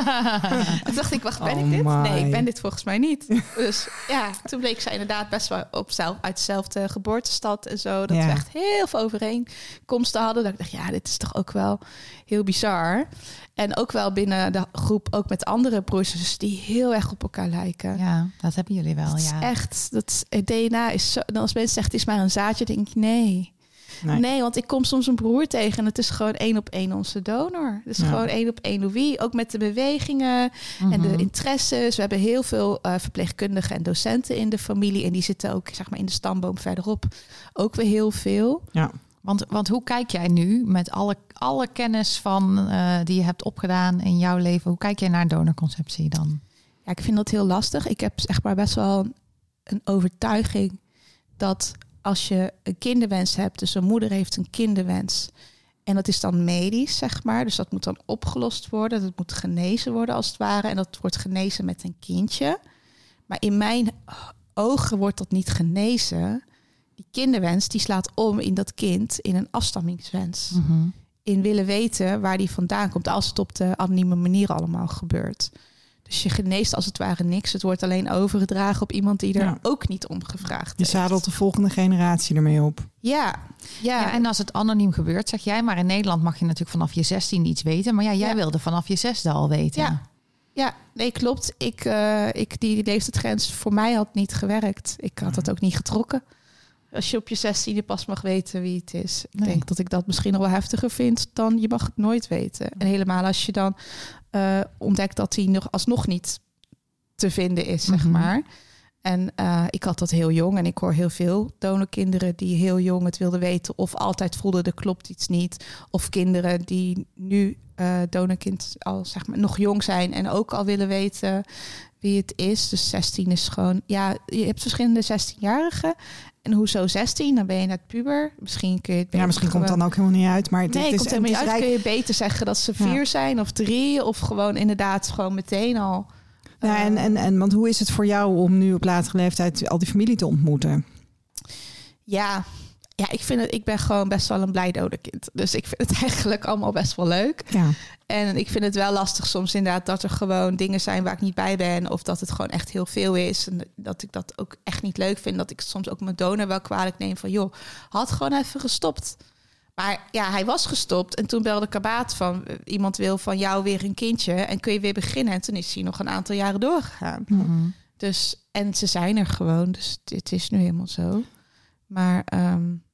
En toen dacht ik, wacht, ben oh ik dit? My. Nee, ik ben dit volgens mij niet. Dus ja, toen bleek zij inderdaad best wel op zelf, uit dezelfde geboortestad en zo. Dat ja. we echt heel veel overeenkomsten hadden. Dat ik dacht, ja, dit is toch ook wel heel bizar. En ook wel binnen de groep, ook met andere broers die heel erg op elkaar lijken. Ja, dat hebben jullie wel, dat ja. Is echt, dat D N A is zo... En als mensen zeggen, het is maar een zaadje, denk ik, nee. Nee. nee, want ik kom soms een broer tegen en het is gewoon één op één onze donor. Het is ja. gewoon één op één Louis. Ook met de bewegingen mm-hmm. en de interesses. We hebben heel veel uh, verpleegkundigen en docenten in de familie. En die zitten ook, zeg maar, in de stamboom verderop. Ook weer heel veel. Ja. Want, want hoe kijk jij nu met alle, alle kennis van, uh, die je hebt opgedaan in jouw leven? Hoe kijk jij naar donorconceptie dan? Ja, ik vind dat heel lastig. Ik heb zeg maar best wel een, een overtuiging dat als je een kinderwens hebt, dus een moeder heeft een kinderwens en dat is dan medisch, zeg maar. Dus dat moet dan opgelost worden. Dat moet genezen worden als het ware. En dat wordt genezen met een kindje. Maar in mijn ogen wordt dat niet genezen. Die kinderwens die slaat om in dat kind in een afstammingswens. Mm-hmm. In willen weten waar die vandaan komt, als het op de anonieme manier allemaal gebeurt. Dus je geneest als het ware niks. Het wordt alleen overgedragen op iemand die er ja. ook niet om gevraagd je heeft. Je zadelt de volgende generatie ermee op. Ja. Ja. ja, en als het anoniem gebeurt, zeg jij. Maar in Nederland mag je natuurlijk vanaf je zestien iets weten. Maar ja, jij ja. wilde vanaf je zesde al weten. Ja, ja nee, klopt. Ik, uh, ik, die leeftijdsgrens voor mij had niet gewerkt. Ik had dat ook niet getrokken. als je op je zestiende pas mag weten wie het is. Ik Nee. denk dat ik dat misschien nog wel heftiger vind dan je mag het nooit weten. En helemaal als je dan uh, ontdekt dat hij nog alsnog niet te vinden is, zeg Mm-hmm. maar. En uh, ik had dat heel jong en ik hoor heel veel donorkinderen die heel jong het wilden weten of altijd voelden er klopt iets niet. Of kinderen die nu uh, donorkind al zeg maar nog jong zijn en ook al willen weten wie het is. Dus zestien is gewoon, ja, je hebt verschillende zestienjarigen. En hoezo zestien? Dan ben je net puber. Misschien kun je het Ja, misschien komt het dan ook helemaal niet uit. Maar het, nee, het is, komt helemaal niet het uit. is Kun je beter zeggen dat ze vier Ja. zijn of drie. Of gewoon inderdaad gewoon meteen al. Ja, en, en, en want hoe is het voor jou om nu op latere leeftijd al die familie te ontmoeten? Ja, ja ik, vind het, ik ben gewoon best wel een blij donorkind. Dus ik vind het eigenlijk allemaal best wel leuk. Ja. En ik vind het wel lastig soms inderdaad dat er gewoon dingen zijn waar ik niet bij ben. Of dat het gewoon echt heel veel is. En dat ik dat ook echt niet leuk vind. Dat ik soms ook mijn donor wel kwalijk neem van joh, had gewoon even gestopt. Maar ja, hij was gestopt en toen belde Kabaat van iemand wil van jou weer een kindje en kun je weer beginnen. En toen is hij nog een aantal jaren doorgegaan. Mm-hmm. Dus, en ze zijn er gewoon, dus dit is nu helemaal zo. Maar um,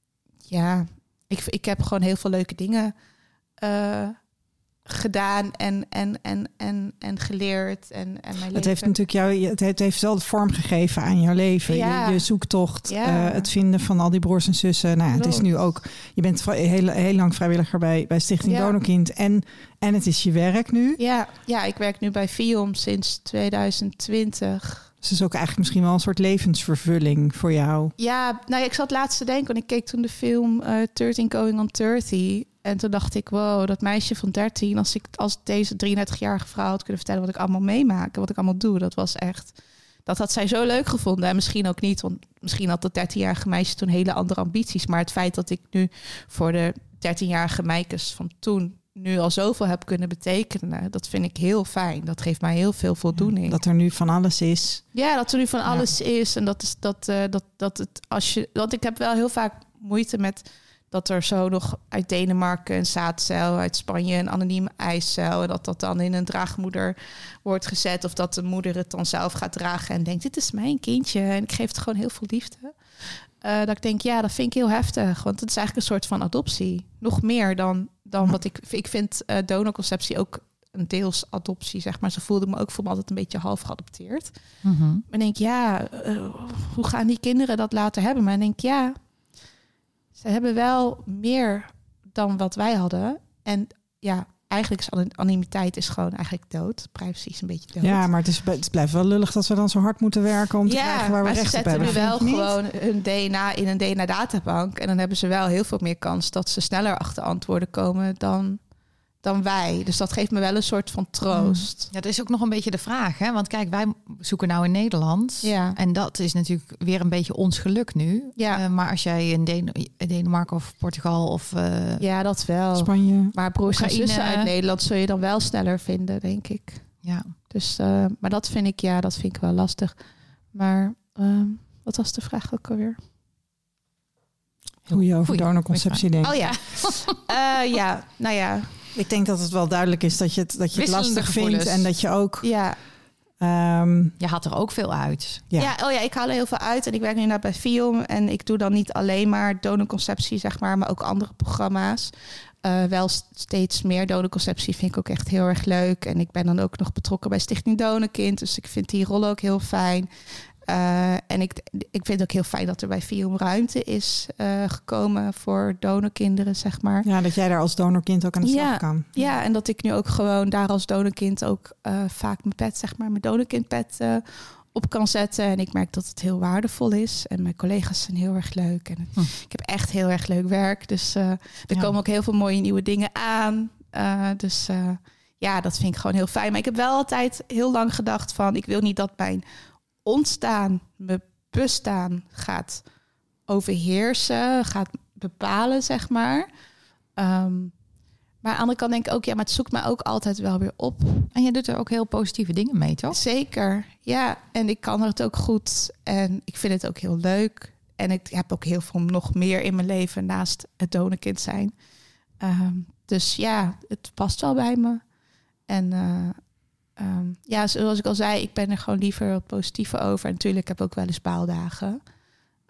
ja, ik, ik heb gewoon heel veel leuke dingen uh, gedaan en, en, en, en, en geleerd. En, en mijn Het leven. heeft natuurlijk jou, het heeft, heeft wel vorm gegeven aan jouw leven. Ja. Je, je zoektocht, Ja. uh, het vinden van al die broers en zussen. Nou, het is nu ook, je bent heel, heel lang vrijwilliger bij, bij Stichting Ja. Donorkind. En, en het is je werk nu. Ja, ja, ik werk nu bij Viom sinds tweeduizend twintig. Dus het is ook eigenlijk misschien wel een soort levensvervulling voor jou. Ja, nou ja, ik zat laatst te denken, want ik keek toen de film uh, dertien Going on dertig. En toen dacht ik, wow, dat meisje van dertien, als ik als deze drieëndertigjarige vrouw had kunnen vertellen wat ik allemaal meemaak en wat ik allemaal doe, dat was echt, dat had zij zo leuk gevonden. En misschien ook niet, want misschien had dat dertienjarige meisje toen hele andere ambities. Maar het feit dat ik nu voor de dertienjarige meisjes van toen nu al zoveel heb kunnen betekenen, dat vind ik heel fijn. Dat geeft mij heel veel voldoening. Ja, dat er nu van alles is. Ja, dat er nu van Ja. alles is. En dat is dat, uh, dat, dat het als je. Want ik heb wel heel vaak moeite met dat er zo nog uit Denemarken een zaadcel, uit Spanje een anonieme eicel. En dat dat dan in een draagmoeder wordt gezet. Of dat de moeder het dan zelf gaat dragen en denkt, dit is mijn kindje. En ik geef het gewoon heel veel liefde. Uh, dat ik denk, ja, dat vind ik heel heftig. Want het is eigenlijk een soort van adoptie. Nog meer dan, dan wat ik... Ik vind uh, donorconceptie ook een deels adoptie, zeg maar. Ze voelde me ook voor me altijd een beetje half geadopteerd. Mm-hmm. Maar denk, ja, uh, hoe gaan die kinderen dat laten hebben? Maar ik denk, ja, ze hebben wel meer dan wat wij hadden. En ja, eigenlijk is anonimiteit is gewoon eigenlijk dood. Privacy is een beetje dood. Ja, maar het, is, het blijft wel lullig dat we dan zo hard moeten werken om te ja, krijgen waar we maar recht ze op zetten hebben. nu wel Vind je niet? gewoon hun D N A in een D N A-databank. En dan hebben ze wel heel veel meer kans dat ze sneller achter antwoorden komen dan, dan wij. Dus dat geeft me wel een soort van troost. Ja, dat is ook nog een beetje de vraag, hè? Want kijk, wij zoeken nou in Nederland. Ja. En dat is natuurlijk weer een beetje ons geluk nu. Ja. Uh, maar als jij in Den- Denemarken of Portugal of... Uh, Ja, dat wel. Spanje. Maar broers en Oekraïne. zussen uit Nederland zul je dan wel sneller vinden, denk ik. ja. Dus, uh, maar dat vind ik, ja, dat vind ik wel lastig. Maar um, wat was de vraag ook alweer? Hoe je over Goeie. donorconceptie denkt. Oh ja. uh, ja, nou ja. Ik denk dat het wel duidelijk is dat je het, dat je het Wisselende lastig gevoelens. vindt. En dat je ook... Ja. Um, Je haalt er ook veel uit. ja. Ja, oh ja, ik haal er heel veel uit. En ik werk nu naar bij Viom. En ik doe dan niet alleen maar donorconceptie, zeg maar, maar ook andere programma's. Uh, wel steeds meer donorconceptie vind ik ook echt heel erg leuk. En ik ben dan ook nog betrokken bij Stichting Donorkind. Dus ik vind die rol ook heel fijn. Uh, en ik, ik vind het ook heel fijn dat er bij Viom ruimte is uh, gekomen voor donorkinderen, zeg maar. ja, dat jij daar als donorkind ook aan de slag Ja. kan. Ja, en dat ik nu ook gewoon daar als donorkind ook uh, vaak mijn pet, zeg maar, mijn donorkindpet uh, op kan zetten. En ik merk dat het heel waardevol is. En mijn collega's zijn heel erg leuk. En Hm. ik heb echt heel erg leuk werk. Dus uh, er Ja. komen ook heel veel mooie nieuwe dingen aan. Uh, dus uh, ja, dat vind ik gewoon heel fijn. Maar ik heb wel altijd heel lang gedacht van, ik wil niet dat mijn ontstaan, mijn bestaan gaat overheersen, gaat bepalen, zeg maar. Um, maar aan de andere kant denk ik ook, ja, maar het zoekt mij ook altijd wel weer op. En je doet er ook heel positieve dingen mee, toch? Zeker, ja. En ik kan het ook goed. En ik vind het ook heel leuk. En ik heb ook heel veel nog meer in mijn leven naast het donorkind zijn. Um, dus ja, het past wel bij me. En uh, um, ja, zoals ik al zei, ik ben er gewoon liever wat positiever over. En natuurlijk heb ik ook wel eens baaldagen.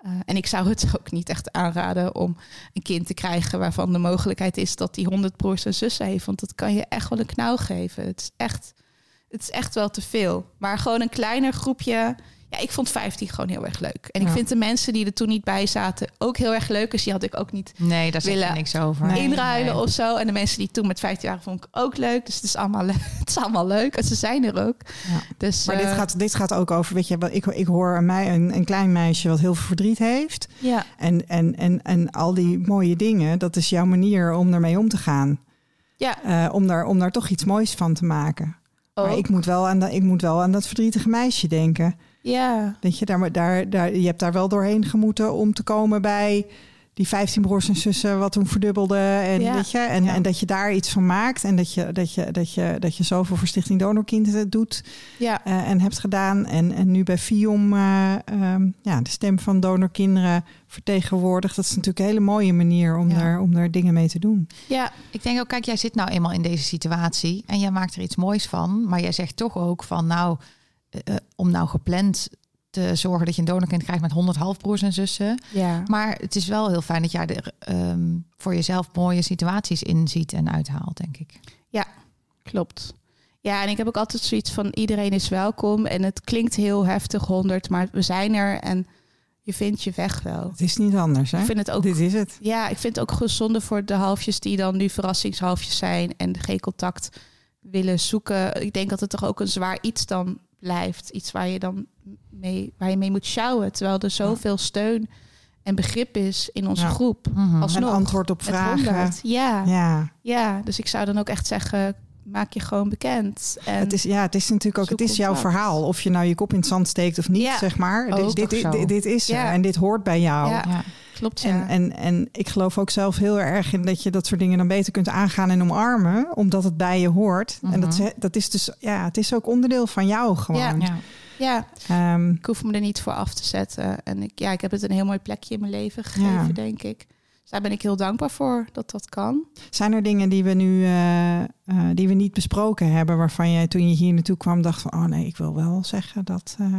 Uh, en ik zou het ook niet echt aanraden om een kind te krijgen waarvan de mogelijkheid is dat hij honderd broers en zussen heeft. Want dat kan je echt wel een knauw geven. Het is echt, het is echt wel te veel. Maar gewoon een kleiner groepje. Ja, ik vond vijftien gewoon heel erg leuk. En ja. ik vind de mensen die er toen niet bij zaten ook heel erg leuk. Dus die had ik ook niet nee, daar willen zit niks over. Nee, inruilen nee. of zo. En de mensen die toen met vijftien waren vond ik ook leuk. Dus het is allemaal, le- het is allemaal leuk. En ze zijn er ook. Ja. Dus, maar uh, dit, gaat, dit gaat ook over, weet je, ik, ik hoor een, mei, een, een klein meisje wat heel veel verdriet heeft. Ja. En, en, en, en al die mooie dingen, dat is jouw manier om ermee om te gaan. Ja. Uh, om, daar, om daar toch iets moois van te maken. Ook. Maar ik moet, wel aan de, ik moet wel aan dat verdrietige meisje denken. Ja. Denk je, daar, daar, daar, je hebt daar wel doorheen gemoeten om te komen bij die vijftien broers en zussen wat toen verdubbelde. En, ja. weet je, en, ja. en dat je daar iets van maakt. En dat je, dat je, dat je, dat je zoveel voor Stichting Donorkind doet. Ja. Uh, en hebt gedaan. En, en nu bij FIOM uh, um, ja, de stem van donorkinderen vertegenwoordigt. Dat is natuurlijk een hele mooie manier om, ja. daar, om daar dingen mee te doen. Ja, ik denk ook, kijk, jij zit nou eenmaal in deze situatie. En jij maakt er iets moois van. Maar jij zegt toch ook van nou, uh, om nou gepland te zorgen dat je een donorkind krijgt met honderd halfbroers en zussen. Ja. Maar het is wel heel fijn dat jij er um, voor jezelf mooie situaties inziet en uithaalt, denk ik. Ja, klopt. Ja, en ik heb ook altijd zoiets van iedereen is welkom. En het klinkt heel heftig, honderd, maar we zijn er en je vindt je weg wel. Het is niet anders, hè? Ik vind het ook, Dit is het. Ja, ik vind het ook gezonder voor de halfjes die dan nu verrassingshalfjes zijn en geen contact willen zoeken. Ik denk dat het toch ook een zwaar iets dan blijft. Iets waar je dan mee, waar je mee moet sjouwen. Terwijl er zoveel steun en begrip is in onze ja. groep. Mm-hmm. Alsnog, en antwoord op vragen. Ja. Ja. ja, dus ik zou dan ook echt zeggen, maak je gewoon bekend. En het is, ja, het is natuurlijk ook, het is jouw contact. Verhaal. Of je nou je kop in het zand steekt of niet, ja. zeg maar. Ook dit, dit, dit, dit is er ja. en dit hoort bij jou. Ja. Ja. Klopt, ja. En, en, en ik geloof ook zelf heel erg in dat je dat soort dingen dan beter kunt aangaan en omarmen, omdat het bij je hoort. Mm-hmm. En dat, dat is dus, ja, het is ook onderdeel van jou gewoon. Ja, ja. ja. Um, ik hoef me er niet voor af te zetten. En ik, ja, ik heb het een heel mooi plekje in mijn leven gegeven, ja. denk ik. Dus daar ben ik heel dankbaar voor dat dat kan. Zijn er dingen die we nu uh, uh, die we niet besproken hebben, waarvan jij toen je hier naartoe kwam dacht van, oh nee, ik wil wel zeggen dat. Uh...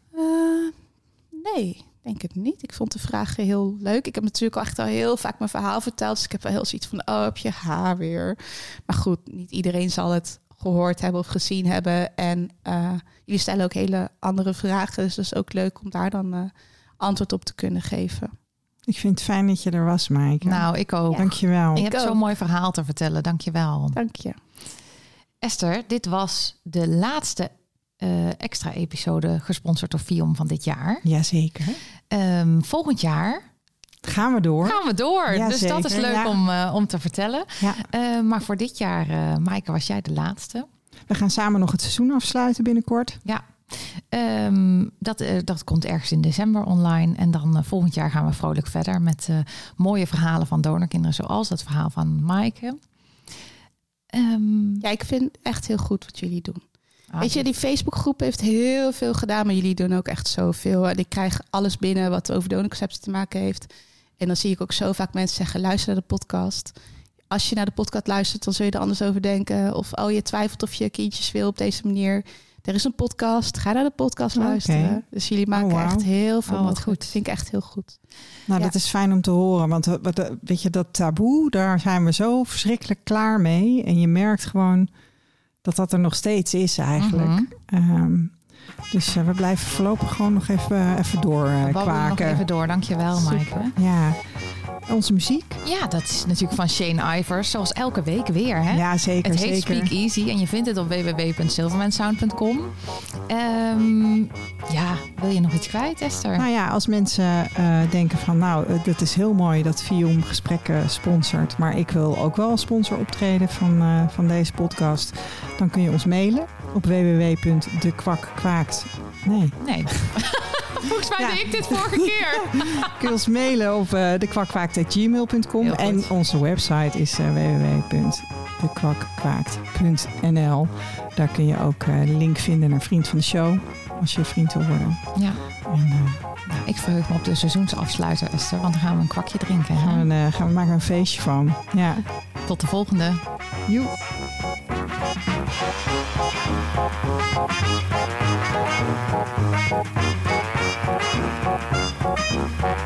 Uh, nee. Denk het niet. Ik vond de vragen heel leuk. Ik heb natuurlijk al echt al heel vaak mijn verhaal verteld. Dus ik heb wel heel zoiets van, oh, heb je haar weer. Maar goed, niet iedereen zal het gehoord hebben of gezien hebben. En uh, jullie stellen ook hele andere vragen. Dus dat is ook leuk om daar dan uh, antwoord op te kunnen geven. Ik vind het fijn dat je er was, Maaike. Nou, ik ook. Ja. Dank je wel. Je hebt zo'n mooi verhaal te vertellen. Dank je wel. Dank je. Esther, dit was de laatste Uh, extra episode gesponsord door FIOM van dit jaar. Jazeker. Um, volgend jaar gaan we door. Gaan we door. Ja, dus zeker, dat is leuk ja. om, uh, om te vertellen. Ja. Uh, maar voor dit jaar, uh, Maaike, was jij de laatste. We gaan samen nog het seizoen afsluiten binnenkort. Ja. Um, dat, uh, dat komt ergens in december online. En dan uh, volgend jaar gaan we vrolijk verder met uh, mooie verhalen van donorkinderen, zoals het verhaal van Maaike. Um, ja, ik vind echt heel goed wat jullie doen. Weet je, die Facebookgroep heeft heel veel gedaan, maar jullie doen ook echt zoveel. En ik krijg alles binnen wat over donorconceptie te maken heeft. En dan zie ik ook zo vaak mensen zeggen, luister naar de podcast. Als je naar de podcast luistert, dan zul je er anders over denken. Of oh, je twijfelt of je kindjes wil op deze manier. Er is een podcast, ga naar de podcast okay. luisteren. Dus jullie maken oh, wow. echt heel veel oh, wat goed. Dat vind ik echt heel goed. Nou, ja. dat is fijn om te horen. Want weet je, dat taboe, daar zijn we zo verschrikkelijk klaar mee. En je merkt gewoon dat dat er nog steeds is eigenlijk. Mm-hmm. Um, dus uh, we blijven voorlopig gewoon nog even, even door uh, kwaken. nog even door, dankjewel Maaike. Ja. Onze muziek? Ja, dat is natuurlijk van Shane Ivers. Zoals elke week weer. Hè? Ja, zeker. Het heet zeker. Speak Easy en je vindt het op w w w punt silvermansound punt com. Um, ja, wil je nog iets kwijt, Esther? Nou ja, als mensen uh, denken van nou, uh, dat is heel mooi dat FIOM gesprekken sponsort. Maar ik wil ook wel sponsor optreden van, uh, van deze podcast. Dan kun je ons mailen op w w w punt de kwak kwaakt. Nee. Nee. Volgens mij ja. deed ik dit vorige keer. Kun je ons mailen op uh, de kwak kwaakt at gmail punt com. En onze website is uh, w w w punt de kwak kwaakt punt n l. Daar kun je ook uh, de link vinden naar Vriend van de Show. Als je vriend wil worden. Ja. En, uh, nou, ik verheug me op de seizoensafsluiter, Esther. Want dan gaan we een kwakje drinken. Gaan we, uh, gaan we maken een feestje van. Ja. Tot de volgende. Joe. Thank you.